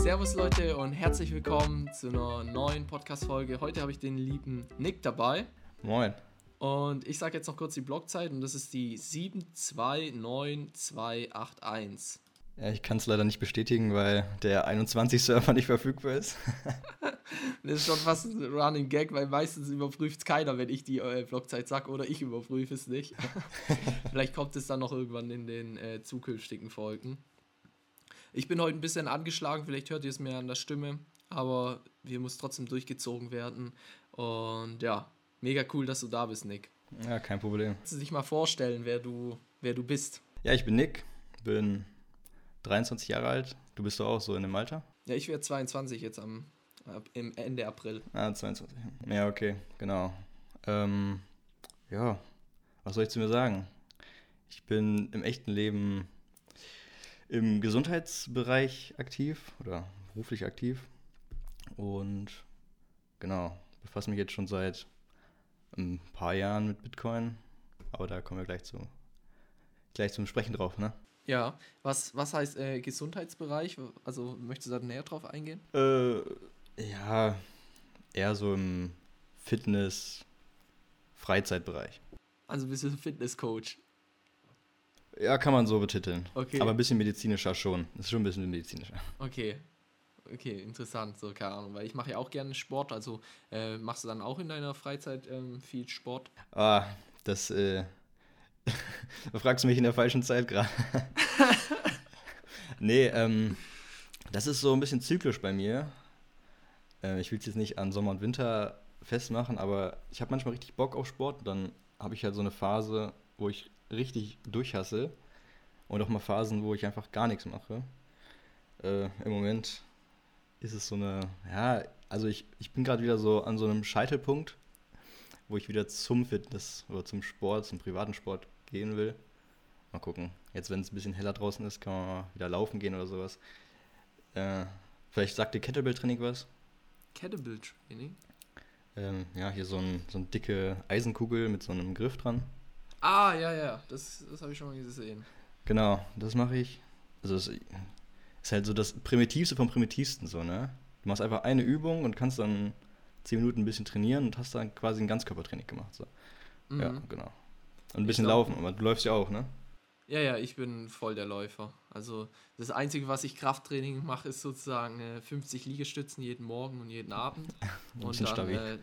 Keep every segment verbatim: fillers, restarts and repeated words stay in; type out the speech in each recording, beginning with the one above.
Servus Leute und herzlich willkommen zu einer neuen Podcast-Folge. Heute habe ich den lieben Nick dabei. Moin. Und ich sage jetzt noch kurz die Blockzeit und das ist die sieben zwei neun zwei acht eins. Ja, ich kann es leider nicht bestätigen, weil der einundzwanzig Server nicht verfügbar ist. Das ist schon fast ein Running Gag, weil meistens überprüft es keiner, wenn ich die äh, Blockzeit sage oder ich überprüfe es nicht. Vielleicht kommt es dann noch irgendwann in den äh, zukünftigen Folgen. Ich bin heute ein bisschen angeschlagen, vielleicht hört ihr es mir an der Stimme, aber wir müssen trotzdem durchgezogen werden. Und ja, mega cool, dass du da bist, Nick. Ja, kein Problem. Kannst du dich mal vorstellen, wer du, wer du bist? Ja, ich bin Nick, bin dreiundzwanzig Jahre alt. Du bist doch auch so in dem Alter? Ja, ich werde zweiundzwanzig jetzt am ab, im Ende April. Ah, zweiundzwanzig. Ja, okay, genau. Ähm, ja, was soll ich zu mir sagen? Ich bin im echten Leben im Gesundheitsbereich aktiv oder beruflich aktiv und genau, befasse mich jetzt schon seit ein paar Jahren mit Bitcoin, aber da kommen wir gleich zu gleich zum Sprechen drauf, ne? Ja, was, was heißt äh, Gesundheitsbereich? Also möchtest du da näher drauf eingehen? Äh, ja, eher so im Fitness-Freizeitbereich. Also bist du Fitnesscoach? Ja, kann man so betiteln. Okay. Aber ein bisschen medizinischer schon. Das ist schon ein bisschen medizinischer. Okay. Okay, interessant, so keine Ahnung, weil ich mache ja auch gerne Sport, also äh, machst du dann auch in deiner Freizeit ähm, viel Sport? Ah, das, äh, da fragst du mich in der falschen Zeit gerade. Nee, ähm, das ist so ein bisschen zyklisch bei mir. Äh, ich will es jetzt nicht an Sommer und Winter festmachen, aber ich habe manchmal richtig Bock auf Sport. Dann habe ich halt so eine Phase, wo ich richtig durchhasse und auch mal Phasen, wo ich einfach gar nichts mache. Äh, Im Moment ist es so eine, ja, also ich, ich bin gerade wieder so an so einem Scheitelpunkt, wo ich wieder zum Fitness oder zum Sport, zum privaten Sport gehen will. Mal gucken. Jetzt, wenn es ein bisschen heller draußen ist, kann man mal wieder laufen gehen oder sowas. Äh, vielleicht sagt dir Kettlebell-Training was? Kettlebell-Training? Ähm, ja, hier so, ein, so eine dicke Eisenkugel mit so einem Griff dran. Ah, ja, ja, das, das habe ich schon mal gesehen. Genau, das mache ich. Also es ist halt so das Primitivste vom Primitivsten so, ne? Du machst einfach eine Übung und kannst dann zehn Minuten ein bisschen trainieren und hast dann quasi ein Ganzkörpertraining gemacht. So. Mhm. Ja, genau. Und ein bisschen Ich glaub- laufen, aber du läufst ja auch, ne? Ja, ja, ich bin voll der Läufer. Also das Einzige, was ich Krafttraining mache, ist sozusagen äh, fünfzig Liegestützen jeden Morgen und jeden Abend. Ein Und bisschen dann, stabil. äh,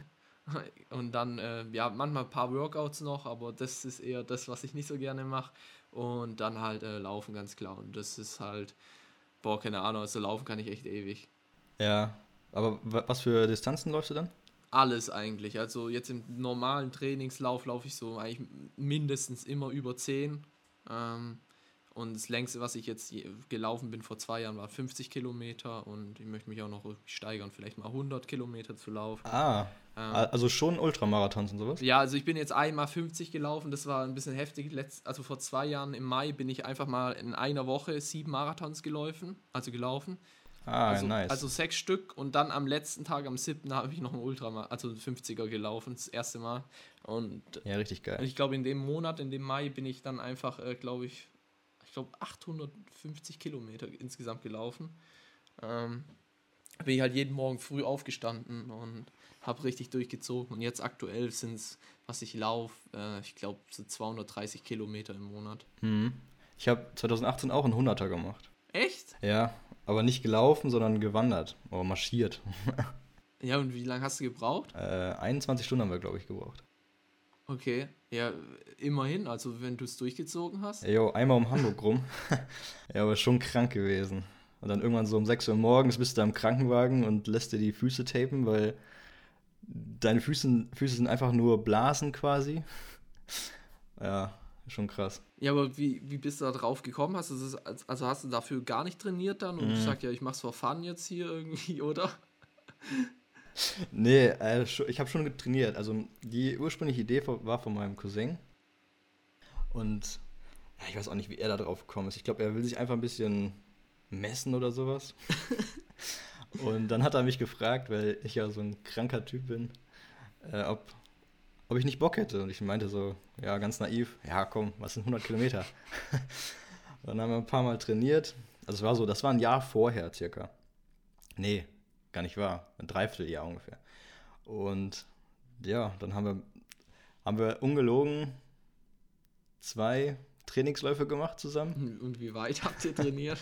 und dann äh, ja, manchmal ein paar Workouts noch, aber das ist eher das, was ich nicht so gerne mache. Und dann halt äh, Laufen, ganz klar. Und das ist halt, boah, keine Ahnung, also laufen kann ich echt ewig. Ja, aber wa- was für Distanzen läufst du dann? Alles eigentlich. Also jetzt im normalen Trainingslauf laufe ich so eigentlich mindestens immer über zehn. Ähm, und das längste, was ich jetzt je- gelaufen bin vor zwei Jahren, war fünfzig Kilometer. Und ich möchte mich auch noch irgendwie steigern, vielleicht mal hundert Kilometer zu laufen. Ah, Ähm, also schon Ultramarathons und sowas? Ja, also ich bin jetzt einmal fünfzig gelaufen, das war ein bisschen heftig. Letzt, also vor zwei Jahren im Mai bin ich einfach mal in einer Woche sieben Marathons gelaufen, also gelaufen. Ah, Also, nice. also sechs Stück und dann am letzten Tag, am siebten habe ich noch einen Ultramarathon, also einen fünfziger gelaufen, das erste Mal. Und Ja, richtig geil. ich glaube, in dem Monat, in dem Mai, bin ich dann einfach, äh, glaube ich, ich glaube achthundertfünfzig Kilometer insgesamt gelaufen. Ähm, bin ich halt jeden Morgen früh aufgestanden und habe richtig durchgezogen. Und jetzt aktuell sind es, was ich laufe, äh, ich glaube, so zweihundertdreißig Kilometer im Monat. Mhm. Ich habe zwanzig achtzehn auch einen Hunderter gemacht. Echt? Ja, aber nicht gelaufen, sondern gewandert. Oder marschiert. Ja, und wie lange hast du gebraucht? Äh, einundzwanzig Stunden haben wir, glaube ich, gebraucht. Okay, ja, immerhin, also wenn du es durchgezogen hast. Ey, yo, einmal um Hamburg rum. Ja, aber schon krank gewesen. Und dann irgendwann so um sechs Uhr morgens bist du am Krankenwagen und lässt dir die Füße tapen, weil deine Füße, Füße sind einfach nur Blasen quasi. Ja, schon krass. Ja, aber wie, wie bist du da drauf gekommen? Hast du das, als- also hast du dafür gar nicht trainiert dann und Mhm. gesagt, ja, ich mach's for fun jetzt hier irgendwie, oder? Nee, äh, scho- ich habe schon trainiert. Also die ursprüngliche Idee von- war von meinem Cousin. Und ja, ich weiß auch nicht, wie er da drauf gekommen ist. Ich glaube, er will sich einfach ein bisschen messen oder sowas. Und dann hat er mich gefragt, weil ich ja so ein kranker Typ bin, äh, ob, ob ich nicht Bock hätte. Und ich meinte so, ja, ganz naiv, ja komm, was sind hundert Kilometer? Dann haben wir ein paar Mal trainiert. Also es war so, das war ein Jahr vorher circa. Nee, gar nicht wahr. Ein Dreivierteljahr ungefähr. Und ja, dann haben wir, haben wir ungelogen zwei Trainingsläufe gemacht zusammen. Und wie weit habt ihr trainiert?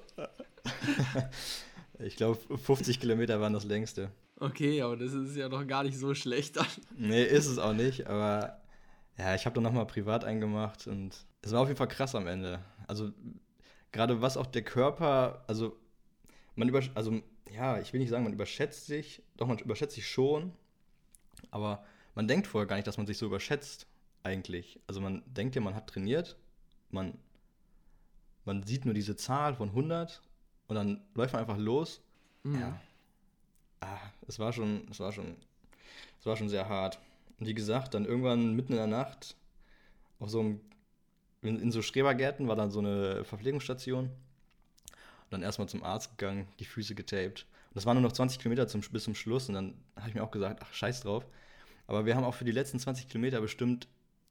Ich glaube, fünfzig Kilometer waren das längste. Okay, aber das ist ja noch gar nicht so schlecht dann. Nee, ist es auch nicht, aber ja, ich habe dann nochmal privat eingemacht und es war auf jeden Fall krass am Ende. Also gerade was auch der Körper, also man über, also ja, ich will nicht sagen, man überschätzt sich, doch man überschätzt sich schon, aber man denkt vorher gar nicht, dass man sich so überschätzt eigentlich. Also man denkt ja, man hat trainiert, man, man sieht nur diese Zahl von hundert und dann läuft man einfach los. Mhm. Ja, ah, es war schon, es war schon, es war schon sehr hart. Und wie gesagt, dann irgendwann mitten in der Nacht auf so einem, in, in so Schrebergärten war dann so eine Verpflegungsstation. Und dann erstmal zum Arzt gegangen, die Füße getaped. Und das waren nur noch zwanzig Kilometer zum, bis zum Schluss. Und dann habe ich mir auch gesagt, ach, scheiß drauf. Aber wir haben auch für die letzten zwanzig Kilometer bestimmt,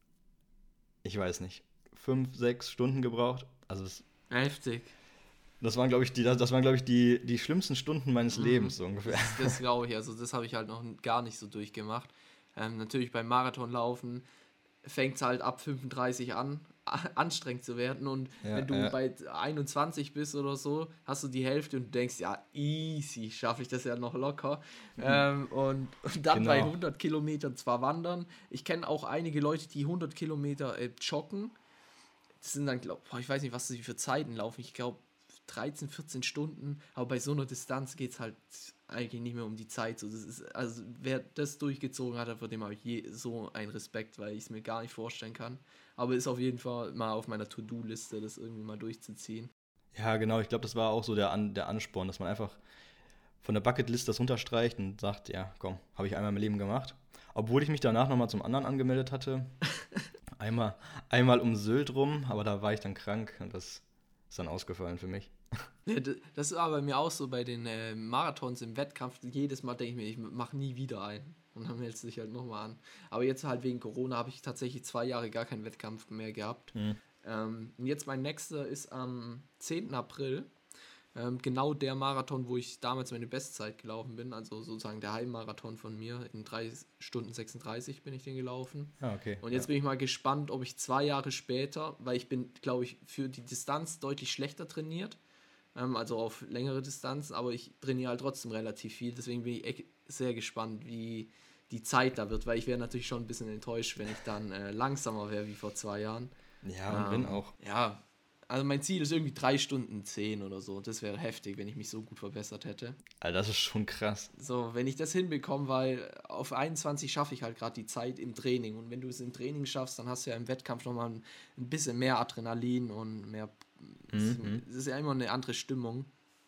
ich weiß nicht, fünf, sechs Stunden gebraucht. Also das, Heftig. das waren, glaube ich, die, das waren, glaube ich, die, die schlimmsten Stunden meines Mhm. Lebens so ungefähr. Das, das glaube ich, also das habe ich halt noch gar nicht so durchgemacht. Ähm, natürlich beim Marathonlaufen fängt es halt ab fünfunddreißig an, a- anstrengend zu werden. Und Ja, wenn du ja. bei einundzwanzig bist oder so, hast du die Hälfte und du denkst, ja, easy, schaffe ich das ja noch locker. Ähm, und, und dann Genau. bei hundert Kilometern zwar wandern. Ich kenne auch einige Leute, die hundert Kilometer äh, joggen. Das sind dann, glaube ich, weiß nicht, was sie für Zeiten laufen. Ich glaube, dreizehn, vierzehn Stunden. Aber bei so einer Distanz geht es halt eigentlich nicht mehr um die Zeit. So, das ist, also, wer das durchgezogen hat, vor dem habe ich je so einen Respekt, weil ich es mir gar nicht vorstellen kann. Aber ist auf jeden Fall mal auf meiner To-Do-Liste, das irgendwie mal durchzuziehen. Ja, genau, ich glaube, das war auch so der, An der Ansporn, dass man einfach von der Bucketlist das unterstreicht und sagt, ja, komm, habe ich einmal im Leben gemacht. Obwohl ich mich danach nochmal zum anderen angemeldet hatte. Einmal, einmal um Sylt rum, aber da war ich dann krank und das ist dann ausgefallen für mich. Ja, d- das war bei mir auch so bei den äh, Marathons im Wettkampf. Jedes Mal denke ich mir, ich mache nie wieder einen. Und dann meldet sich halt nochmal an. Aber jetzt halt wegen Corona habe ich tatsächlich zwei Jahre gar keinen Wettkampf mehr gehabt. Mhm. Ähm, und jetzt mein nächster ist am zehnten April. Ähm, genau der Marathon, wo ich damals meine Bestzeit gelaufen bin. Also sozusagen der Heimmarathon von mir. In drei Stunden sechsunddreißig bin ich den gelaufen. Ah, okay. Und jetzt bin ich mal gespannt, ob ich zwei Jahre später, weil ich bin, glaube ich, für die Distanz deutlich schlechter trainiert, ähm, also auf längere Distanz, aber ich trainiere halt trotzdem relativ viel, deswegen bin ich echt sehr gespannt, wie die Zeit da wird, weil ich wäre natürlich schon ein bisschen enttäuscht, wenn ich dann äh, langsamer wäre wie vor zwei Jahren. Ja, ja und wenn auch. Ja, also mein Ziel ist irgendwie drei Stunden zehn oder so, das wäre heftig, wenn ich mich so gut verbessert hätte. Also das ist schon krass. So, wenn ich das hinbekomme, weil auf einundzwanzig schaffe ich halt gerade die Zeit im Training. Und wenn du es im Training schaffst, dann hast du ja im Wettkampf nochmal ein, ein bisschen mehr Adrenalin und mehr. Mhm. Es ist ja immer eine andere Stimmung.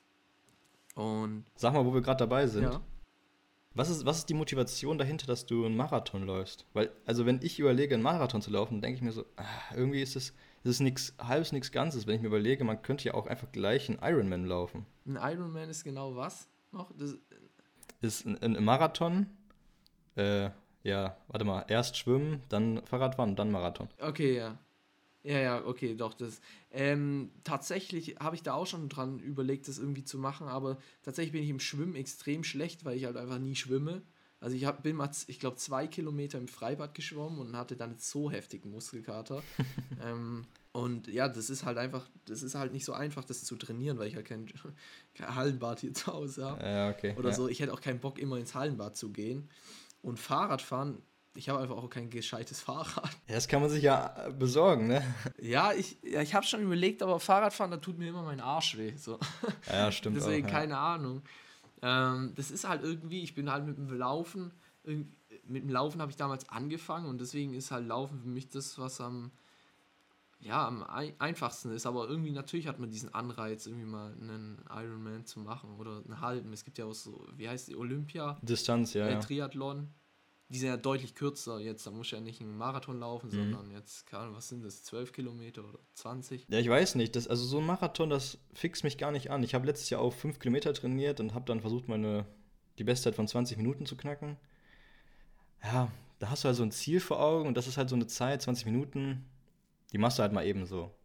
Und. Sag mal, wo wir gerade dabei sind. Ja. Was ist, was ist die Motivation dahinter, dass du einen Marathon läufst? Weil, also wenn ich überlege, einen Marathon zu laufen, denke ich mir so, ah, irgendwie ist es, es ist nichts halbes, nichts Ganzes. Wenn ich mir überlege, man könnte ja auch einfach gleich einen Ironman laufen. Ein Ironman ist genau was noch? Das, Ist ein, ein Marathon, äh, ja, warte mal, erst schwimmen, dann Fahrradfahren und dann Marathon. okay, ja. Ja, ja, okay, doch, das. Ähm, tatsächlich habe ich da auch schon dran überlegt, das irgendwie zu machen, aber tatsächlich bin ich im Schwimmen extrem schlecht, weil ich halt einfach nie schwimme. Also ich hab, bin mal, z- ich glaube, zwei Kilometer im Freibad geschwommen und hatte dann jetzt so heftigen Muskelkater. ähm, und ja, das ist halt einfach, das ist halt nicht so einfach, das zu trainieren, weil ich halt kein, kein Hallenbad hier zu Hause habe. Ja, okay. Oder ja. so. Ich hätte auch keinen Bock, immer ins Hallenbad zu gehen. Und Fahrradfahren, ich habe einfach auch kein gescheites Fahrrad. Ja, das kann man sich ja äh, besorgen, ne? Ja, ich, ja, ich habe schon überlegt, aber Fahrradfahren, da tut mir immer mein Arsch weh. So. Ja, stimmt Deswegen auch. Ja. keine Ahnung. Ähm, das ist halt irgendwie, ich bin halt mit dem Laufen, irg- mit dem Laufen habe ich damals angefangen und deswegen ist halt Laufen für mich das, was am, ja, am ein, einfachsten ist. Aber irgendwie natürlich hat man diesen Anreiz, irgendwie mal einen Ironman zu machen oder einen halben. Es gibt ja auch so, wie heißt die, Olympia, Distanz, ja, äh, ja. Triathlon. Die sind ja deutlich kürzer jetzt. Da muss ich ja nicht einen Marathon laufen, Mhm. sondern jetzt, keine Ahnung, was sind das, zwölf Kilometer oder zwanzig? Ja, ich weiß nicht. Das, also so ein Marathon, das fixt mich gar nicht an. Ich habe letztes Jahr auch fünf Kilometer trainiert und habe dann versucht, meine die Bestzeit von zwanzig Minuten zu knacken. Ja, da hast du halt so ein Ziel vor Augen und das ist halt so eine Zeit, zwanzig Minuten, die machst du halt mal eben so.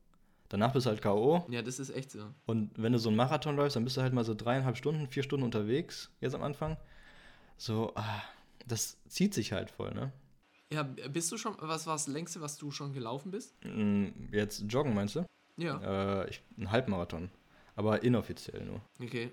Danach bist du halt K O. Ja, das ist echt so. Und wenn du so einen Marathon läufst, dann bist du halt mal so dreieinhalb Stunden, vier Stunden unterwegs, jetzt am Anfang. So, ah, das zieht sich halt voll, ne? Ja, bist du schon, was war das längste, was du schon gelaufen bist? Jetzt joggen, meinst du? Ja. Äh, ich, ein Halbmarathon. Aber inoffiziell nur. Okay.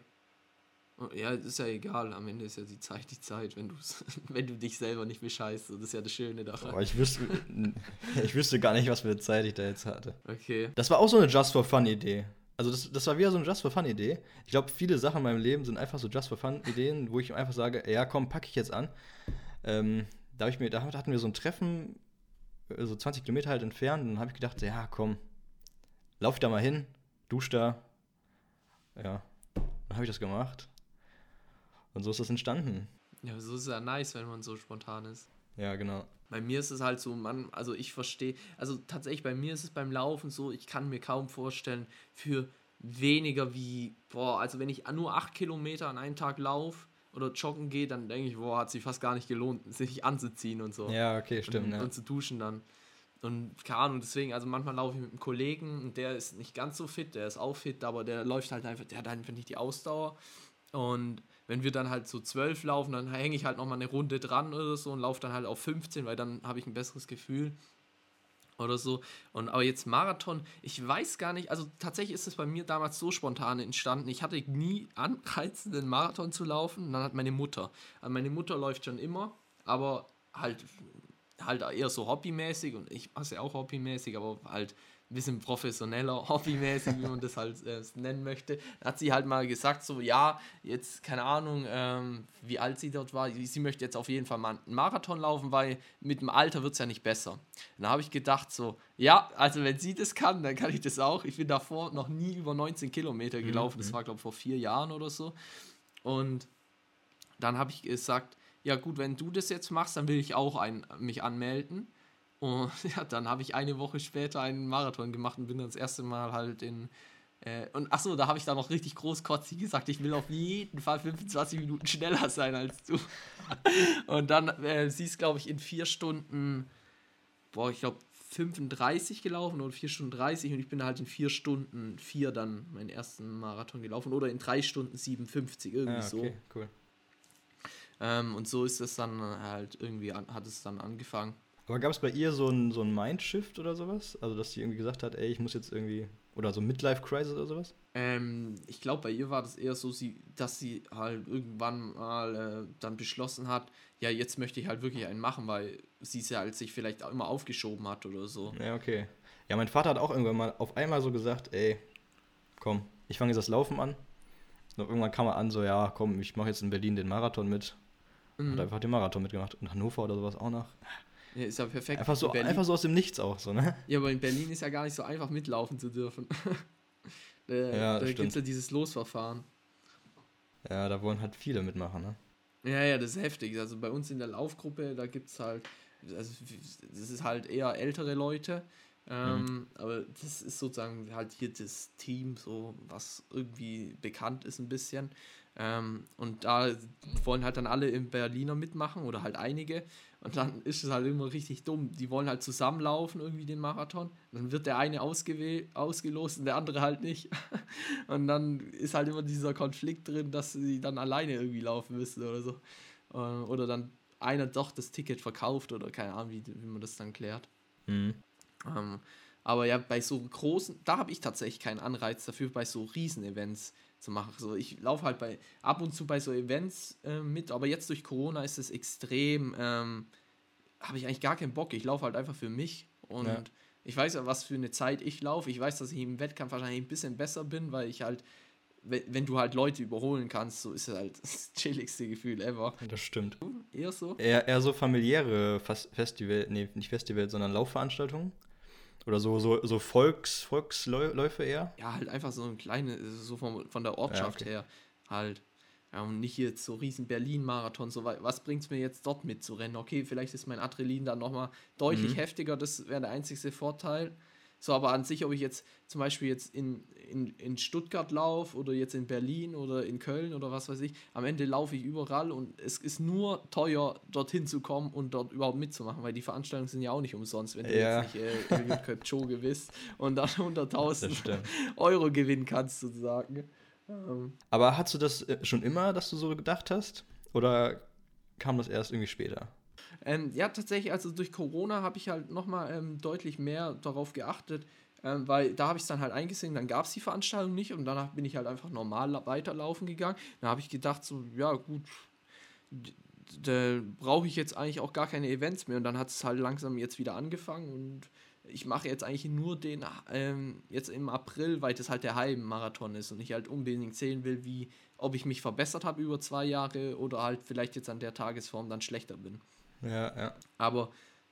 Ja, ist ja egal, am Ende ist ja die Zeit die Zeit, wenn, wenn du dich selber nicht bescheißt. Das ist ja das Schöne daran. Aber ich wüsste, ich wüsste gar nicht, was für eine Zeit ich da jetzt hatte. Okay. Das war auch so eine Just-for-Fun-Idee. Also das, das war wieder so eine Just-for-Fun-Idee. Ich glaube, viele Sachen in meinem Leben sind einfach so Just-for-Fun-Ideen, wo ich einfach sage, ja komm, packe ich jetzt an. Ähm, da, ich mir, da hatten wir so ein Treffen, so zwanzig Kilometer halt entfernt, und dann habe ich gedacht, ja komm, lauf da mal hin, dusch da. Ja, dann habe ich das gemacht. Und so ist das entstanden. Ja, so ist es ja nice, wenn man so spontan ist. Ja, genau. Bei mir ist es halt so, man, also ich verstehe, also tatsächlich bei mir ist es beim Laufen so, ich kann mir kaum vorstellen, für weniger wie, boah, also wenn ich nur acht Kilometer an einem Tag laufe oder joggen gehe, dann denke ich, boah, hat sich fast gar nicht gelohnt, sich anzuziehen und so. Ja, okay, stimmt. Und, ja. und zu duschen dann. Und keine Ahnung, deswegen, also manchmal laufe ich mit einem Kollegen und der ist nicht ganz so fit, der ist auch fit, aber der läuft halt einfach, der hat einfach nicht die Ausdauer. Und wenn wir dann halt so zwölf laufen, dann hänge ich halt nochmal eine Runde dran oder so und laufe dann halt auf fünfzehn, weil dann habe ich ein besseres Gefühl oder so. Und aber jetzt Marathon, ich weiß gar nicht, also tatsächlich ist es bei mir damals so spontan entstanden. Ich hatte nie Anreiz, den Marathon zu laufen. Und dann hat meine Mutter, also meine Mutter läuft schon immer, aber halt halt eher so hobbymäßig, und ich mache es ja auch hobbymäßig, aber halt ein bisschen professioneller, hobbymäßig, wie man das halt äh, nennen möchte. Da hat sie halt mal gesagt, so, ja, jetzt, keine Ahnung, ähm, wie alt sie dort war, sie möchte jetzt auf jeden Fall mal einen Marathon laufen, weil mit dem Alter wird es ja nicht besser. Dann habe ich gedacht, so, ja, also wenn sie das kann, dann kann ich das auch. Ich bin davor noch nie über neunzehn Kilometer gelaufen, mhm. Das war, glaube ich, vor vier Jahren oder so. Und dann habe ich gesagt, ja gut, wenn du das jetzt machst, dann will ich auch ein, mich anmelden. Und ja, dann habe ich eine Woche später einen Marathon gemacht und bin dann das erste Mal halt in... Äh, und achso, da habe ich dann noch richtig großkotzig gesagt, ich will auf jeden Fall fünfundzwanzig Minuten schneller sein als du. Und dann, äh, sie ist, glaube ich, in vier Stunden, boah, ich glaube, fünfunddreißig gelaufen oder vier Stunden dreißig, und ich bin halt in vier Stunden vier dann meinen ersten Marathon gelaufen oder in drei Stunden siebenundfünfzig, irgendwie ah, okay, so. Cool. Ähm, und so ist es dann halt irgendwie, an, hat es dann angefangen. Aber gab es bei ihr so ein, so ein Mindshift oder sowas? Also, dass sie irgendwie gesagt hat, ey, ich muss jetzt irgendwie, oder so Midlife-Crisis oder sowas? Ähm, ich glaube, bei ihr war das eher so, sie, dass sie halt irgendwann mal äh, dann beschlossen hat, ja, jetzt möchte ich halt wirklich einen machen, weil sie es ja halt sich vielleicht auch immer aufgeschoben hat oder so. Ja, okay. Ja, mein Vater hat auch irgendwann mal auf einmal so gesagt, ey, komm, ich fange jetzt das Laufen an. Und irgendwann kam er an, so, ja, komm, ich mache jetzt in Berlin den Marathon mit. Mhm. Hat einfach den Marathon mitgemacht. Und Hannover oder sowas auch noch. Ja, ist ja perfekt. Einfach so, einfach so aus dem Nichts auch, so, ne? Ja, aber in Berlin ist ja gar nicht so einfach mitlaufen zu dürfen. da ja, da gibt es ja dieses Losverfahren. Ja, da wollen halt viele mitmachen, ne? Ja, ja, das ist heftig. Also bei uns in der Laufgruppe, da gibt es halt, also das ist halt eher ältere Leute, ähm, mhm. aber das ist sozusagen halt hier das Team, so was irgendwie bekannt ist ein bisschen. Ähm, und da wollen halt dann alle im Berliner mitmachen oder halt einige, und dann ist es halt immer richtig dumm. Die wollen halt zusammenlaufen, irgendwie den Marathon, dann wird der eine ausgewählt, ausgelost und der andere halt nicht. Und dann ist halt immer dieser Konflikt drin, dass sie dann alleine irgendwie laufen müssen oder so. Oder dann einer doch das Ticket verkauft oder keine Ahnung, wie, wie man das dann klärt. Mhm. Ähm, aber ja, bei so großen, da habe ich tatsächlich keinen Anreiz dafür, bei so Riesen-Events zu machen. So, ich laufe halt bei ab und zu bei so Events äh, mit, aber jetzt durch Corona ist es extrem, ähm, habe ich eigentlich gar keinen Bock. Ich laufe halt einfach für mich, und ja. Ich weiß ja, was für eine Zeit ich laufe. Ich weiß, dass ich im Wettkampf wahrscheinlich ein bisschen besser bin, weil ich halt, wenn, wenn du halt Leute überholen kannst, so ist es halt das chilligste Gefühl ever. Das stimmt. Eher so? Eher, eher so familiäre Festival, nee, nicht Festival, sondern Laufveranstaltungen. Oder so, so, so Volks, Volksläufe eher? Ja, halt einfach so ein kleines, so von, von der Ortschaft ja, okay. her halt. Ja, und nicht jetzt so riesen Berlin-Marathon, so, was bringt es mir jetzt dort mitzurennen? Okay, vielleicht ist mein Adrenalin dann nochmal deutlich mhm. heftiger, das wäre der einzigste Vorteil. So, aber an sich, ob ich jetzt zum Beispiel jetzt in, in, in Stuttgart laufe oder jetzt in Berlin oder in Köln oder was weiß ich, am Ende laufe ich überall und es ist nur teuer, dorthin zu kommen und dort überhaupt mitzumachen, weil die Veranstaltungen sind ja auch nicht umsonst, wenn du Ja. jetzt nicht äh, Eliud Kipchoge bist und dann hunderttausend Euro gewinnen kannst, sozusagen. Ähm, Aber hast du das äh, schon immer, dass du so gedacht hast? Oder kam das erst irgendwie später? Ähm, ja, tatsächlich, also durch Corona habe ich halt nochmal ähm, deutlich mehr darauf geachtet, ähm, weil da habe ich es dann halt eingesehen, dann gab es die Veranstaltung nicht und danach bin ich halt einfach normal la- weiterlaufen gegangen. Da habe ich gedacht, so, ja gut, d- da brauche ich jetzt eigentlich auch gar keine Events mehr und dann hat es halt langsam jetzt wieder angefangen und ich mache jetzt eigentlich nur den, ähm, jetzt im April, weil das halt der Halbmarathon ist und ich halt unbedingt sehen will, wie, ob ich mich verbessert habe über zwei Jahre oder halt vielleicht jetzt an der Tagesform dann schlechter bin. Ja, ja. Aber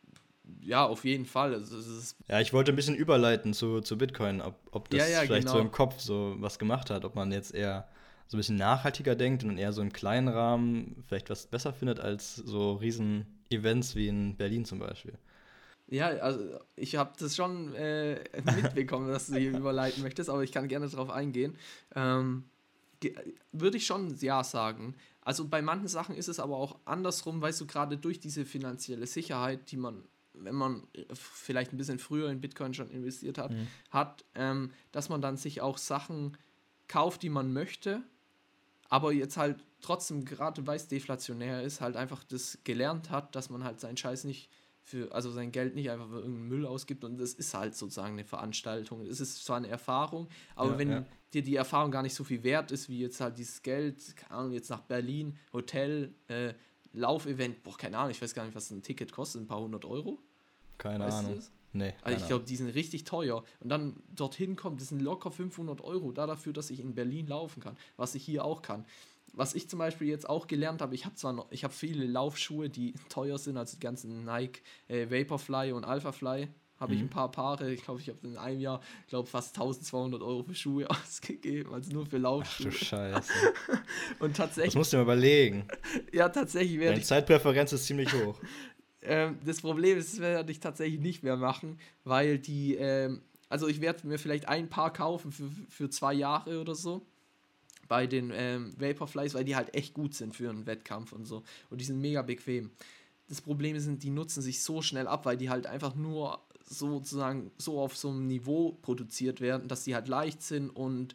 ja, auf jeden Fall. Also, es ist, Ja, ich wollte ein bisschen überleiten zu, zu Bitcoin, ob, ob das Ja, ja, vielleicht so genau. im Kopf so was gemacht hat, ob man jetzt eher so ein bisschen nachhaltiger denkt und eher so im kleinen Rahmen vielleicht was besser findet als so riesen Events wie in Berlin zum Beispiel. ja, also ich habe das schon äh, mitbekommen, dass du hier überleiten möchtest, aber ich kann gerne darauf eingehen. Ähm, ge- Würde ich schon ja sagen. Also bei manchen Sachen ist es aber auch andersrum, weißt du, gerade durch diese finanzielle Sicherheit, die man, wenn man äh, vielleicht ein bisschen früher in Bitcoin schon investiert hat, Mhm. hat, ähm, dass man dann sich auch Sachen kauft, die man möchte, aber jetzt halt trotzdem, gerade weil es deflationär ist, halt einfach das gelernt hat, dass man halt seinen Scheiß nicht für, also sein Geld nicht einfach für irgendeinen Müll ausgibt und das ist halt sozusagen eine Veranstaltung. Es ist zwar eine Erfahrung, aber Ja, wenn ja. dir die Erfahrung gar nicht so viel wert ist, wie jetzt halt dieses Geld, keine Ahnung, jetzt nach Berlin, Hotel, äh, Laufevent, boah, keine Ahnung, ich weiß gar nicht, was ein Ticket kostet, ein paar hundert Euro. Keine Weißt du Ahnung. das? Nee, Also keine ich glaube, die sind richtig teuer. Und dann dorthin kommt, das sind locker fünfhundert Euro, da dafür, dass ich in Berlin laufen kann, was ich hier auch kann. Was ich zum Beispiel jetzt auch gelernt habe, ich habe zwar noch, ich habe viele Laufschuhe, die teuer sind, also die ganzen Nike äh, Vaporfly und Alphafly, habe ich Mhm. ein paar Paare. Ich glaube, ich habe in einem Jahr, glaube fast eintausendzweihundert Euro für Schuhe ausgegeben, also nur für Ach du Laufschuhe. Scheiße. Und Das tatsächlich, musst du dir mal überlegen. ja, tatsächlich werde Deine ich Zeitpräferenz ist ziemlich hoch. Ähm, das Problem ist, das werde ich tatsächlich nicht mehr machen, weil die, ähm, also ich werde mir vielleicht ein Paar kaufen für, für zwei Jahre oder so bei den ähm, Vaporflies, weil die halt echt gut sind für einen Wettkampf und so. Und die sind mega bequem. Das Problem ist, die nutzen sich so schnell ab, weil die halt einfach nur sozusagen so auf so einem Niveau produziert werden, dass die halt leicht sind und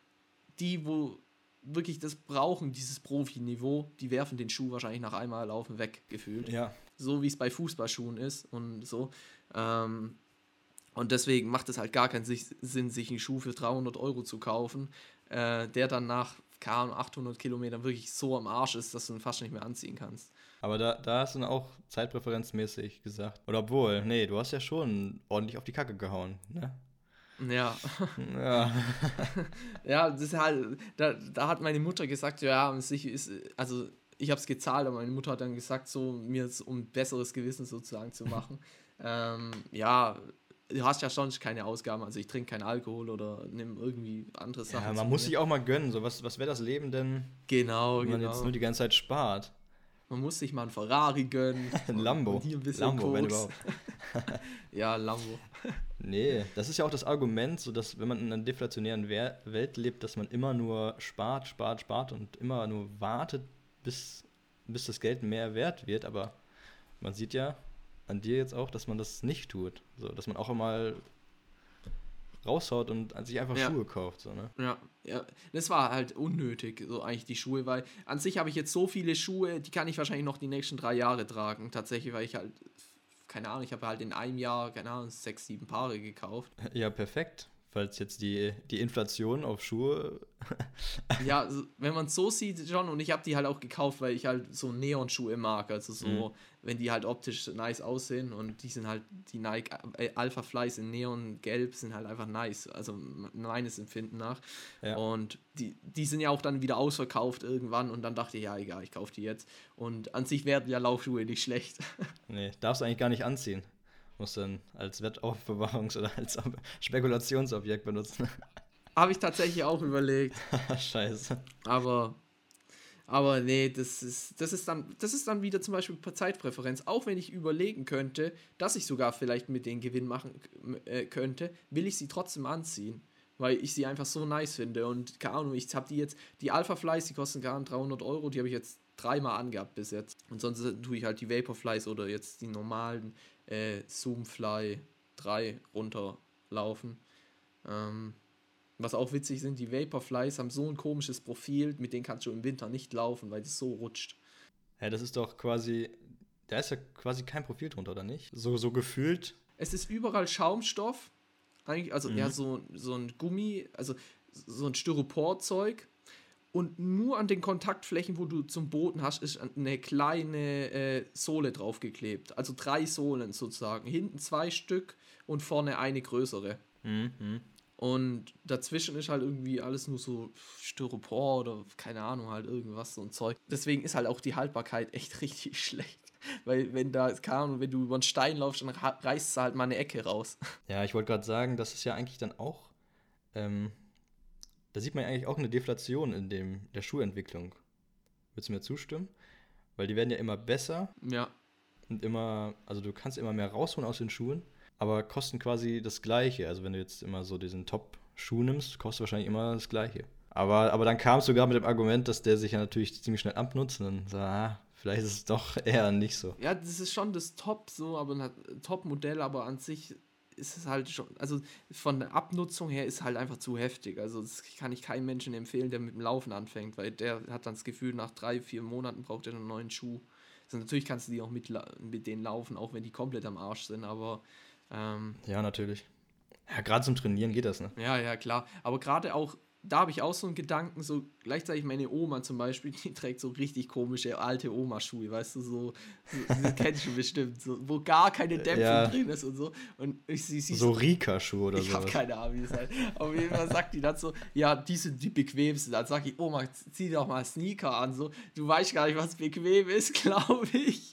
die, wo wirklich das brauchen, dieses Profi-Niveau, die werfen den Schuh wahrscheinlich nach einmal laufen weg, gefühlt Ja. so wie es bei Fußballschuhen ist und so. Ähm, und deswegen macht es halt gar keinen sich- Sinn, sich einen Schuh für dreihundert Euro zu kaufen, äh, der dann nach keine Ahnung, achthundert Kilometern wirklich so am Arsch ist, dass du ihn fast nicht mehr anziehen kannst. Aber da, da hast du dann auch zeitpräferenzmäßig gesagt. Oder obwohl, nee, du hast ja schon ordentlich auf die Kacke gehauen, ne? Ja, Ja. ja, das ist halt, da, da hat meine Mutter gesagt, ja, und sich ist, also ich habe es gezahlt, aber meine Mutter hat dann gesagt, so mir es um ein besseres Gewissen sozusagen zu machen. ähm, ja, du hast ja sonst keine Ausgaben, also ich trinke keinen Alkohol oder nimm irgendwie andere Sachen. Ja, zu man muss mir. sich auch mal gönnen. So, was, was wäre das Leben denn, Genau, wenn man genau. jetzt nur die ganze Zeit spart? Man muss sich mal einen Ferrari gönnen. Ein Lambo. Und hier ein bisschen Lambo, wenn Koks. überhaupt. Ja, Lambo. Nee, das ist ja auch das Argument, so dass wenn man in einer deflationären Wer- Welt lebt, dass man immer nur spart, spart, spart und immer nur wartet, bis, bis das Geld mehr wert wird. Aber man sieht ja an dir jetzt auch, dass man das nicht tut. So, dass man auch einmal raushaut und sich einfach Ja. Schuhe kauft. So, ne? Ja, ja, das war halt unnötig, so eigentlich die Schuhe, weil an sich habe ich jetzt so viele Schuhe, die kann ich wahrscheinlich noch die nächsten drei Jahre tragen. Tatsächlich, weil ich halt, keine Ahnung, ich habe halt in einem Jahr, keine Ahnung, sechs, sieben Paare gekauft. Ja, perfekt. Falls jetzt die, die Inflation auf Schuhe. Ja, also, wenn man es so sieht schon, und ich habe die halt auch gekauft, weil ich halt so Neonschuhe mag, also so, Mhm. wenn die halt optisch nice aussehen und die sind halt, die Nike äh, Alpha Flies in Neongelb sind halt einfach nice, also m- meines Empfinden nach. Ja. Und die, die sind ja auch dann wieder ausverkauft irgendwann und dann dachte ich, ja egal, ich kaufe die jetzt. Und an sich werden ja Laufschuhe nicht schlecht. Nee, darfst du eigentlich gar nicht anziehen. Musst dann als Wertaufbewahrungs- oder als Spekulationsobjekt benutzen. Habe ich tatsächlich auch überlegt, Scheiße. aber Aber nee, das ist, das ist dann, das ist dann wieder zum Beispiel Zeitpräferenz. Auch wenn ich überlegen könnte, dass ich sogar vielleicht mit denen Gewinn machen äh, könnte, will ich sie trotzdem anziehen. Weil ich sie einfach so nice finde. Und keine Ahnung, ich habe die jetzt, die Alpha Flies, die kosten gar dreihundert Euro, die habe ich jetzt dreimal angehabt bis jetzt. Und sonst tue ich halt die Vaporflies oder jetzt die normalen äh, Zoomfly drei runterlaufen. Ähm, was auch witzig sind, die Vaporflies haben so ein komisches Profil, mit denen kannst du im Winter nicht laufen, weil das so rutscht. Ja, das ist doch quasi, da ist ja quasi kein Profil drunter, oder nicht? So, so gefühlt. Es ist überall Schaumstoff, eigentlich, also Mhm. ja, so, so ein Gummi, also so ein Styroporzeug. Und nur an den Kontaktflächen, wo du zum Boden hast, ist eine kleine äh, Sohle draufgeklebt. Also drei Sohlen sozusagen. Hinten zwei Stück und vorne eine größere. Mhm. Und dazwischen ist halt irgendwie alles nur so Styropor oder keine Ahnung, halt irgendwas, so ein Zeug. Deswegen ist halt auch die Haltbarkeit echt richtig schlecht. Weil wenn da, keine Ahnung, wenn du über einen Stein laufst, dann reißt es halt mal eine Ecke raus. Ja, ich wollte gerade sagen, das ist ja eigentlich dann auch, ähm, da sieht man ja eigentlich auch eine Deflation in dem, der Schuhentwicklung. Würdest du mir zustimmen? Weil die werden ja immer besser Ja. und immer, also du kannst immer mehr rausholen aus den Schuhen, aber kosten quasi das Gleiche. Also wenn du jetzt immer so diesen Top-Schuh nimmst, kostet wahrscheinlich immer das Gleiche. Aber, aber dann kam es sogar mit dem Argument, dass der sich ja natürlich ziemlich schnell abnutzt und dann so, ah, vielleicht ist es doch eher nicht so. Ja, das ist schon das Top, so, aber ein Top-Modell, aber an sich ist es halt schon, also von der Abnutzung her ist halt einfach zu heftig. Also das kann ich keinem Menschen empfehlen, der mit dem Laufen anfängt, weil der hat dann das Gefühl, nach drei, vier Monaten braucht er einen neuen Schuh. Also natürlich kannst du die auch mit, mit denen laufen, auch wenn die komplett am Arsch sind, aber ähm, Ja, natürlich. Ja, gerade zum Trainieren geht das, ne? ja, ja, klar. Aber gerade auch, da habe ich auch so einen Gedanken, so gleichzeitig meine Oma zum Beispiel, die trägt so richtig komische alte Oma-Schuhe, weißt du, so, so das kennst du bestimmt, so, wo gar keine Dämpfung Ja. drin ist und so. Und ich sie, sie So Rika-Schuhe oder ich habe sowas. keine Ahnung, wie das heißt. Auf jeden Fall sagt die dann so, ja, die sind die bequemsten. Dann sag ich, Oma, zieh doch mal Sneaker an. So, du weißt gar nicht, was bequem ist, glaube ich.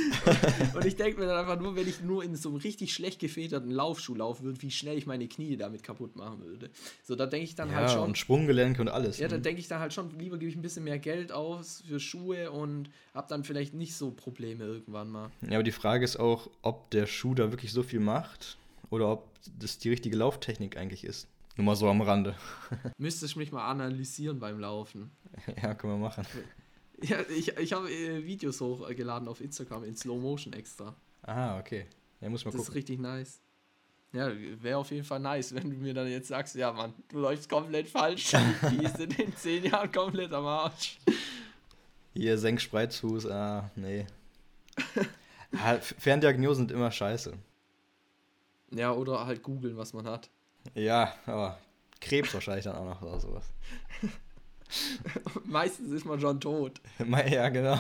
Und ich denke mir dann einfach nur, wenn ich nur in so einem richtig schlecht gefederten Laufschuh laufen würde, wie schnell ich meine Knie damit kaputt machen würde. So, da denke ich dann Ja, halt schon. und Sprunggelenke und alles. Ja, ne? da denke ich dann halt schon, lieber gebe ich ein bisschen mehr Geld aus für Schuhe und habe dann vielleicht nicht so Probleme irgendwann mal. Ja, aber die Frage ist auch, ob der Schuh da wirklich so viel macht oder ob das die richtige Lauftechnik eigentlich ist. Nur mal so am Rande. Müsste ich mich mal analysieren beim Laufen. Ja, können wir machen. Ja, ich, ich habe äh, Videos hochgeladen auf Instagram in Slow Motion extra. Ah, okay. Ja, muss mal Das ist gucken. richtig nice. Ja, wäre auf jeden Fall nice, wenn du mir dann jetzt sagst, ja Mann, du läufst komplett falsch. Die sind in zehn Jahren komplett am Arsch. Hier, Senkspreizfuß, ah, nee. Ja, F- Ferndiagnosen sind immer scheiße. Ja, oder halt googeln, was man hat. Ja, aber Krebs wahrscheinlich dann auch noch oder sowas. Meistens ist man schon tot. Ja, genau.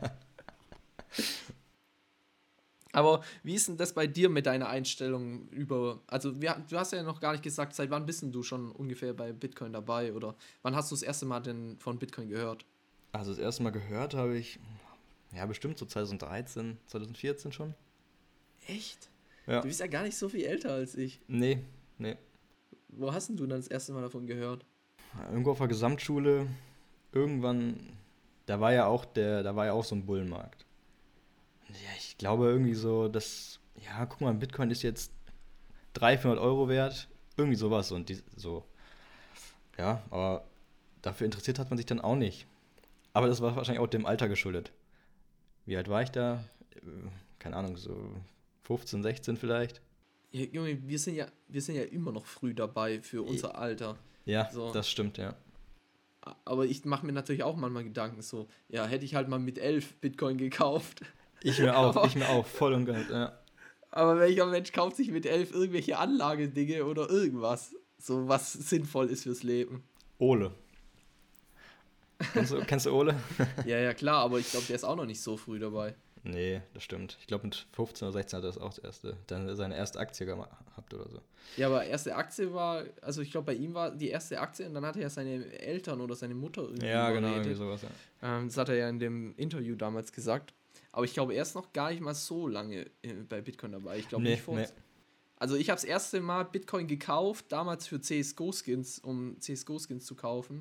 Aber wie ist denn das bei dir mit deiner Einstellung über, also wir, du hast ja noch gar nicht gesagt, seit wann bist denn du schon ungefähr bei Bitcoin dabei oder wann hast du das erste Mal denn von Bitcoin gehört? Also das erste Mal gehört habe ich, ja bestimmt so zwanzig dreizehn, zwanzig vierzehn schon. Echt? Ja. Du bist ja gar nicht so viel älter als ich. Nee, nee. Wo hast denn du dann das erste Mal davon gehört? Irgendwo auf der Gesamtschule, irgendwann, da war ja auch der, da war ja auch so ein Bullenmarkt. Ja, ich glaube irgendwie so, dass, ja, guck mal, Bitcoin ist jetzt dreihundert, vierhundert Euro wert, irgendwie sowas und die, so. Ja, aber dafür interessiert hat man sich dann auch nicht. Aber das war wahrscheinlich auch dem Alter geschuldet. Wie alt war ich da? Äh, Keine Ahnung, so fünfzehn, sechzehn vielleicht. Ja, Junge, wir sind ja, wir sind ja immer noch früh dabei für unser Alter. Ja, So. das stimmt, ja. Aber ich mache mir natürlich auch manchmal Gedanken so, ja, hätte ich halt mal mit elf Bitcoin gekauft. Ich mir auch, Aber- ich mir auch, voll und ganz, ja. Aber welcher Mensch kauft sich mit elf irgendwelche Anlagedinge oder irgendwas, so was sinnvoll ist fürs Leben? Ole. Kennst du, kennst du Ole? Ja, ja, klar, aber ich glaube, der ist auch noch nicht so früh dabei. Nee, das stimmt. Ich glaube, mit fünfzehn oder sechzehn hat er das auch das erste, dann seine erste Aktie gehabt oder so. Ja, aber erste Aktie war, also ich glaube, bei ihm war die erste Aktie und dann hat er ja seine Eltern oder seine Mutter irgendwie Ja, genau, überredet. irgendwie sowas, ja. Ähm, das hat er ja in dem Interview damals gesagt. Aber ich glaube, er ist noch gar nicht mal so lange äh, bei Bitcoin dabei. Ich glaube Nee, nicht vor. nee. Also ich habe das erste Mal Bitcoin gekauft, damals für C S G O-Skins, um C S G O-Skins zu kaufen.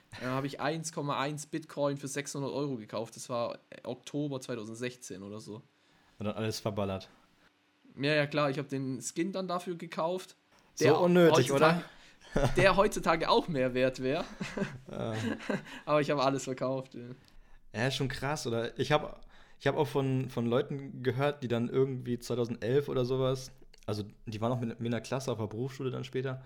äh, habe ich eins Komma eins Bitcoin für sechshundert Euro gekauft. Das war Oktober zwanzig sechzehn oder so. Und dann alles verballert. Ja, ja, klar, ich habe den Skin dann dafür gekauft. So unnötig, oder? Der heutzutage auch mehr wert wäre. Ja. Aber ich habe alles verkauft. Ja, ja ist schon krass, oder? Ich habe ich hab auch von, von Leuten gehört, die dann irgendwie zwanzig elf oder sowas, also die waren auch mit, mit einer Klasse auf der Berufsschule dann später,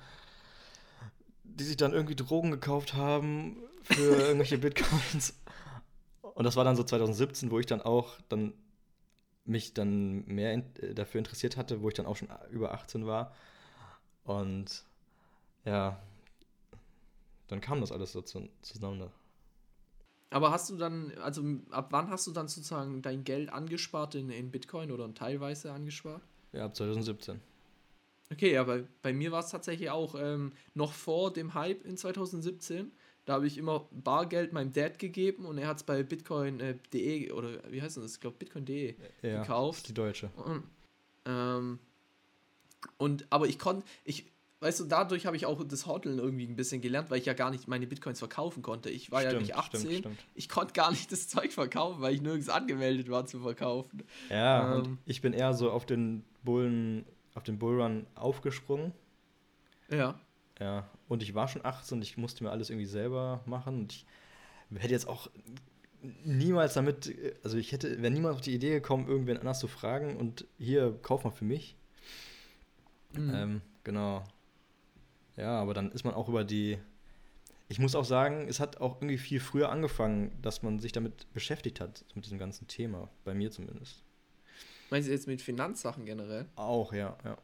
die sich dann irgendwie Drogen gekauft haben für irgendwelche Bitcoins. Und das war dann so zwanzig siebzehn, wo ich dann auch dann mich dann mehr in, äh, dafür interessiert hatte, wo ich dann auch schon über achtzehn war. Und ja, dann kam das alles so zu, zusammen. Aber hast du dann, also ab wann hast du dann sozusagen dein Geld angespart in, in Bitcoin oder teilweise angespart? Ja, ab zwanzig siebzehn. Okay, aber bei mir war es tatsächlich auch ähm, noch vor dem Hype in zwanzig siebzehn. Da habe ich immer Bargeld meinem Dad gegeben und er hat es bei bitcoin punkt de oder wie heißt das? Ich glaube bitcoin punkt de ja, gekauft. Das ist die deutsche. Und, ähm, und aber ich konnte, ich, weißt du, dadurch habe ich auch das Hoddeln irgendwie ein bisschen gelernt, weil ich ja gar nicht meine Bitcoins verkaufen konnte. Ich war stimmt, ja nicht achtzehn, stimmt, stimmt. Ich konnte gar nicht das Zeug verkaufen, weil ich nirgends angemeldet war zu verkaufen. Ja, ähm, und ich bin eher so auf den Bullen, auf den Bullrun aufgesprungen. Ja. Ja, und ich war schon achtzehn und ich musste mir alles irgendwie selber machen. Und ich hätte jetzt auch niemals damit, also ich hätte, wäre niemals auf die Idee gekommen, irgendwen anders zu fragen und hier, kauf mal für mich. Mhm. Ähm, genau. Ja, aber dann ist man auch über die, ich muss auch sagen, es hat auch irgendwie viel früher angefangen, dass man sich damit beschäftigt hat, mit diesem ganzen Thema, bei mir zumindest. Meinst du jetzt mit Finanzsachen generell? Auch, ja, ja.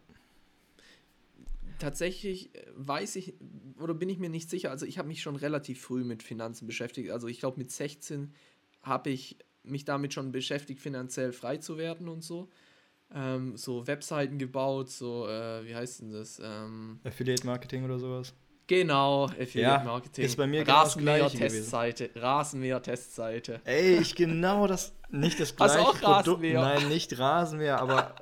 Tatsächlich weiß ich, oder bin ich mir nicht sicher, also ich habe mich schon relativ früh mit Finanzen beschäftigt, also ich glaube mit sechzehn habe ich mich damit schon beschäftigt, finanziell frei zu werden und so. Ähm, so Webseiten gebaut, so, äh, wie heißt denn das? Ähm, Affiliate Marketing oder sowas? Genau, Affiliate Marketing. Ja, ist bei mir genau das Gleiche Rasenmäher-Testseite. Rasenmäher-Testseite. Ey, ich genau das, nicht das gleiche Hast du auch Rasenmäher? Nein, nicht Rasenmäher, aber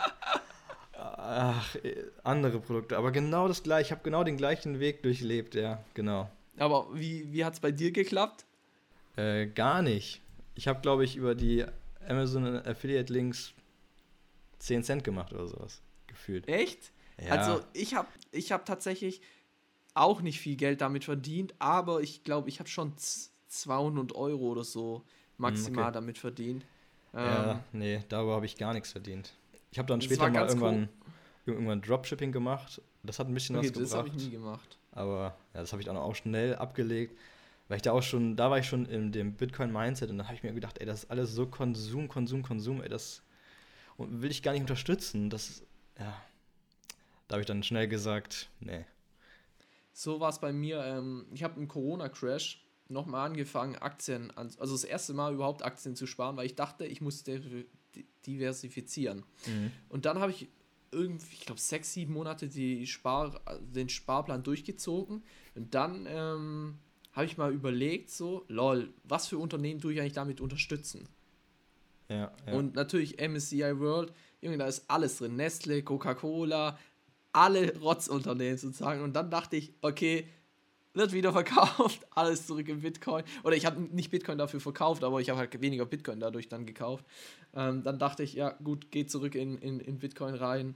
ach, andere Produkte. Aber genau das gleiche. Ich habe genau den gleichen Weg durchlebt, ja, genau. Aber wie, wie hat es bei dir geklappt? Äh, gar nicht. Ich habe, glaube ich, über die Amazon Affiliate Links zehn Cent gemacht oder sowas, gefühlt. Echt? Ja. Also ich habe ich hab tatsächlich auch nicht viel Geld damit verdient, aber ich glaube, ich habe schon zweihundert Euro oder so maximal okay. damit verdient. Ja, ähm, nee, darüber habe ich gar nichts verdient. Ich habe dann später mal irgendwann, cool. irgendwann Dropshipping gemacht. Das hat ein bisschen okay, was gebracht. Das habe ich nie gemacht. Aber ja, das habe ich dann auch schnell abgelegt, weil ich da auch schon, da war ich schon in dem Bitcoin-Mindset und dann habe ich mir gedacht, ey, das ist alles so Konsum, Konsum, Konsum, ey, das will ich gar nicht unterstützen. Das, ja, da habe ich dann schnell gesagt, nee. So war es bei mir. Ähm, ich habe im Corona-Crash nochmal angefangen, Aktien, an, also das erste Mal überhaupt Aktien zu sparen, weil ich dachte, ich muss diversifizieren. Mhm. Und dann habe ich irgendwie, ich glaube, sechs, sieben Monate die Spar, den Sparplan durchgezogen. Und dann ähm, habe ich mal überlegt, so, lol, was für Unternehmen tue ich eigentlich damit unterstützen? Ja, ja. Und natürlich M S C I World, irgendwie, da ist alles drin. Nestle, Coca-Cola, alle Rotzunternehmen sozusagen. Und dann dachte ich, okay, wird wieder verkauft, alles zurück in Bitcoin. Oder ich habe nicht Bitcoin dafür verkauft, aber ich habe halt weniger Bitcoin dadurch dann gekauft. Ähm, dann dachte ich, ja gut, geht zurück in, in, in Bitcoin rein.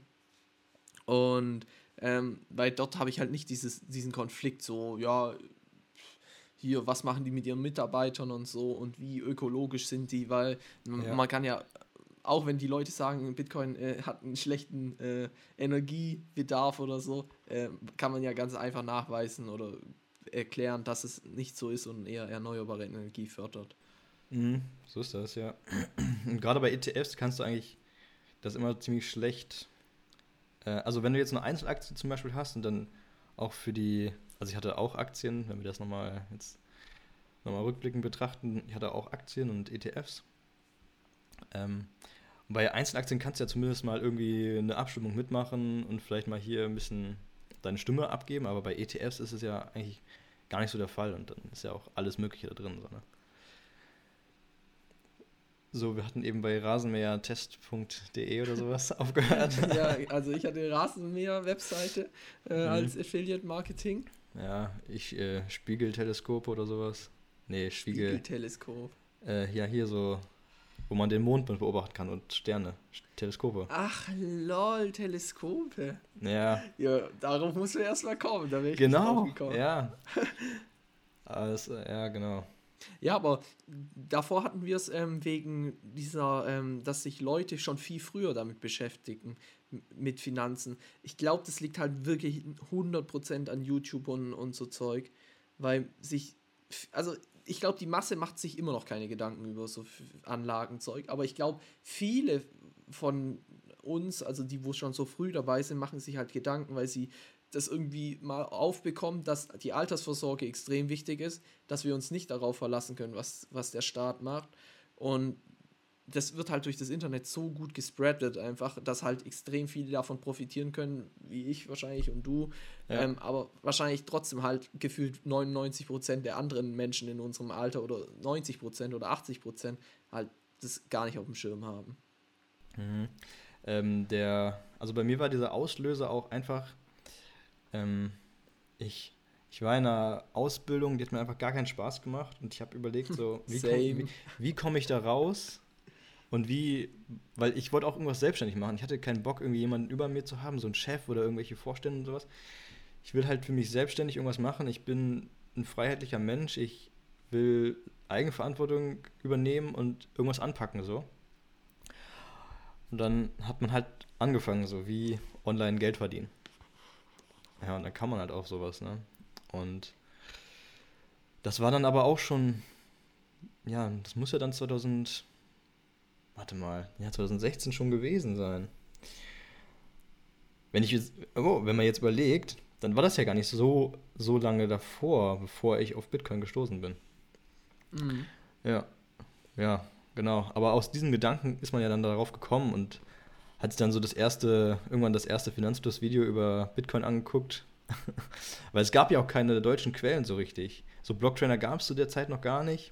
Und ähm, weil dort habe ich halt nicht dieses, diesen Konflikt, so, ja, hier, was machen die mit ihren Mitarbeitern und so und wie ökologisch sind die, weil ja. man kann ja, auch wenn die Leute sagen, Bitcoin äh, hat einen schlechten äh, Energiebedarf oder so, äh, kann man ja ganz einfach nachweisen oder erklären, dass es nicht so ist und eher erneuerbare Energie fördert. Mhm, so ist das, ja. Und gerade bei E T Fs kannst du eigentlich das immer ziemlich schlecht, äh, also wenn du jetzt eine Einzelaktie zum Beispiel hast und dann auch für die, also ich hatte auch Aktien, wenn wir das nochmal jetzt nochmal rückblickend betrachten, ich hatte auch Aktien und E T Fs. Ähm, und bei Einzelaktien kannst du ja zumindest mal irgendwie eine Abstimmung mitmachen und vielleicht mal hier ein bisschen deine Stimme abgeben, aber bei E T Fs ist es ja eigentlich gar nicht so der Fall und dann ist ja auch alles Mögliche da drin. So, ne? So, wir hatten eben bei rasenmäher-test punkt de oder sowas aufgehört. Ja, also ich hatte Rasenmäher-Webseite äh, mhm. als Affiliate-Marketing. Ja, ich, äh, Spiegelteleskope oder sowas. Nee, Spiegel. Spiegelteleskop. Äh, ja, hier so, wo man den Mond beobachten kann und Sterne. Teleskope. Ach, lol, Teleskope. Ja. Ja, darauf musst du erstmal kommen, da wäre ich Genau, nicht drauf gekommen. ja. Alles, äh, ja, genau. Ja, aber davor hatten wir es ähm, wegen dieser, ähm, dass sich Leute schon viel früher damit beschäftigen, m- mit Finanzen. Ich glaube, das liegt halt wirklich hundert Prozent an YouTube und, und so Zeug, weil sich, f- also ich glaube, die Masse macht sich immer noch keine Gedanken über so F- Anlagenzeug, aber ich glaube, viele von uns, also die, wo schon so früh dabei sind, machen sich halt Gedanken, weil sie das irgendwie mal aufbekommen, dass die Altersvorsorge extrem wichtig ist, dass wir uns nicht darauf verlassen können, was, was der Staat macht. Und das wird halt durch das Internet so gut gespreadet einfach, dass halt extrem viele davon profitieren können, wie ich wahrscheinlich und du, Ja. ähm, aber wahrscheinlich trotzdem halt gefühlt neunundneunzig Prozent der anderen Menschen in unserem Alter oder neunzig Prozent oder achtzig Prozent halt das gar nicht auf dem Schirm haben. Mhm. Ähm, der, also bei mir war dieser Auslöser auch einfach, ähm, ich, ich war in einer Ausbildung, die hat mir einfach gar keinen Spaß gemacht und ich habe überlegt, so, wie komme Same. wie, wie komm ich da raus und wie, weil ich wollte auch irgendwas selbstständig machen. Ich hatte keinen Bock, irgendwie jemanden über mir zu haben, so einen Chef oder irgendwelche Vorstände und sowas. Ich will halt für mich selbstständig irgendwas machen. Ich bin ein freiheitlicher Mensch. Ich will Eigenverantwortung übernehmen und irgendwas anpacken, so. Und dann hat man halt angefangen, so wie online Geld verdienen. Ja, und dann kann man halt auch sowas, ne? Und das war dann aber auch schon, ja, das muss ja dann zweitausend, warte mal, ja, zwanzig sechzehn schon gewesen sein. Wenn ich jetzt, oh, wenn man jetzt überlegt, dann war das ja gar nicht so, so lange davor, bevor ich auf Bitcoin gestoßen bin. Mhm. Ja, ja, genau. Aber aus diesem Gedanken ist man ja dann darauf gekommen und hat sich dann so das erste, irgendwann das erste Finanzfluss-Video über Bitcoin angeguckt. Weil es gab ja auch keine deutschen Quellen so richtig. So Blocktrainer gab es zu der Zeit noch gar nicht.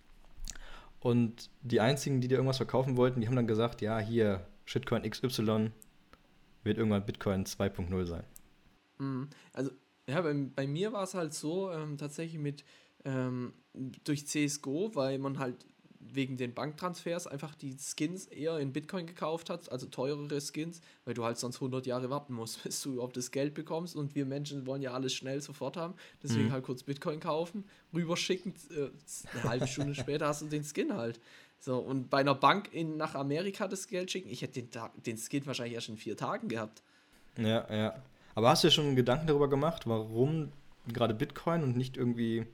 Und die einzigen, die dir irgendwas verkaufen wollten, die haben dann gesagt, ja, hier, Shitcoin X Y wird irgendwann Bitcoin zwei Punkt null sein. Mhm. Also, ja, bei, bei mir war es halt so, ähm, tatsächlich mit ähm, durch C S G O, weil man halt wegen den Banktransfers einfach die Skins eher in Bitcoin gekauft hat, also teurere Skins, weil du halt sonst hundert Jahre warten musst, bis du überhaupt das Geld bekommst und wir Menschen wollen ja alles schnell sofort haben, deswegen Mhm. halt kurz Bitcoin kaufen, rüberschicken, äh, eine halbe Stunde später hast du den Skin halt. So, und bei einer Bank in, nach Amerika das Geld schicken, ich hätte den, Tag, den Skin wahrscheinlich erst in vier Tagen gehabt. Ja, ja. Aber hast du dir schon Gedanken darüber gemacht, warum gerade Bitcoin und nicht irgendwie.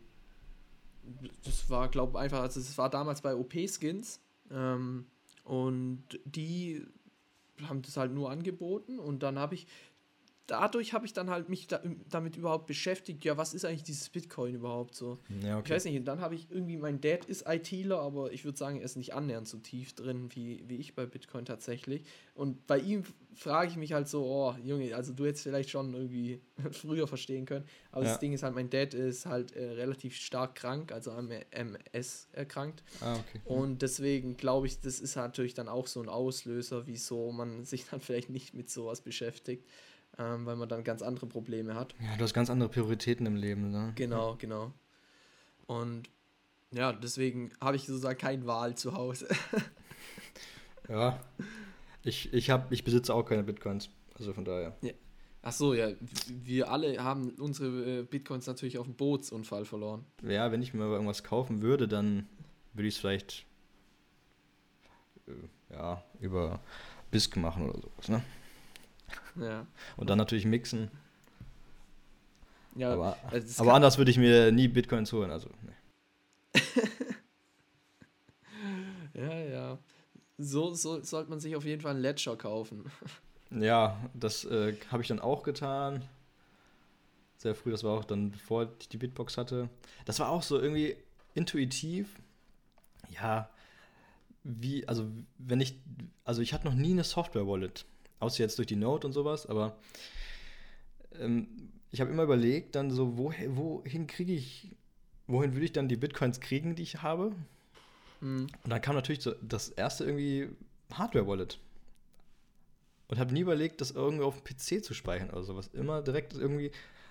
Das war, glaube ich, einfach, also es war damals bei O P-Skins ähm, und die haben das halt nur angeboten und dann habe ich, dadurch habe ich dann halt mich da, damit überhaupt beschäftigt, ja, was ist eigentlich dieses Bitcoin überhaupt so? Ja, Ich weiß nicht, und dann habe ich irgendwie, mein Dad ist ITler, aber ich würde sagen, er ist nicht annähernd so tief drin wie, wie ich bei Bitcoin tatsächlich. Und bei ihm frage ich mich halt so, oh, Junge, also du hättest vielleicht schon irgendwie früher verstehen können. Aber Ja. das Ding ist halt, mein Dad ist halt äh, relativ stark krank, also am M S erkrankt. Ah, okay. Und deswegen glaube ich, das ist natürlich dann auch so ein Auslöser, wieso man sich dann vielleicht nicht mit sowas beschäftigt, ähm, weil man dann ganz andere Probleme hat. Ja, du hast ganz andere Prioritäten im Leben, ne? Genau, genau. Und ja, deswegen habe ich sozusagen kein Wahl zu Hause. Ja. Ich, ich, hab, ich besitze auch keine Bitcoins. Also von daher. Ja. Ach so, ja, wir alle haben unsere äh, Bitcoins natürlich auf dem Bootsunfall verloren. Ja, wenn ich mir aber irgendwas kaufen würde, dann würde ich es vielleicht äh, ja, über B I S C machen oder sowas, ne? Ja. Und dann natürlich mixen. Ja, aber also das aber kann- anders würde ich mir nie Bitcoins holen. Also, nee. Ja, ja. So, so sollte man sich auf jeden Fall einen Ledger kaufen. Ja, das äh, habe ich dann auch getan. Sehr früh, das war auch dann, bevor ich die Bitbox hatte. Das war auch so irgendwie intuitiv. Ja, wie, also wenn ich, also ich hatte noch nie eine Software-Wallet. Außer jetzt durch die Node und sowas, aber ähm, ich habe immer überlegt, dann so, wohin, wohin kriege ich, wohin würde ich dann die Bitcoins kriegen, die ich habe? Hm. Und dann kam natürlich so das erste irgendwie Hardware-Wallet. Und habe nie überlegt, das irgendwie auf dem P C zu speichern oder sowas. Immer direkt irgendwie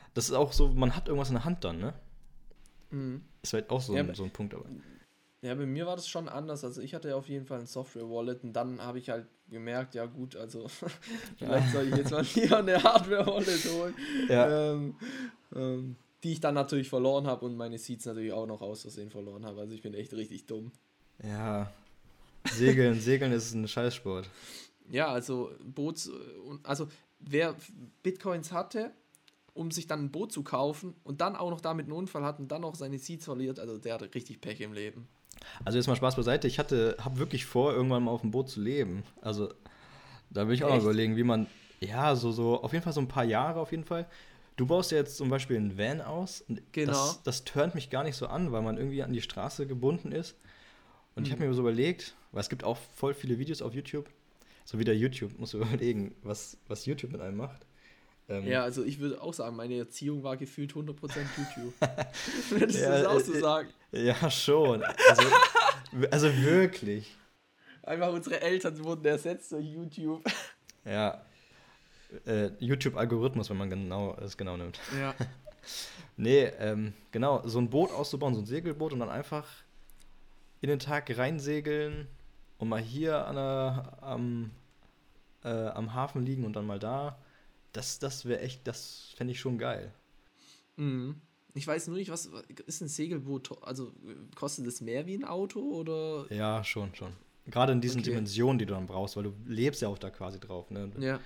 das ist auch so, man hat irgendwas in der Hand dann, ne? Mhm. Das war halt auch so, Ja, ein, so ein Punkt, aber. Ja, bei mir war das schon anders. Also ich hatte ja auf jeden Fall ein Software-Wallet und dann habe ich halt gemerkt, ja gut, also vielleicht soll ich jetzt mal lieber eine Hardware-Wallet holen, Ja. ähm, ähm, die ich dann natürlich verloren habe und meine Seeds natürlich auch noch aus Versehen verloren habe. Also ich bin echt richtig dumm. Ja. Segeln, Segeln ist ein Scheißsport. Ja, also Boots, also wer Bitcoins hatte, um sich dann ein Boot zu kaufen und dann auch noch damit einen Unfall hat und dann auch seine Seeds verliert, also der hatte richtig Pech im Leben. Also jetzt mal Spaß beiseite, ich hatte, habe wirklich vor, irgendwann mal auf dem Boot zu leben. Also da will ich auch noch Echt? überlegen, wie man, ja, so, so, auf jeden Fall so ein paar Jahre auf jeden Fall. Du baust ja jetzt zum Beispiel einen Van aus. Und Genau. Das, das turnt mich gar nicht so an, weil man irgendwie an die Straße gebunden ist. Und ich habe mir so überlegt, weil es gibt auch voll viele Videos auf YouTube, so wie der YouTube, musst du überlegen, was, was YouTube mit einem macht. Ähm, Ja, also ich würde auch sagen, meine Erziehung war gefühlt hundert Prozent YouTube. Würdest du Ja, das auch so äh, sagen? Ja, schon. Also, also wirklich. Einfach unsere Eltern wurden ersetzt durch YouTube. Ja. Äh, YouTube-Algorithmus, wenn man genau es genau nimmt. Ja. Nee, ähm, genau, so ein Boot auszubauen, so ein Segelboot und dann einfach in den Tag reinsegeln und mal hier an der, am, äh, am Hafen liegen und dann mal da. Das, das wäre echt, das fände ich schon geil. Mhm. Ich weiß nur nicht, was ist ein Segelboot, to- also äh, kostet es mehr wie ein Auto oder? Ja, schon, schon. Gerade in diesen Okay. Dimensionen, die du dann brauchst, weil du lebst ja auch da quasi drauf. Ne? Ja.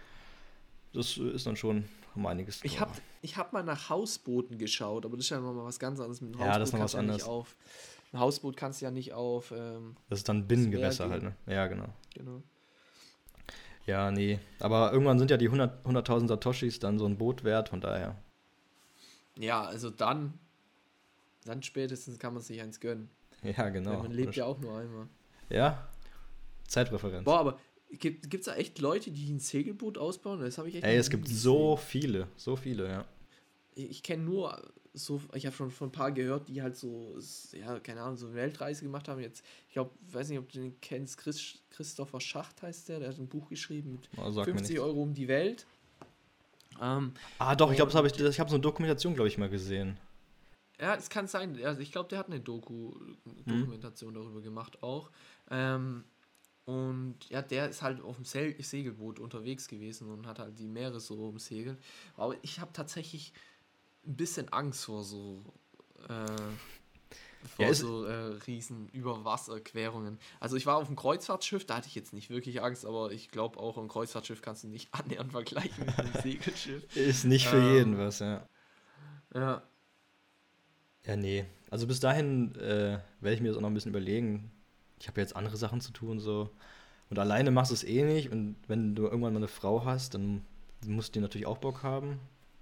Das ist dann schon um einiges Ich teurer. habe ich hab mal nach Hausbooten geschaut, aber das ist ja nochmal was ganz anderes. Mit einem Ja, das ist noch kannst was du ja nicht anderes. auf. Ein Hausboot kannst du ja nicht auf. Ähm, Das ist dann Meer Binnengewässer gehen. halt, ne? Ja, genau. Genau. Ja, nee. Aber irgendwann sind ja die hundert, hunderttausend Satoshis dann so ein Boot wert, von daher. Ja, also dann, dann spätestens kann man sich eins gönnen. Ja, Weil genau. man lebt ja auch nur einmal. Ja, Zeitpräferenz. Boah, aber gibt es da echt Leute, die ein Segelboot ausbauen? Das habe ich echt Ey, noch es nie gibt gesehen. so viele, so viele, ja. Ich, ich kenne nur so, ich habe schon von ein paar gehört, die halt so, s- ja, keine Ahnung, so eine Weltreise gemacht haben. Jetzt, ich glaube, weiß nicht, ob du den kennst, Chris, Christopher Schacht heißt der, der hat ein Buch geschrieben mit Oh, sag mir fünfzig nichts. Euro um die Welt. Ähm, Ah, doch, ich glaube, das habe ich, und ich habe so eine Dokumentation, glaube ich, mal gesehen. ja, es kann sein. Also ich glaube, der hat eine Doku, Hm? Dokumentation darüber gemacht auch. Ähm, und ja, der ist halt auf dem Se Segelboot unterwegs gewesen und hat halt die Meere so umsegelt. Aber ich habe tatsächlich ein bisschen Angst vor so äh, Ja, vor ist, so äh, riesen Überwasserquerungen. Also ich war auf einem Kreuzfahrtschiff, da hatte ich jetzt nicht wirklich Angst, aber ich glaube auch ein Kreuzfahrtschiff kannst du nicht annähernd vergleichen mit einem Segelschiff. ist nicht für Ähm, jeden was, ja. Ja. Ja, nee. Also bis dahin äh, werde ich mir das auch noch ein bisschen überlegen. Ich habe jetzt andere Sachen zu tun, so. Und alleine machst du es eh nicht. Und wenn du irgendwann mal eine Frau hast, dann musst du die natürlich auch Bock haben.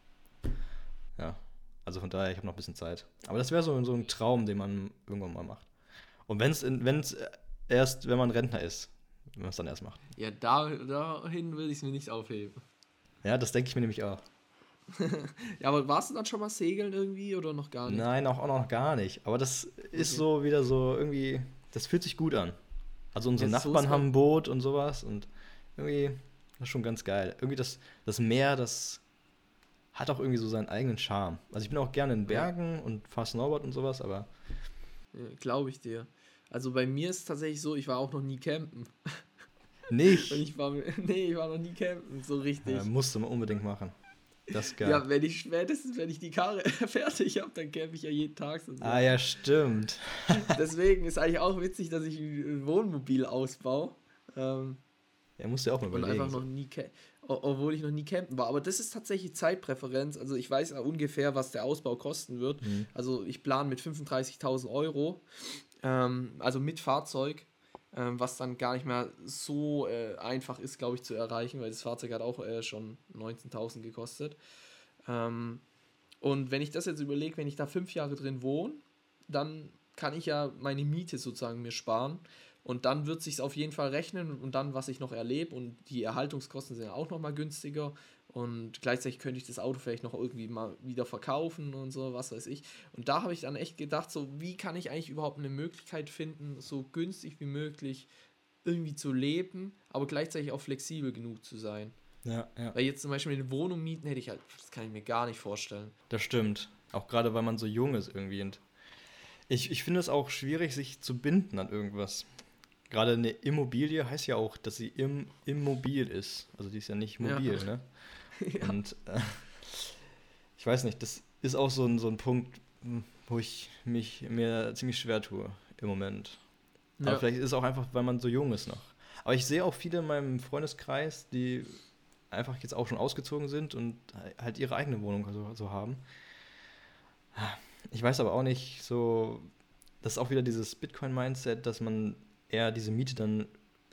Ja. Also von daher, ich habe noch ein bisschen Zeit. Aber das wäre so, so ein Traum, den man irgendwann mal macht. Und wenn es wenn's erst, wenn man Rentner ist, wenn man es dann erst macht. Ja, da, dahin will ich es mir nicht aufheben. Ja, das denke ich mir nämlich auch. Ja, aber warst du dann schon mal segeln irgendwie oder noch gar nicht? Nein, auch, auch noch gar nicht. Aber das ist Okay. so wieder so irgendwie, das fühlt sich gut an. Also unsere Ja, so Nachbarn ist haben man- ein Boot und sowas und irgendwie, das ist schon ganz geil. Irgendwie das, das Meer, das hat auch irgendwie so seinen eigenen Charme. Also ich bin auch gerne in Bergen und fahre Snowboard und sowas, aber Ja, glaube ich dir. Also bei mir ist es tatsächlich so, ich war auch noch nie campen. Und nicht. ich war, nee, ich war noch nie campen, so richtig. Ja, musst du mal unbedingt machen. Das ist geil. Ja, wenn ich spätestens, wenn ich die Karre fertig habe, dann campe ich ja jeden Tag so. Ah ja, stimmt. Deswegen ist eigentlich auch witzig, dass ich ein Wohnmobil ausbaue. Ähm, Ja, musst du ja auch mal und überlegen. einfach noch nie, ca- o- obwohl ich noch nie campen war. Aber das ist tatsächlich Zeitpräferenz. Also ich weiß ja ungefähr, was der Ausbau kosten wird. Mhm. Also ich plane mit fünfunddreißigtausend Euro, ähm, also mit Fahrzeug, ähm, was dann gar nicht mehr so äh, einfach ist, glaube ich, zu erreichen, weil das Fahrzeug hat auch äh, schon neunzehntausend gekostet. Ähm, und wenn ich das jetzt überlege, wenn ich da fünf Jahre drin wohne, dann kann ich ja meine Miete sozusagen mir sparen. Und dann wird sich auf jeden Fall rechnen und dann, was ich noch erlebe und die Erhaltungskosten sind ja auch nochmal günstiger und gleichzeitig könnte ich das Auto vielleicht noch irgendwie mal wieder verkaufen und so, was weiß ich. Und da habe ich dann echt gedacht, so wie kann ich eigentlich überhaupt eine Möglichkeit finden, so günstig wie möglich irgendwie zu leben, aber gleichzeitig auch flexibel genug zu sein. Ja, ja. Weil jetzt zum Beispiel eine Wohnung mieten hätte ich halt, das kann ich mir gar nicht vorstellen. Das stimmt. Auch gerade, weil man so jung ist irgendwie. Und ich, ich finde es auch schwierig, sich zu binden an irgendwas. Gerade eine Immobilie heißt ja auch, dass sie im, immobil ist. Also die ist ja nicht mobil, Ja. ne? Ja. Und äh, ich weiß nicht, das ist auch so ein, so ein Punkt, hm, wo ich mich mir ziemlich schwer tue im Moment. Aber Ja. vielleicht ist es auch einfach, weil man so jung ist noch. Aber ich sehe auch viele in meinem Freundeskreis, die einfach jetzt auch schon ausgezogen sind und halt ihre eigene Wohnung so, so haben. Ich weiß aber auch nicht, so, das ist auch wieder dieses Bitcoin-Mindset, dass man eher diese Miete dann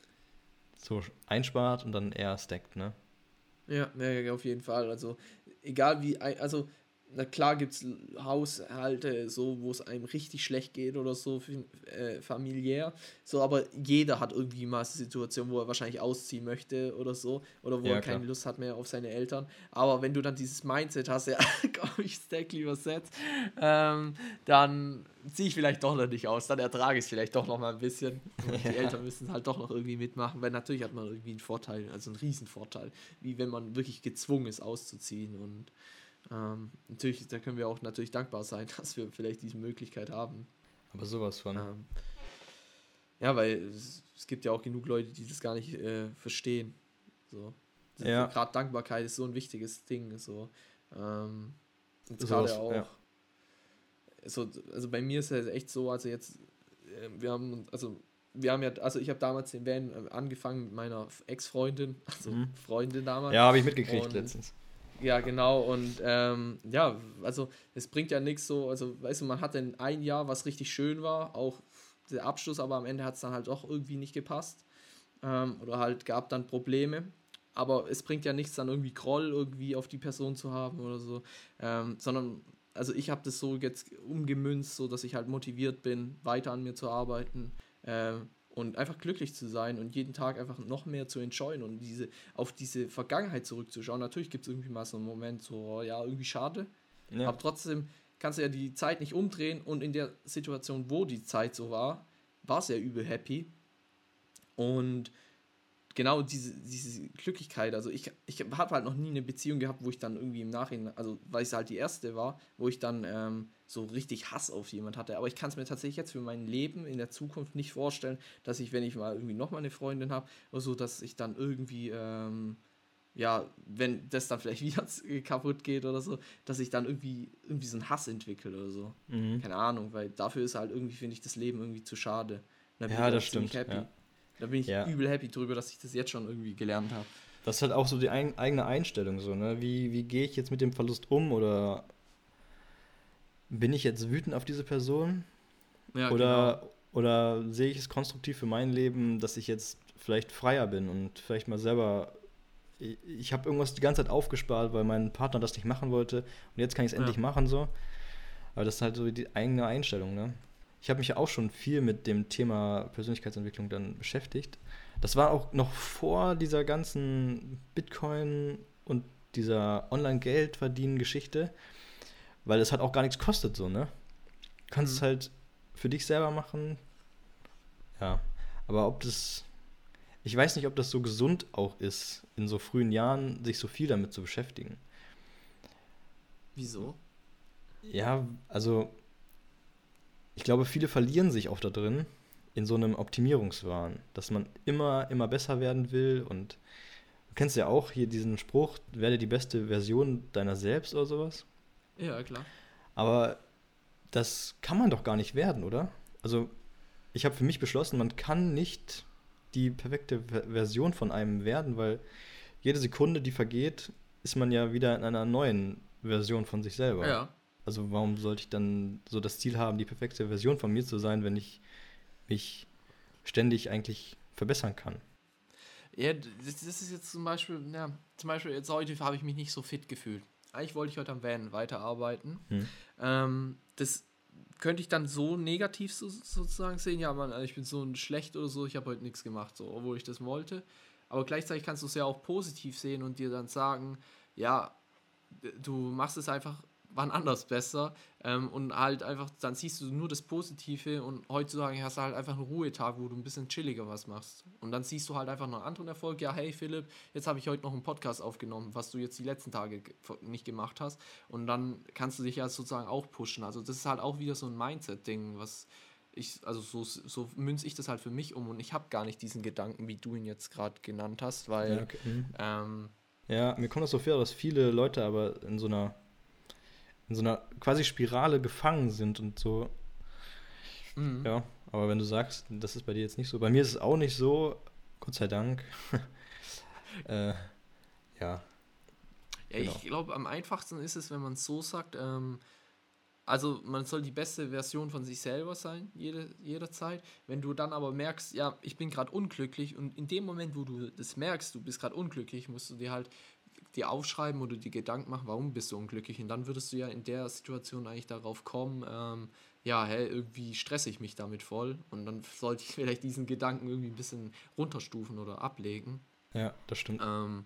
so einspart und dann eher stackt, ne? Ja, ja, ja, auf jeden Fall. Also, egal wie, ein- also, na klar gibt es Haushalte, so, wo es einem richtig schlecht geht oder so, fin- äh, familiär. So, aber jeder hat irgendwie mal eine Situation, wo er wahrscheinlich ausziehen möchte oder so. Oder wo er Ja, klar. keine Lust hat mehr auf seine Eltern. Aber wenn du dann dieses Mindset hast, ja, komm, ich stack lieber Sets, ähm, dann ziehe ich vielleicht doch noch nicht aus. Dann ertrage ich es vielleicht doch noch mal ein bisschen. Und die Ja. Eltern müssen halt doch noch irgendwie mitmachen, weil natürlich hat man irgendwie einen Vorteil, also einen Riesenvorteil, wie wenn man wirklich gezwungen ist auszuziehen. Und ähm, natürlich, da können wir auch natürlich dankbar sein, dass wir vielleicht diese Möglichkeit haben. Aber sowas von. Ähm, ja, weil es, es gibt ja auch genug Leute, die das gar nicht äh, verstehen. So. Ja. Gerade Dankbarkeit ist so ein wichtiges Ding. So. Ähm, jetzt Sowas, gerade auch. ja. So, also bei mir ist es echt so, also jetzt, äh, wir haben, also wir haben ja, also ich habe damals den Van äh, angefangen mit meiner Ex-Freundin, also Mhm. Freundin damals. Ja, habe ich mitgekriegt Und letztens. ja, genau, und ähm, ja, also es bringt ja nichts so, also weißt du, man hatte ein Jahr, was richtig schön war, auch der Abschluss, aber am Ende hat es dann halt auch irgendwie nicht gepasst ähm, oder halt gab dann Probleme, aber es bringt ja nichts dann irgendwie Groll irgendwie auf die Person zu haben oder so, ähm, sondern, also ich habe das so jetzt umgemünzt, so dass ich halt motiviert bin, weiter an mir zu arbeiten, ähm, und einfach glücklich zu sein und jeden Tag einfach noch mehr zu enjoyen und diese auf diese Vergangenheit zurückzuschauen. Natürlich gibt es irgendwie mal so einen Moment, so, oh ja, irgendwie schade, Ja. aber trotzdem kannst du ja die Zeit nicht umdrehen und in der Situation, wo die Zeit so war, war es ja übel happy. Und genau diese, diese Glücklichkeit, also ich, ich habe halt noch nie eine Beziehung gehabt, wo ich dann irgendwie im Nachhinein, also weil es halt die erste war, wo ich dann ähm, so richtig Hass auf jemand hatte. Aber ich kann es mir tatsächlich jetzt für mein Leben in der Zukunft nicht vorstellen, dass ich, wenn ich mal irgendwie nochmal eine Freundin habe, oder so, dass ich dann irgendwie, ähm, ja, wenn das dann vielleicht wieder kaputt geht oder so, dass ich dann irgendwie, irgendwie so einen Hass entwickle oder so. Mhm. Keine Ahnung, weil dafür ist halt irgendwie, finde ich, das Leben irgendwie zu schade. Und da bin Ja, ich das auch ziemlich stimmt. happy. Ja. Da bin ich Ja. übel happy drüber, dass ich das jetzt schon irgendwie gelernt habe. Das ist halt auch so die ein, eigene Einstellung, so, ne? Wie, wie gehe ich jetzt mit dem Verlust um oder bin ich jetzt wütend auf diese Person? Ja, Oder, genau. oder sehe ich es konstruktiv für mein Leben, dass ich jetzt vielleicht freier bin und vielleicht mal selber. Ich, ich habe irgendwas die ganze Zeit aufgespart, weil mein Partner das nicht machen wollte und jetzt kann ich es endlich Ja. machen, so. Aber das ist halt so die eigene Einstellung, ne? Ich habe mich ja auch schon viel mit dem Thema Persönlichkeitsentwicklung dann beschäftigt. Das war auch noch vor dieser ganzen Bitcoin und dieser Online-Geld-Verdienen-Geschichte, weil es halt auch gar nichts kostet, so, ne? Du kannst es Mhm. halt für dich selber machen, ja. Aber ob das, ich weiß nicht, ob das so gesund auch ist, in so frühen Jahren sich so viel damit zu beschäftigen. Wieso? Ja, also ich glaube, viele verlieren sich auch da drin in so einem Optimierungswahn, dass man immer, immer besser werden will und du kennst ja auch hier diesen Spruch, werde die beste Version deiner selbst oder sowas. Ja, klar. Aber das kann man doch gar nicht werden, oder? Also ich habe für mich beschlossen, man kann nicht die perfekte Ver- Version von einem werden, weil jede Sekunde, die vergeht, ist man ja wieder in einer neuen Version von sich selber. Ja. Also warum sollte ich dann so das Ziel haben, die perfekte Version von mir zu sein, wenn ich mich ständig eigentlich verbessern kann? Ja, das, das ist jetzt zum Beispiel, ja, zum Beispiel jetzt heute habe ich mich nicht so fit gefühlt. Eigentlich wollte ich heute am Van weiterarbeiten. Hm. Ähm, das könnte ich dann so negativ so, sozusagen sehen, ja, man, ich bin so ein schlecht oder so, ich habe heute nichts gemacht, so, obwohl ich das wollte. Aber gleichzeitig kannst du es ja auch positiv sehen und dir dann sagen, ja, du machst es einfach wann anders besser. Ähm, und halt einfach, dann siehst du nur das Positive und heutzutage hast du halt einfach einen Ruhetag, wo du ein bisschen chilliger was machst. Und dann siehst du halt einfach noch einen anderen Erfolg. Ja, hey Philipp, jetzt habe ich heute noch einen Podcast aufgenommen, was du jetzt die letzten Tage ge- nicht gemacht hast. Und dann kannst du dich ja sozusagen auch pushen. Also das ist halt auch wieder so ein Mindset-Ding, was ich, also so, so münze ich das halt für mich um und ich habe gar nicht diesen Gedanken, wie du ihn jetzt gerade genannt hast, weil Ja, okay. Mhm. ähm, Ja, mir kommt das so vor, dass viele Leute aber in so einer, in so einer quasi Spirale gefangen sind und so. mhm. Ja, aber wenn du sagst, das ist bei dir jetzt nicht so. Bei mir ist es auch nicht so, Gott sei Dank. äh, ja, Ja, genau. ich glaube, am einfachsten ist es, wenn man es so sagt, ähm, also man soll die beste Version von sich selber sein, jede, jederzeit. Wenn du dann aber merkst, ja, ich bin gerade unglücklich und in dem Moment, wo du das merkst, du bist gerade unglücklich, musst du dir halt dir aufschreiben oder dir Gedanken machen, warum bist du unglücklich. Und dann würdest du ja in der Situation eigentlich darauf kommen, ähm, ja, hä, irgendwie stresse ich mich damit voll. Und dann sollte ich vielleicht diesen Gedanken irgendwie ein bisschen runterstufen oder ablegen. Ja, das stimmt. Ähm,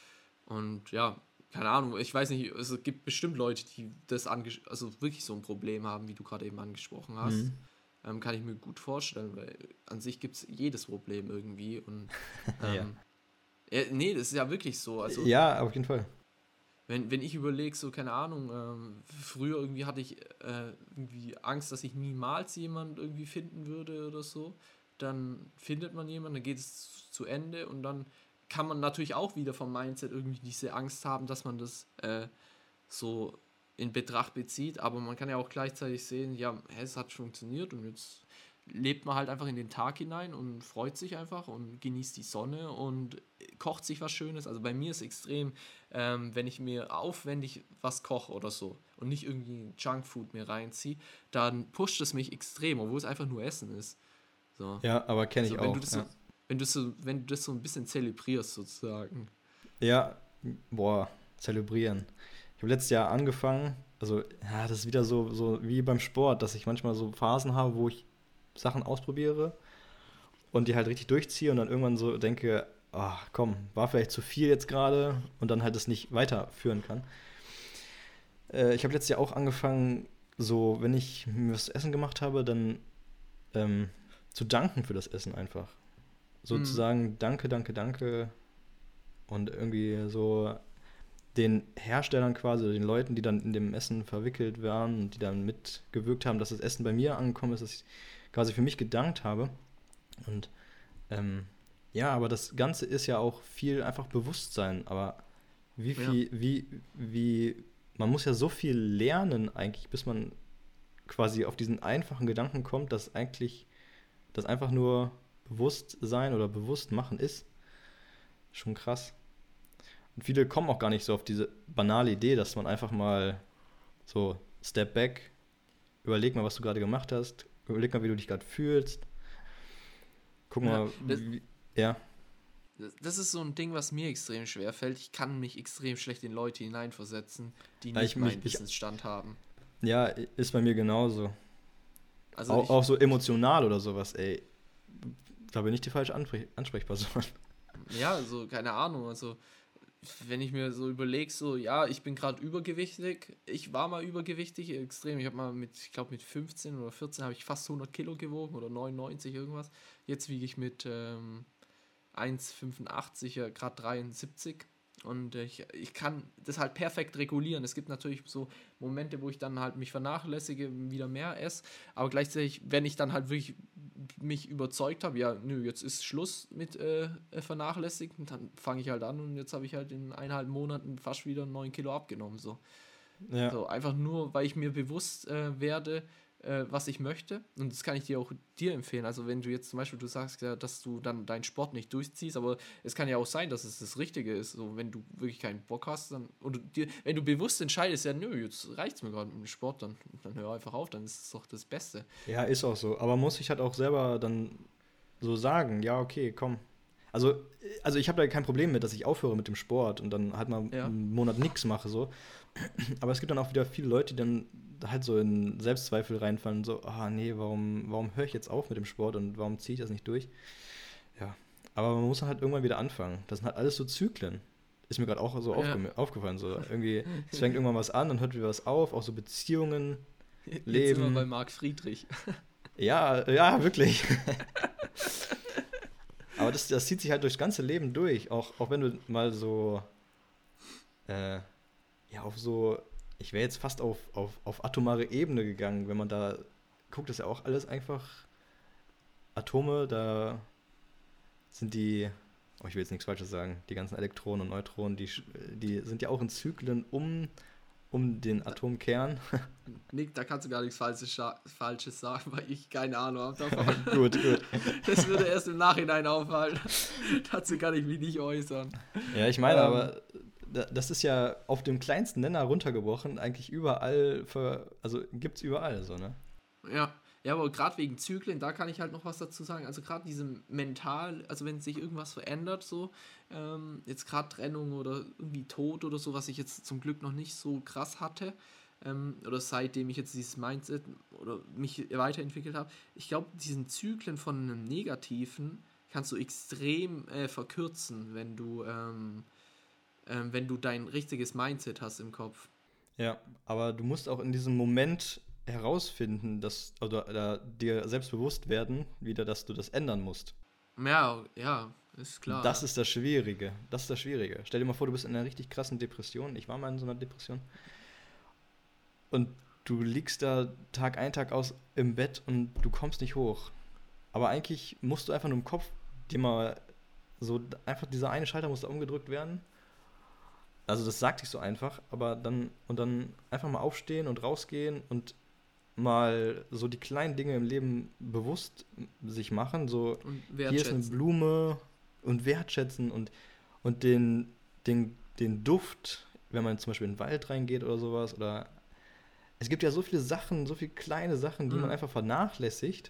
und ja, keine Ahnung, ich weiß nicht, es gibt bestimmt Leute, die das anges also wirklich so ein Problem haben, wie du gerade eben angesprochen hast. Mhm. Ähm, kann ich mir gut vorstellen, weil an sich gibt es jedes Problem irgendwie. Und Ja. ähm, ja, nee, das ist ja wirklich so. Also Ja, auf jeden Fall. wenn, wenn ich überlege, so, keine Ahnung, ähm, früher irgendwie hatte ich äh, irgendwie Angst, dass ich niemals jemand irgendwie finden würde oder so. Dann findet man jemanden, dann geht es zu Ende und dann kann man natürlich auch wieder vom Mindset irgendwie diese Angst haben, dass man das äh, so in Betracht bezieht, aber man kann ja auch gleichzeitig sehen, ja, hä, es hat funktioniert und jetzt lebt man halt einfach in den Tag hinein und freut sich einfach und genießt die Sonne und kocht sich was Schönes. Also bei mir ist extrem, ähm, wenn ich mir aufwendig was koche oder so und nicht irgendwie Junkfood mir reinziehe, dann pusht es mich extrem, obwohl es einfach nur Essen ist. So. Ja, aber kenne ich Also wenn du auch. das so, Ja. wenn du so, wenn du das so ein bisschen zelebrierst sozusagen. Ja, boah, zelebrieren. Ich habe letztes Jahr angefangen, also ja, das ist wieder so, so wie beim Sport, dass ich manchmal so Phasen habe, wo ich Sachen ausprobiere und die halt richtig durchziehe und dann irgendwann so denke, ach komm, war vielleicht zu viel jetzt gerade und dann halt das nicht weiterführen kann. Äh, ich habe letztes Jahr auch angefangen, so, wenn ich mir was zu essen gemacht habe, dann ähm, zu danken für das Essen einfach. Mhm. Sozusagen, danke, danke, danke und irgendwie so den Herstellern quasi, oder den Leuten, die dann in dem Essen verwickelt waren und die dann mitgewirkt haben, dass das Essen bei mir angekommen ist, dass ich quasi für mich gedankt habe. Und ähm, ja, aber das Ganze ist ja auch viel einfach Bewusstsein. Aber wie Ja. viel, wie, wie, man muss ja so viel lernen eigentlich, bis man quasi auf diesen einfachen Gedanken kommt, dass eigentlich das einfach nur Bewusstsein oder Bewusstmachen ist. Schon krass. Und viele kommen auch gar nicht so auf diese banale Idee, dass man einfach mal so Step back, überleg mal, was du gerade gemacht hast, überleg mal, wie du dich gerade fühlst, guck Ja. mal, Das, wie, ja, Das das ist so ein Ding, was mir extrem schwer fällt. Ich kann mich extrem schlecht in Leute hineinversetzen, die ja, ich nicht mich, meinen ich, Wissensstand haben. ja, ist bei mir genauso. Also Auch, ich, auch so emotional oder sowas, ey, da bin ich die falsche Ansprech Ansprechperson. ja, also keine Ahnung, also wenn ich mir so überlege, so, ja, ich bin gerade übergewichtig, ich war mal übergewichtig, extrem, ich habe mal mit, ich glaube mit fünfzehn oder vierzehn habe ich fast hundert Kilo gewogen oder neunundneunzig irgendwas. Jetzt wiege ich mit ähm, eins Komma fünfundachtzig, ja, gerade dreiundsiebzig. Und ich, ich kann das halt perfekt regulieren. Es gibt natürlich so Momente, wo ich dann halt mich vernachlässige, wieder mehr esse. Aber gleichzeitig, wenn ich dann halt wirklich mich überzeugt habe, ja, nö, jetzt ist Schluss mit äh, vernachlässigen, dann fange ich halt an und jetzt habe ich halt in eineinhalb Monaten fast wieder neun Kilo abgenommen. So. Ja, So, einfach nur, weil ich mir bewusst äh, werde, äh, was ich möchte. Und das kann ich dir auch dir empfehlen. Also wenn du jetzt zum Beispiel, du sagst ja, dass du dann deinen Sport nicht durchziehst, aber es kann ja auch sein, dass es das Richtige ist. So, wenn du wirklich keinen Bock hast, dann, und du dir, wenn du bewusst entscheidest, ja, nö, jetzt reicht's mir gerade mit dem Sport, dann, dann hör einfach auf, dann ist es doch das Beste. ja, ist auch so. Aber muss ich halt auch selber dann so sagen, ja, okay, komm. Also, also ich habe da kein Problem mit, dass ich aufhöre mit dem Sport und dann halt mal Ja. einen Monat nichts mache, so. Aber es gibt dann auch wieder viele Leute, die dann halt so in Selbstzweifel reinfallen, so, ah nee, warum, warum höre ich jetzt auf mit dem Sport und warum ziehe ich das nicht durch? Ja, aber man muss dann halt irgendwann wieder anfangen. Das sind halt alles so Zyklen. ist mir gerade auch so Ja. aufge- aufgefallen. So irgendwie, es fängt irgendwann was an, dann hört wieder was auf, auch so Beziehungen, Jetzt Leben. sind wir bei Marc Friedrich. Ja, ja, wirklich. Aber das, das zieht sich halt durchs ganze Leben durch. Auch, auch wenn du mal so, äh, ja, auf so, ich wäre jetzt fast auf, auf, auf atomare Ebene gegangen, wenn man da guckt, ist ja auch alles einfach Atome, da sind die, oh, ich will jetzt nichts Falsches sagen, die ganzen Elektronen und Neutronen, die, sch- die sind ja auch in Zyklen um, um den Atomkern. Nick, da kannst du gar nichts Falsches, scha- Falsches sagen, weil ich keine Ahnung habe davon. Gut, gut. Das würde erst im Nachhinein auffallen. Dazu kann ich mich nicht äußern. Ja, ich meine, Ähm. aber da- das ist ja auf dem kleinsten Nenner runtergebrochen, eigentlich überall, für, also gibt's überall so, ne? Ja, ja, aber gerade wegen Zyklen, da kann ich halt noch was dazu sagen. Also gerade diesem mental, also wenn sich irgendwas verändert, so, ähm, jetzt gerade Trennung oder irgendwie Tod oder so, was ich jetzt zum Glück noch nicht so krass hatte, ähm, oder seitdem ich jetzt dieses Mindset oder mich weiterentwickelt habe, ich glaube, diesen Zyklen von einem Negativen kannst du extrem äh, verkürzen, wenn du, ähm, ähm, wenn du dein richtiges Mindset hast im Kopf. Ja, aber du musst auch in diesem Moment herausfinden, dass, oder, oder dir selbst bewusst werden, wieder, dass du das ändern musst. Ja, ja, ist klar. Das ist das Schwierige. Das ist das Schwierige. Stell dir mal vor, du bist in einer richtig krassen Depression. Ich war mal in so einer Depression. Und du liegst da Tag ein, Tag aus im Bett und du kommst nicht hoch. Aber eigentlich musst du einfach nur im Kopf dir mal so, einfach dieser eine Schalter muss da umgedrückt werden. Also das sagt sich so einfach, aber dann, und dann einfach mal aufstehen und rausgehen und mal so die kleinen Dinge im Leben bewusst sich machen, so Und hier ist eine wertschätzen. Blume und wertschätzen und, und den, den, den Duft, wenn man zum Beispiel in den Wald reingeht oder sowas, oder es gibt ja so viele Sachen, so viele kleine Sachen, die Mhm. man einfach vernachlässigt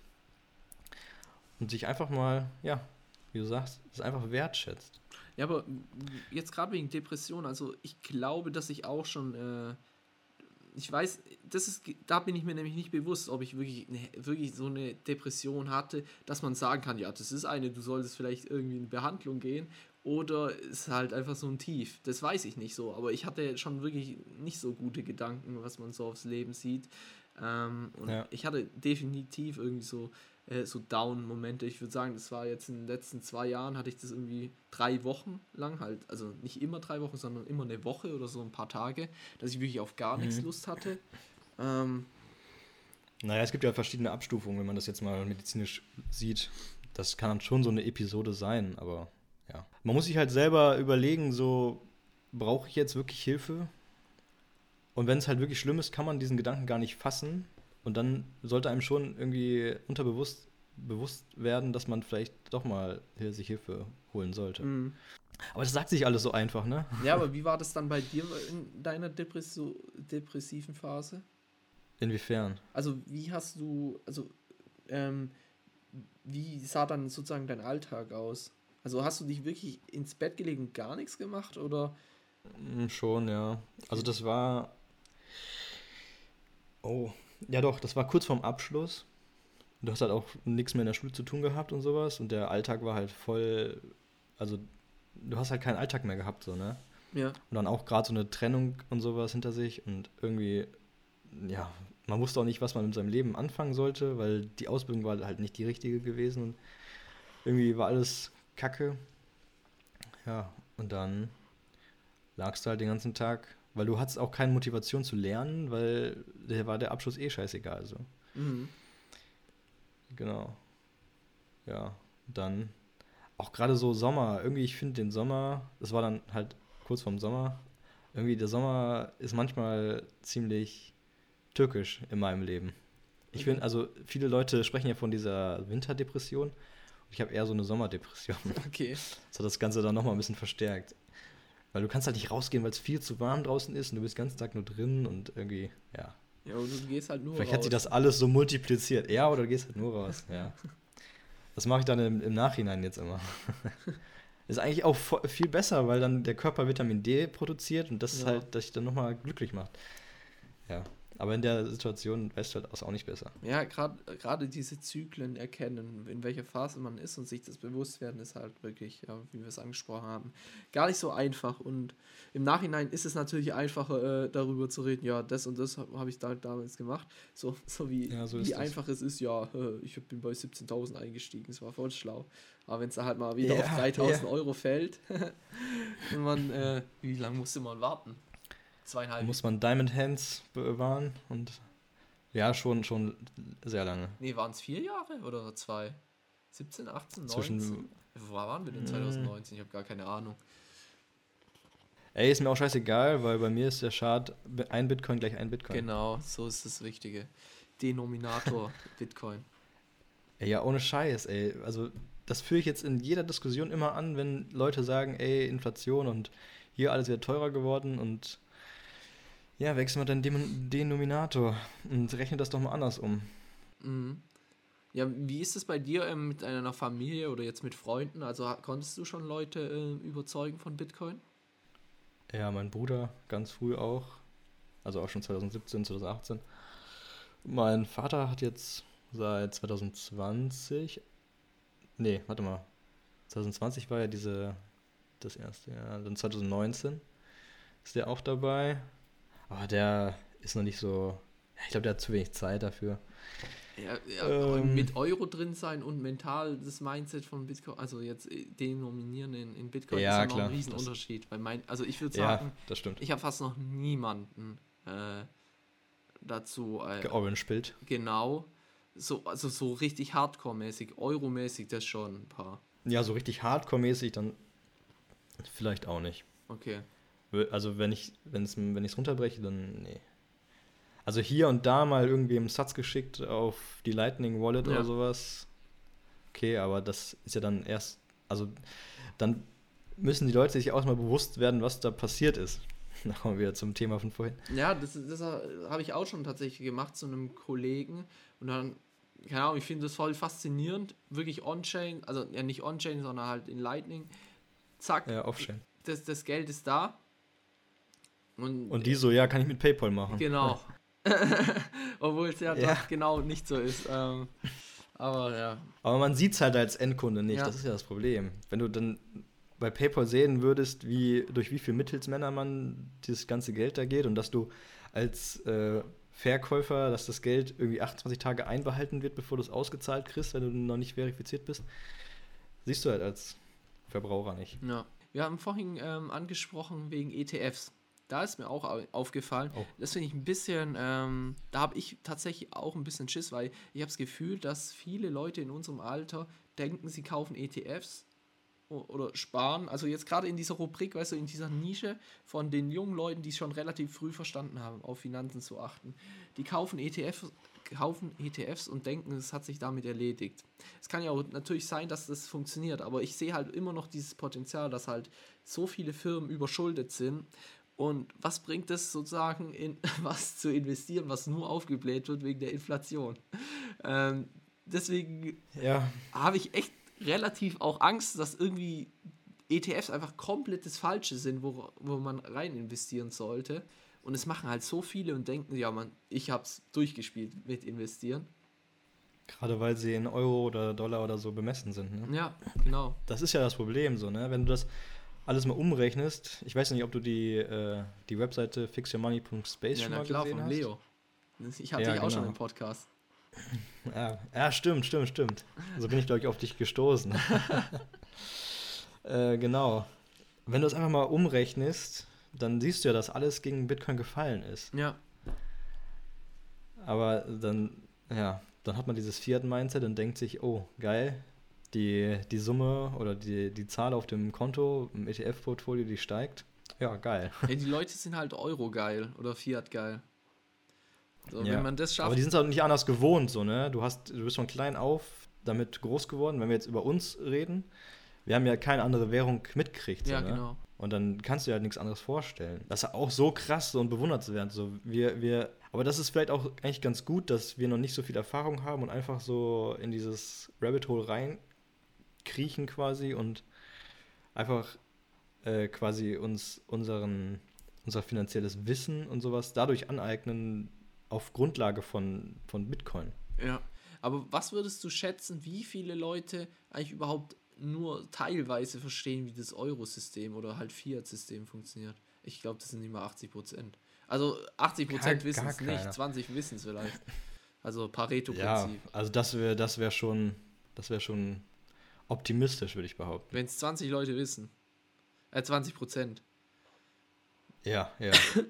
und sich einfach mal, ja, wie du sagst, es einfach wertschätzt. Ja, aber jetzt gerade wegen Depression, also ich glaube, dass ich auch schon, äh, ich weiß, das ist, da bin ich mir nämlich nicht bewusst, ob ich wirklich, ne, wirklich so eine Depression hatte, dass man sagen kann, ja, das ist eine, du solltest vielleicht irgendwie in Behandlung gehen, oder ist halt einfach so ein Tief. Das weiß ich nicht so, aber ich hatte schon wirklich nicht so gute Gedanken, was man so aufs Leben sieht. Ähm, und Ja. ich hatte definitiv irgendwie so, äh, so Down-Momente. Ich würde sagen, das war jetzt in den letzten zwei Jahren, hatte ich das irgendwie drei Wochen lang halt, also nicht immer drei Wochen, sondern immer eine Woche oder so ein paar Tage, dass ich wirklich auf gar nichts Mhm. Lust hatte. Ähm, Naja, es gibt ja verschiedene Abstufungen, wenn man das jetzt mal medizinisch sieht. Das kann dann schon so eine Episode sein, aber ja. Man muss sich halt selber überlegen, so, brauche ich jetzt wirklich Hilfe? Und wenn es halt wirklich schlimm ist, kann man diesen Gedanken gar nicht fassen. Und dann sollte einem schon irgendwie unterbewusst bewusst werden, dass man vielleicht doch mal hier sich Hilfe holen sollte. mh. Aber das sagt sich alles so einfach, ne? Ja, aber wie war das dann bei dir in deiner Depresso depressiven Phase? Inwiefern? Also wie hast du, also ähm, wie sah dann sozusagen dein Alltag aus? Also hast du dich wirklich ins Bett gelegt und gar nichts gemacht oder? Mm, Schon, ja. Also das war. Oh, ja doch, das war kurz vorm Abschluss. Du hast halt auch nichts mehr in der Schule zu tun gehabt und sowas. Und der Alltag war halt voll. Also, du hast halt keinen Alltag mehr gehabt, so, ne? Ja. Und dann auch gerade so eine Trennung und sowas hinter sich. Und irgendwie, ja, man wusste auch nicht, was man mit seinem Leben anfangen sollte, weil die Ausbildung war halt nicht die richtige gewesen. Und irgendwie war alles Kacke. Ja, und dann lagst du halt den ganzen Tag, weil du hattest auch keine Motivation zu lernen, weil der war der Abschluss eh scheißegal. So. Mhm. Genau. Ja, und dann auch gerade so Sommer. Irgendwie, ich finde den Sommer, das war dann halt kurz vorm Sommer, irgendwie der Sommer ist manchmal ziemlich türkisch in meinem Leben. Ich Okay. finde, also viele Leute sprechen ja von dieser Winterdepression. Ich habe eher so eine Sommerdepression. Okay. Das hat das Ganze dann nochmal ein bisschen verstärkt. Weil du kannst halt nicht rausgehen, weil es viel zu warm draußen ist und du bist den ganzen Tag nur drin und irgendwie, ja. Ja, und du gehst halt nur Vielleicht raus. hat sich das alles so multipliziert. Ja, oder du gehst halt nur raus, ja. Das mache ich dann im, im Nachhinein jetzt immer. Ist eigentlich auch vo- viel besser, weil dann der Körper Vitamin D produziert und das ist Ja. halt, das dich dann nochmal glücklich macht. Ja. Aber in der Situation weißt du halt auch nicht besser. Ja, gerade diese Zyklen erkennen, in welcher Phase man ist und sich das bewusst werden, ist halt wirklich, ja, wie wir es angesprochen haben, gar nicht so einfach. Und im Nachhinein ist es natürlich einfacher, äh, darüber zu reden, ja, das und das habe hab ich da damals gemacht. So, so wie, Ja, so wie ist das. einfach es ist, ja, äh, ich bin bei siebzehntausend eingestiegen, es war voll schlau. Aber wenn es da halt mal wieder Ja, auf dreitausend ja. Euro fällt, und man, äh, wie lange musste man warten? Da Zweieinhalb. muss man Diamond Hands bewahren und ja, schon, schon sehr lange. Nee, waren es vier Jahre oder zwei? siebzehn, achtzehn, Zwischen- neunzehn? Wo waren wir denn zwanzig neunzehn? Ich habe gar keine Ahnung. Ey, ist mir auch scheißegal, weil bei mir ist der Chart ein Bitcoin gleich ein Bitcoin. Genau, so ist das Wichtige. Denominator Bitcoin. Ey, ja, ohne Scheiß, ey. Also, das führe ich jetzt in jeder Diskussion immer an, wenn Leute sagen, ey, Inflation und hier alles wieder teurer geworden und ja, wechsel mal deinen Dem- Denominator und rechne das doch mal anders um. Mhm. Ja, wie ist es bei dir ähm, mit einer Familie oder jetzt mit Freunden? Also ha- konntest du schon Leute äh, überzeugen von Bitcoin? Ja, mein Bruder ganz früh auch, also auch schon zwanzig siebzehn, zwanzig achtzehn. Mein Vater hat jetzt seit zwanzig zwanzig, nee, warte mal, zwanzig zwanzig war ja diese, das erste Jahr, dann zwanzig neunzehn ist der auch dabei, aber der ist noch nicht so, ich glaube, der hat zu wenig Zeit dafür. Ja, ja Ähm. mit Euro drin sein und mental das Mindset von Bitcoin, also jetzt äh, denominieren in, in Bitcoin Ja, ist ja noch klar, ein das- Riesenunterschied. Weil mein, also ich würde Ja, sagen, das stimmt. ich habe fast noch niemanden äh, dazu äh, Georange-Bild. genau, so, also so richtig Hardcore-mäßig, Euro-mäßig, das schon ein paar. Ja, so richtig Hardcore-mäßig dann vielleicht auch nicht. Okay. Also wenn ich wenn's, wenn ich es runterbreche, dann nee. Also hier und da mal irgendwie einen Satz geschickt auf die Lightning Wallet Ja. oder sowas. Okay, aber das ist ja dann erst, also dann müssen die Leute sich auch mal bewusst werden, was da passiert ist. Da kommen wir wieder zum Thema von vorhin. Ja, das, das habe ich auch schon tatsächlich gemacht zu einem Kollegen und dann, keine Ahnung, ich finde das voll faszinierend, wirklich on-chain, also ja nicht on-chain, sondern halt in Lightning, zack, Ja, Offchain. das, das Geld ist da und, Und die so, ja, kann ich mit PayPal machen. genau, obwohl es ja, Ja. doch genau nicht so ist, ähm, aber ja, Aber man sieht es halt als Endkunde nicht, Ja. das ist ja das Problem. Wenn du dann bei PayPal sehen würdest, wie, durch wie viele Mittelsmänner man dieses ganze Geld da geht und dass du als äh, Verkäufer, dass das Geld irgendwie achtundzwanzig Tage einbehalten wird, bevor du es ausgezahlt kriegst, wenn du noch nicht verifiziert bist, siehst du halt als Verbraucher nicht. ja. Wir haben vorhin ähm, angesprochen wegen E T Fs. Da ist mir auch au- aufgefallen, Oh. das finde ich ein bisschen, ähm, da habe ich tatsächlich auch ein bisschen Schiss, weil ich habe das Gefühl, dass viele Leute in unserem Alter denken, sie kaufen E T Fs o- oder sparen. Also jetzt gerade in dieser Rubrik, weißt du, in dieser Nische von den jungen Leuten, die es schon relativ früh verstanden haben, auf Finanzen zu achten. Die kaufen E T Fs, kaufen E T Fs und denken, es hat sich damit erledigt. Es kann ja auch natürlich sein, dass das funktioniert, aber ich sehe halt immer noch dieses Potenzial, dass halt so viele Firmen überschuldet sind. Und was bringt es sozusagen, in was zu investieren, was nur aufgebläht wird wegen der Inflation? Ähm, deswegen Ja, habe ich echt relativ auch Angst, dass irgendwie E T Fs einfach komplett das Falsche sind, wo, wo man rein investieren sollte. Und es machen halt so viele und denken, ja, man, ich habe es durchgespielt mit investieren. gerade weil sie in Euro oder Dollar oder so bemessen sind. Ne? Ja, genau. Das ist ja das Problem so, ne? Wenn du das alles mal umrechnest, ich weiß nicht, ob du die, äh, die Webseite fix your money punkt space Ja, schon na mal klar, gesehen von hast. Leo. Ich hatte Ja, dich auch schon genau. im Podcast. Ja, ja, stimmt, stimmt, stimmt. So bin ich, glaube ich, auf dich gestoßen. äh, genau. Wenn du es einfach mal umrechnest, dann siehst du ja, dass alles gegen Bitcoin gefallen ist. Ja, Aber dann, ja, dann hat man dieses Fiat-Mindset und denkt sich, oh, geil, die, die Summe oder die, die Zahl auf dem Konto im E T F-Portfolio, die steigt. Ja, geil. ey, die Leute sind halt Euro geil oder Fiat geil. So, Ja. wenn man das schafft. Aber die sind es auch nicht anders gewohnt, so, ne? Du hast, du bist von klein auf damit groß geworden, wenn wir jetzt über uns reden. Wir haben ja keine andere Währung mitgekriegt, so, ja, ne? genau. Und dann kannst du dir halt nichts anderes vorstellen. Das ist auch so krass so und bewundernswert. So, wir, wir, aber das ist vielleicht auch eigentlich ganz gut, dass wir noch nicht so viel Erfahrung haben und einfach so in dieses Rabbit Hole reinkriechen quasi und einfach äh, quasi uns unseren, unser finanzielles Wissen und sowas dadurch aneignen, auf Grundlage von, von Bitcoin. Ja, aber was würdest du schätzen, wie viele Leute eigentlich überhaupt nur teilweise verstehen, wie das Euro-System oder halt Fiat-System funktioniert? Ich glaube, das sind immer achtzig Prozent. Also achtzig Prozent wissen es nicht, zwanzig wissen es vielleicht. Also Pareto-Prinzip. Ja, also das wäre das wär schon, das wäre schon optimistisch, würde ich behaupten. Wenn es zwanzig Leute wissen. Äh, zwanzig Prozent. Ja, ja.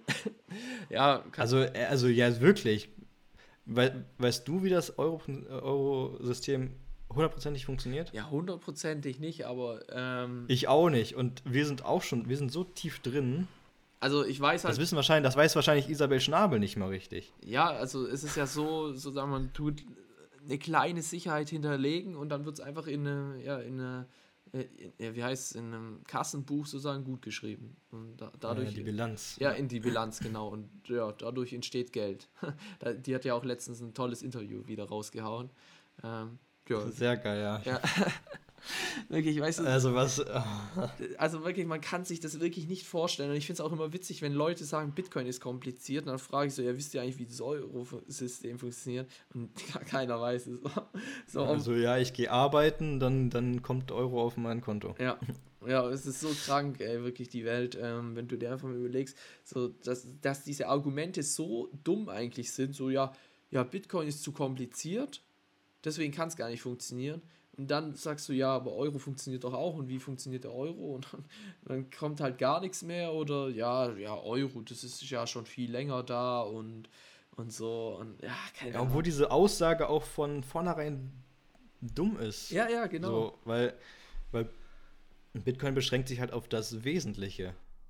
Ja, also, also ja, wirklich. We, weißt du, wie das Euro, Euro-System hundertprozentig funktioniert? Ja, hundertprozentig nicht, aber ähm, ich auch nicht. Und wir sind auch schon, wir sind so tief drin. Also ich weiß halt. Das wissen wahrscheinlich, das weiß wahrscheinlich Isabel Schnabel nicht mal richtig. Ja, also es ist ja so, so sagen man tut eine kleine Sicherheit hinterlegen und dann wird es einfach in eine, ja, in eine, in, ja, wie heißt es, in einem Kassenbuch sozusagen gut geschrieben. Und da, dadurch. Ja, die Bilanz. Ja, in die Bilanz, genau. Und ja, dadurch entsteht Geld. Die hat ja auch letztens ein tolles Interview wieder rausgehauen. Ähm, ja. Sehr geil, ja. Ja. Wirklich, weißt du, also was, also wirklich, man kann sich das wirklich nicht vorstellen und ich finde es auch immer witzig, wenn Leute sagen, Bitcoin ist kompliziert und dann frage ich so, ja, wisst ihr eigentlich, wie das Euro-System funktioniert? Und keiner weiß es. So, also ja, ich gehe arbeiten, dann, dann kommt Euro auf mein Konto. Ja, ja, es ist so krank, ey, wirklich die Welt, ähm, wenn du dir einfach mal überlegst, so, dass, dass diese Argumente so dumm eigentlich sind, so ja, ja, Bitcoin ist zu kompliziert, deswegen kann es gar nicht funktionieren. Und dann sagst du, ja, aber Euro funktioniert doch auch und wie funktioniert der Euro? Und dann, dann kommt halt gar nichts mehr oder ja, ja, Euro, das ist ja schon viel länger da und, und so. Und ja, keine ja, Ahnung. Obwohl diese Aussage auch von vornherein dumm ist. Ja, ja, genau. So, weil, weil Bitcoin beschränkt sich halt auf das Wesentliche.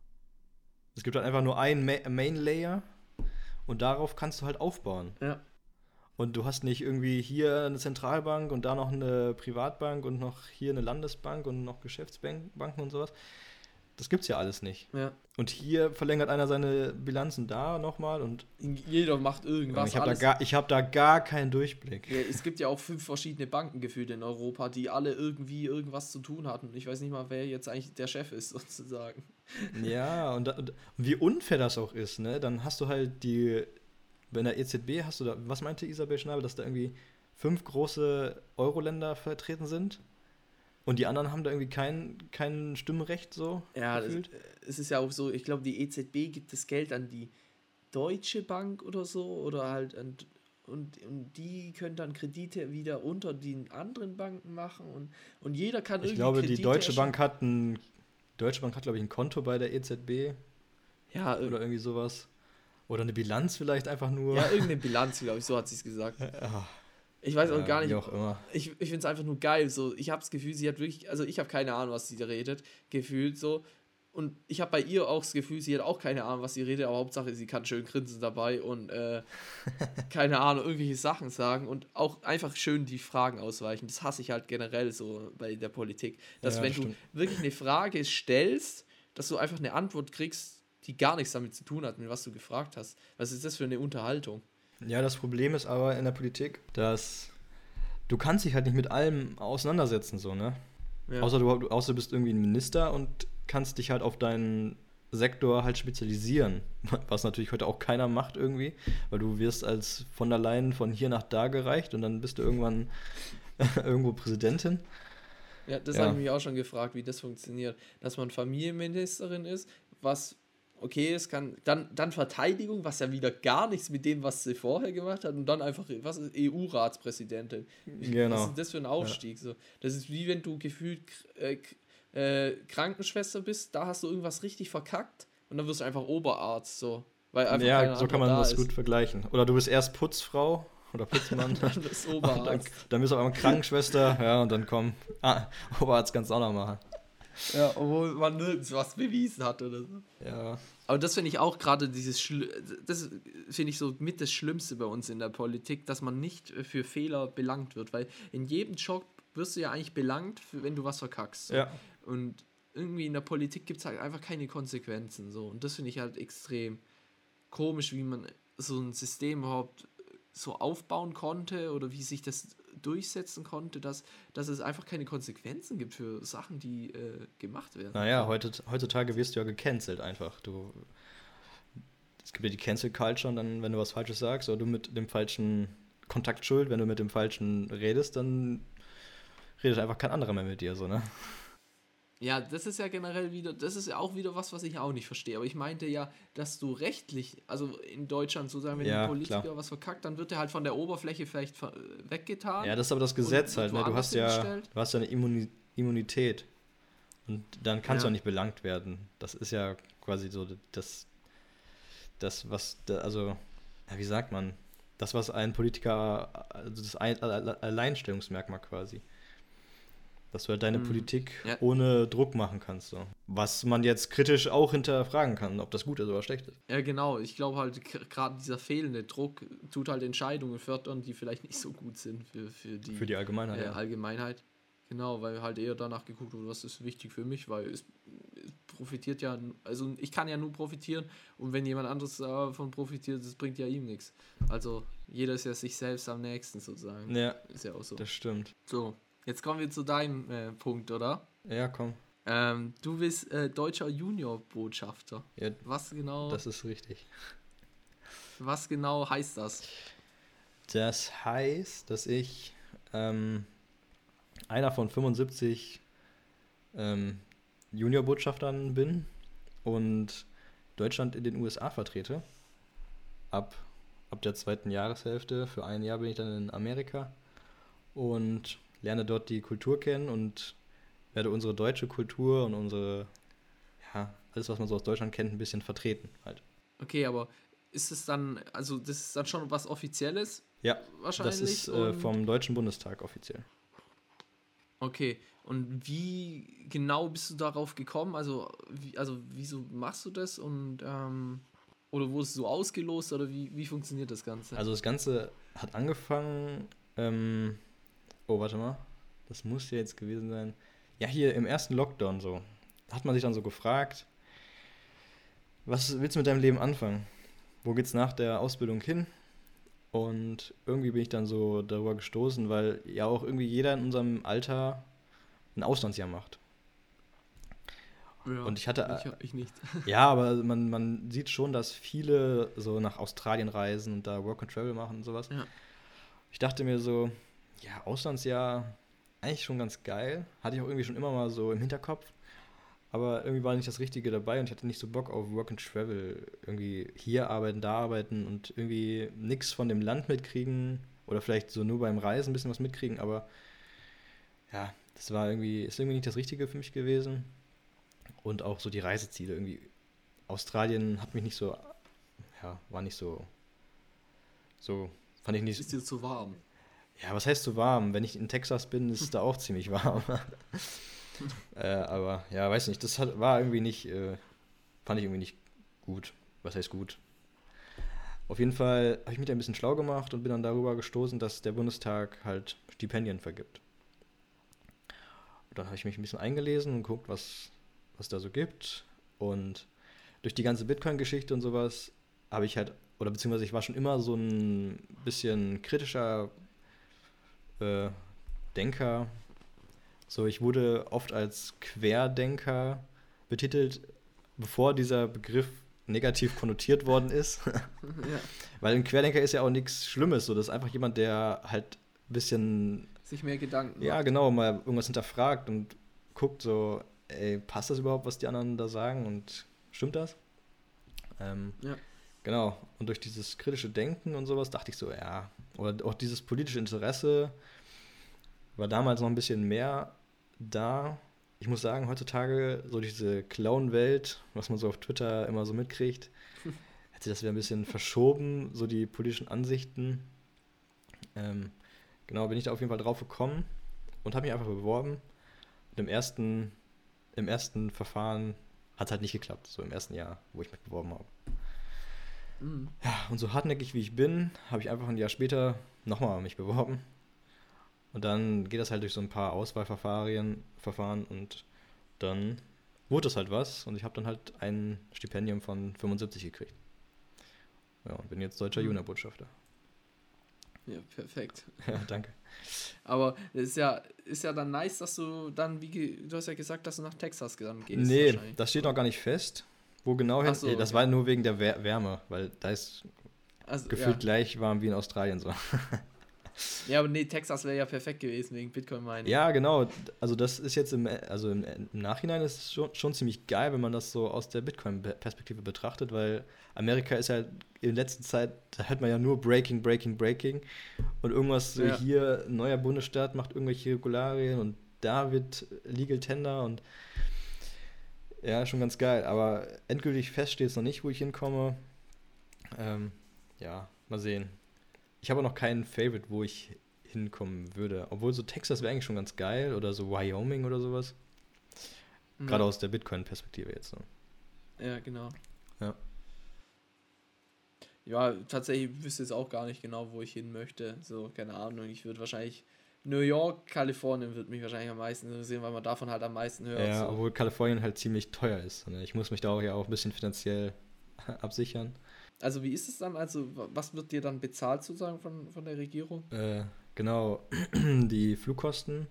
Es gibt halt einfach nur einen Ma- Main-Layer und darauf kannst du halt aufbauen. Ja. Und du hast nicht irgendwie hier eine Zentralbank und da noch eine Privatbank und noch hier eine Landesbank und noch Geschäftsbanken und sowas. Das gibt's ja alles nicht. Ja. Und hier verlängert einer seine Bilanzen da nochmal und jeder macht irgendwas. Ich habe da, gar, ich hab da gar keinen Durchblick. Ja, es gibt ja auch fünf verschiedene Banken gefühlt in Europa, die alle irgendwie irgendwas zu tun hatten. Ich weiß nicht mal, wer jetzt eigentlich der Chef ist, sozusagen. Ja, und, und wie unfair das auch ist, ne? Dann hast du halt die, bei der E Z B hast du da, was meinte Isabel Schnabel, dass da irgendwie fünf große Euro-Länder vertreten sind? Und die anderen haben da irgendwie kein, kein Stimmrecht so ja, gefühlt? Es, es ist ja auch so, ich glaube, die E Z B gibt das Geld an die Deutsche Bank oder so oder halt an, und, und die können dann Kredite wieder unter den anderen Banken machen und, und jeder kann irgendwie Ich glaube, Kredite die Deutsche ersch- Bank hat ein, die Deutsche Bank hat, glaube ich, ein Konto bei der E Z B ja, oder irgendwie sowas. Oder eine Bilanz vielleicht einfach nur. Ja, irgendeine Bilanz, glaube ich, so hat sie es gesagt. Ich weiß auch ja, gar nicht. Wie auch immer. Ich, ich finde es einfach nur geil. So, ich habe das Gefühl, sie hat wirklich, also ich habe keine Ahnung, was sie da redet, gefühlt so. Und ich habe bei ihr auch das Gefühl, sie hat auch keine Ahnung, was sie redet, aber Hauptsache, sie kann schön grinsen dabei und äh, keine Ahnung, irgendwelche Sachen sagen und auch einfach schön die Fragen ausweichen. Das hasse ich halt generell so bei der Politik. Dass Ja, wenn das du stimmt. wirklich eine Frage stellst, dass du einfach eine Antwort kriegst, die gar nichts damit zu tun hat, mit was du gefragt hast. Was ist das für eine Unterhaltung? Ja, das Problem ist aber in der Politik, dass du kannst dich halt nicht mit allem auseinandersetzen, so, ne? Ja. Außer du, außer du bist irgendwie ein Minister und kannst dich halt auf deinen Sektor halt spezialisieren. Was natürlich heute auch keiner macht irgendwie, weil du wirst als von der Leyen von hier nach da gereicht und dann bist du irgendwann irgendwo Präsidentin. Ja, das Ja. habe ich mich auch schon gefragt, wie das funktioniert. Dass man Familienministerin ist, was okay ist, kann dann, dann Verteidigung, was ja wieder gar nichts mit dem, was sie vorher gemacht hat, und dann einfach, was ist E U-Ratspräsidentin? Genau. Was ist das für ein Aufstieg? So? Das ist wie wenn du gefühlt äh, äh, Krankenschwester bist, da hast du irgendwas richtig verkackt und dann wirst du einfach Oberarzt. So, weil einfach Ja, keine so kann Antwort man da das ist. gut vergleichen. Oder du bist erst Putzfrau oder Putzmann. Dann bist du Und dann, Oberarzt. dann bist du auch Krankenschwester, ja, und dann komm, ah, Oberarzt kannst du auch noch machen. Ja, obwohl man nirgends was bewiesen hat oder so. Ja. Aber das finde ich auch gerade dieses, Schli- das finde ich so mit das Schlimmste bei uns in der Politik, dass man nicht für Fehler belangt wird, weil in jedem Job wirst du ja eigentlich belangt, für, wenn du was verkackst. So. Ja. Und irgendwie in der Politik gibt es halt einfach keine Konsequenzen. So. Und das finde ich halt extrem komisch, wie man so ein System überhaupt so aufbauen konnte oder wie sich das durchsetzen konnte, dass, dass es einfach keine Konsequenzen gibt für Sachen, die äh, gemacht werden. Naja, heute, heutzutage wirst du ja gecancelt einfach. Du, es gibt ja die Cancel Culture und dann, wenn du was Falsches sagst oder du mit dem falschen Kontakt schuld, wenn du mit dem Falschen redest, dann redet einfach kein anderer mehr mit dir, so, ne? Ja, das ist ja generell wieder, das ist ja auch wieder was, was ich auch nicht verstehe. Aber ich meinte ja, dass du rechtlich, also in Deutschland sozusagen, wenn Ja, ein Politiker klar. was verkackt, dann wird er halt von der Oberfläche vielleicht ver- weggetan. Ja, das ist aber das Gesetz und halt, wird ne? Du woanders hast ja, hingestellt. du hast ja eine Immuni- Immunität. Und dann kannst du Ja. auch nicht belangt werden. Das ist ja quasi so das, das was, da- also, ja, wie sagt man, das, was ein Politiker, also das Ein- Alle- Alleinstellungsmerkmal quasi. Dass du halt deine Mhm. Politik Ja. ohne Druck machen kannst. So. Was man jetzt kritisch auch hinterfragen kann, ob das gut ist oder schlecht ist. Ja, genau. Ich glaube halt, k- gerade dieser fehlende Druck tut halt Entscheidungen fördern, die vielleicht nicht so gut sind für, für die, Für die Allgemeinheit. äh, ja. Allgemeinheit. Genau, weil halt eher danach geguckt wird, was ist wichtig für mich, weil es, es profitiert ja, also ich kann ja nur profitieren und wenn jemand anderes davon profitiert, das bringt ja ihm nichts. Also jeder ist ja sich selbst am nächsten sozusagen. Ja, Ist ja auch so. das stimmt. So, jetzt kommen wir zu deinem äh, Punkt, oder? Ja, komm. Ähm, du bist äh, deutscher Juniorbotschafter. Ja, Was genau, das ist richtig. was genau heißt das? Das heißt, dass ich ähm, einer von fünfundsiebzig ähm, Juniorbotschaftern bin und Deutschland in den U S A vertrete. Ab, ab der zweiten Jahreshälfte. Für ein Jahr bin ich dann in Amerika und lerne dort die Kultur kennen und werde unsere deutsche Kultur und unsere, ja, alles, was man so aus Deutschland kennt, ein bisschen vertreten halt. Okay, aber ist es dann, also das ist dann schon was Offizielles? Ja, Wahrscheinlich. das ist äh, und- vom Deutschen Bundestag offiziell. Okay, und wie genau bist du darauf gekommen? Also, wie, also wieso machst du das und ähm, oder wurdest du ausgelost oder wie, wie funktioniert das Ganze? Also das Ganze hat angefangen, ähm, oh, warte mal, das muss ja jetzt gewesen sein. Ja, hier im ersten Lockdown so. Da hat man sich dann so gefragt, was willst du mit deinem Leben anfangen? Wo geht's nach der Ausbildung hin? Und irgendwie bin ich dann so darüber gestoßen, weil ja auch irgendwie jeder in unserem Alter ein Auslandsjahr macht. ja, und ich hatte- Ich, ich nicht. Ja, aber man, man sieht schon, dass viele so nach Australien reisen und da Work and Travel machen und sowas. Ja. Ich dachte mir so, ja, Auslandsjahr, eigentlich schon ganz geil. Hatte ich auch irgendwie schon immer mal so im Hinterkopf. Aber irgendwie war nicht das Richtige dabei und ich hatte nicht so Bock auf Work and Travel. Irgendwie hier arbeiten, da arbeiten und irgendwie nichts von dem Land mitkriegen. Oder vielleicht so nur beim Reisen ein bisschen was mitkriegen. Aber ja, das war irgendwie, ist irgendwie nicht das Richtige für mich gewesen. Und auch so die Reiseziele irgendwie. Australien hat mich nicht so, ja, war nicht so, so, fand ich nicht, Ist dir zu warm? ja, was heißt so warm? Wenn ich in Texas bin, ist es da auch ziemlich warm. äh, aber ja, weiß nicht, das hat, war irgendwie nicht, äh, fand ich irgendwie nicht gut. Was heißt gut? Auf jeden Fall habe ich mich da ein bisschen schlau gemacht und bin dann darüber gestoßen, dass der Bundestag halt Stipendien vergibt. Und dann habe ich mich ein bisschen eingelesen und geguckt, was, was da so gibt. Und durch die ganze Bitcoin-Geschichte und sowas habe ich halt, oder beziehungsweise ich war schon immer so ein bisschen kritischer äh, Denker. So, ich wurde oft als Querdenker betitelt, bevor dieser Begriff negativ konnotiert worden ist. Ja. Weil ein Querdenker ist ja auch nichts Schlimmes. So, das ist einfach jemand, der halt ein bisschen, Sich mehr Gedanken ja macht. genau, mal irgendwas hinterfragt und guckt so, ey, passt das überhaupt, was die anderen da sagen und stimmt das? Ähm, Ja. Genau, und durch dieses kritische Denken und sowas dachte ich so, ja, oder auch dieses politische Interesse war damals noch ein bisschen mehr da. Ich muss sagen, heutzutage, so diese Clown-Welt, was man so auf Twitter immer so mitkriegt, hat sich das wieder ein bisschen verschoben, so die politischen Ansichten. Ähm, genau, bin ich da auf jeden Fall drauf gekommen und habe mich einfach beworben. Und im ersten, im ersten Verfahren hat es halt nicht geklappt, so im ersten Jahr, wo ich mich beworben habe. Mhm. Ja, und so hartnäckig wie ich bin, habe ich einfach ein Jahr später nochmal mich beworben. Und dann geht das halt durch so ein paar Auswahlverfahren Verfahren und dann wurde es halt was und ich habe dann halt ein Stipendium von fünfundsiebzig gekriegt. Ja, und bin jetzt deutscher Mhm. Juniorbotschafter. Ja, perfekt. Ja, danke. Aber es ist ja, ist ja dann nice, dass du dann, wie ge- du hast ja gesagt, dass du nach Texas dann gehst. Nee, wahrscheinlich. das steht noch gar nicht fest. Wo genau hin? So, Nee, das okay. war nur wegen der Wär- Wärme, weil da ist Also, gefühlt ja. gleich warm wie in Australien so. ja, aber nee, Texas wäre ja perfekt gewesen wegen Bitcoin-Mining. Ja, genau. Also das ist jetzt im, also im, im Nachhinein ist es schon, schon ziemlich geil, wenn man das so aus der Bitcoin-Perspektive betrachtet, weil Amerika ist ja in letzter Zeit, da hört man ja nur Breaking, Breaking, Breaking und irgendwas so Ja. hier, ein neuer Bundesstaat macht irgendwelche Regularien und da wird Legal Tender und ja, schon ganz geil. Aber endgültig fest steht es noch nicht, wo ich hinkomme. Ähm, ja, mal sehen. Ich habe auch noch keinen Favorite, wo ich hinkommen würde. Obwohl so Texas wäre eigentlich schon ganz geil oder so Wyoming oder sowas. Mhm. Gerade aus der Bitcoin-Perspektive jetzt. So. Ja, genau. Ja. Ja, tatsächlich wüsste jetzt auch gar nicht genau, wo ich hin möchte. So, keine Ahnung. Ich würde wahrscheinlich New York, Kalifornien würde mich wahrscheinlich am meisten interessieren, weil man davon halt am meisten hört. Ja, so. obwohl Kalifornien halt ziemlich teuer ist. Ne? Ich muss mich da auch ja auch ein bisschen finanziell absichern. Also wie ist es dann? Also wa- was wird dir dann bezahlt sozusagen von, von der Regierung? Äh, genau, die Flugkosten,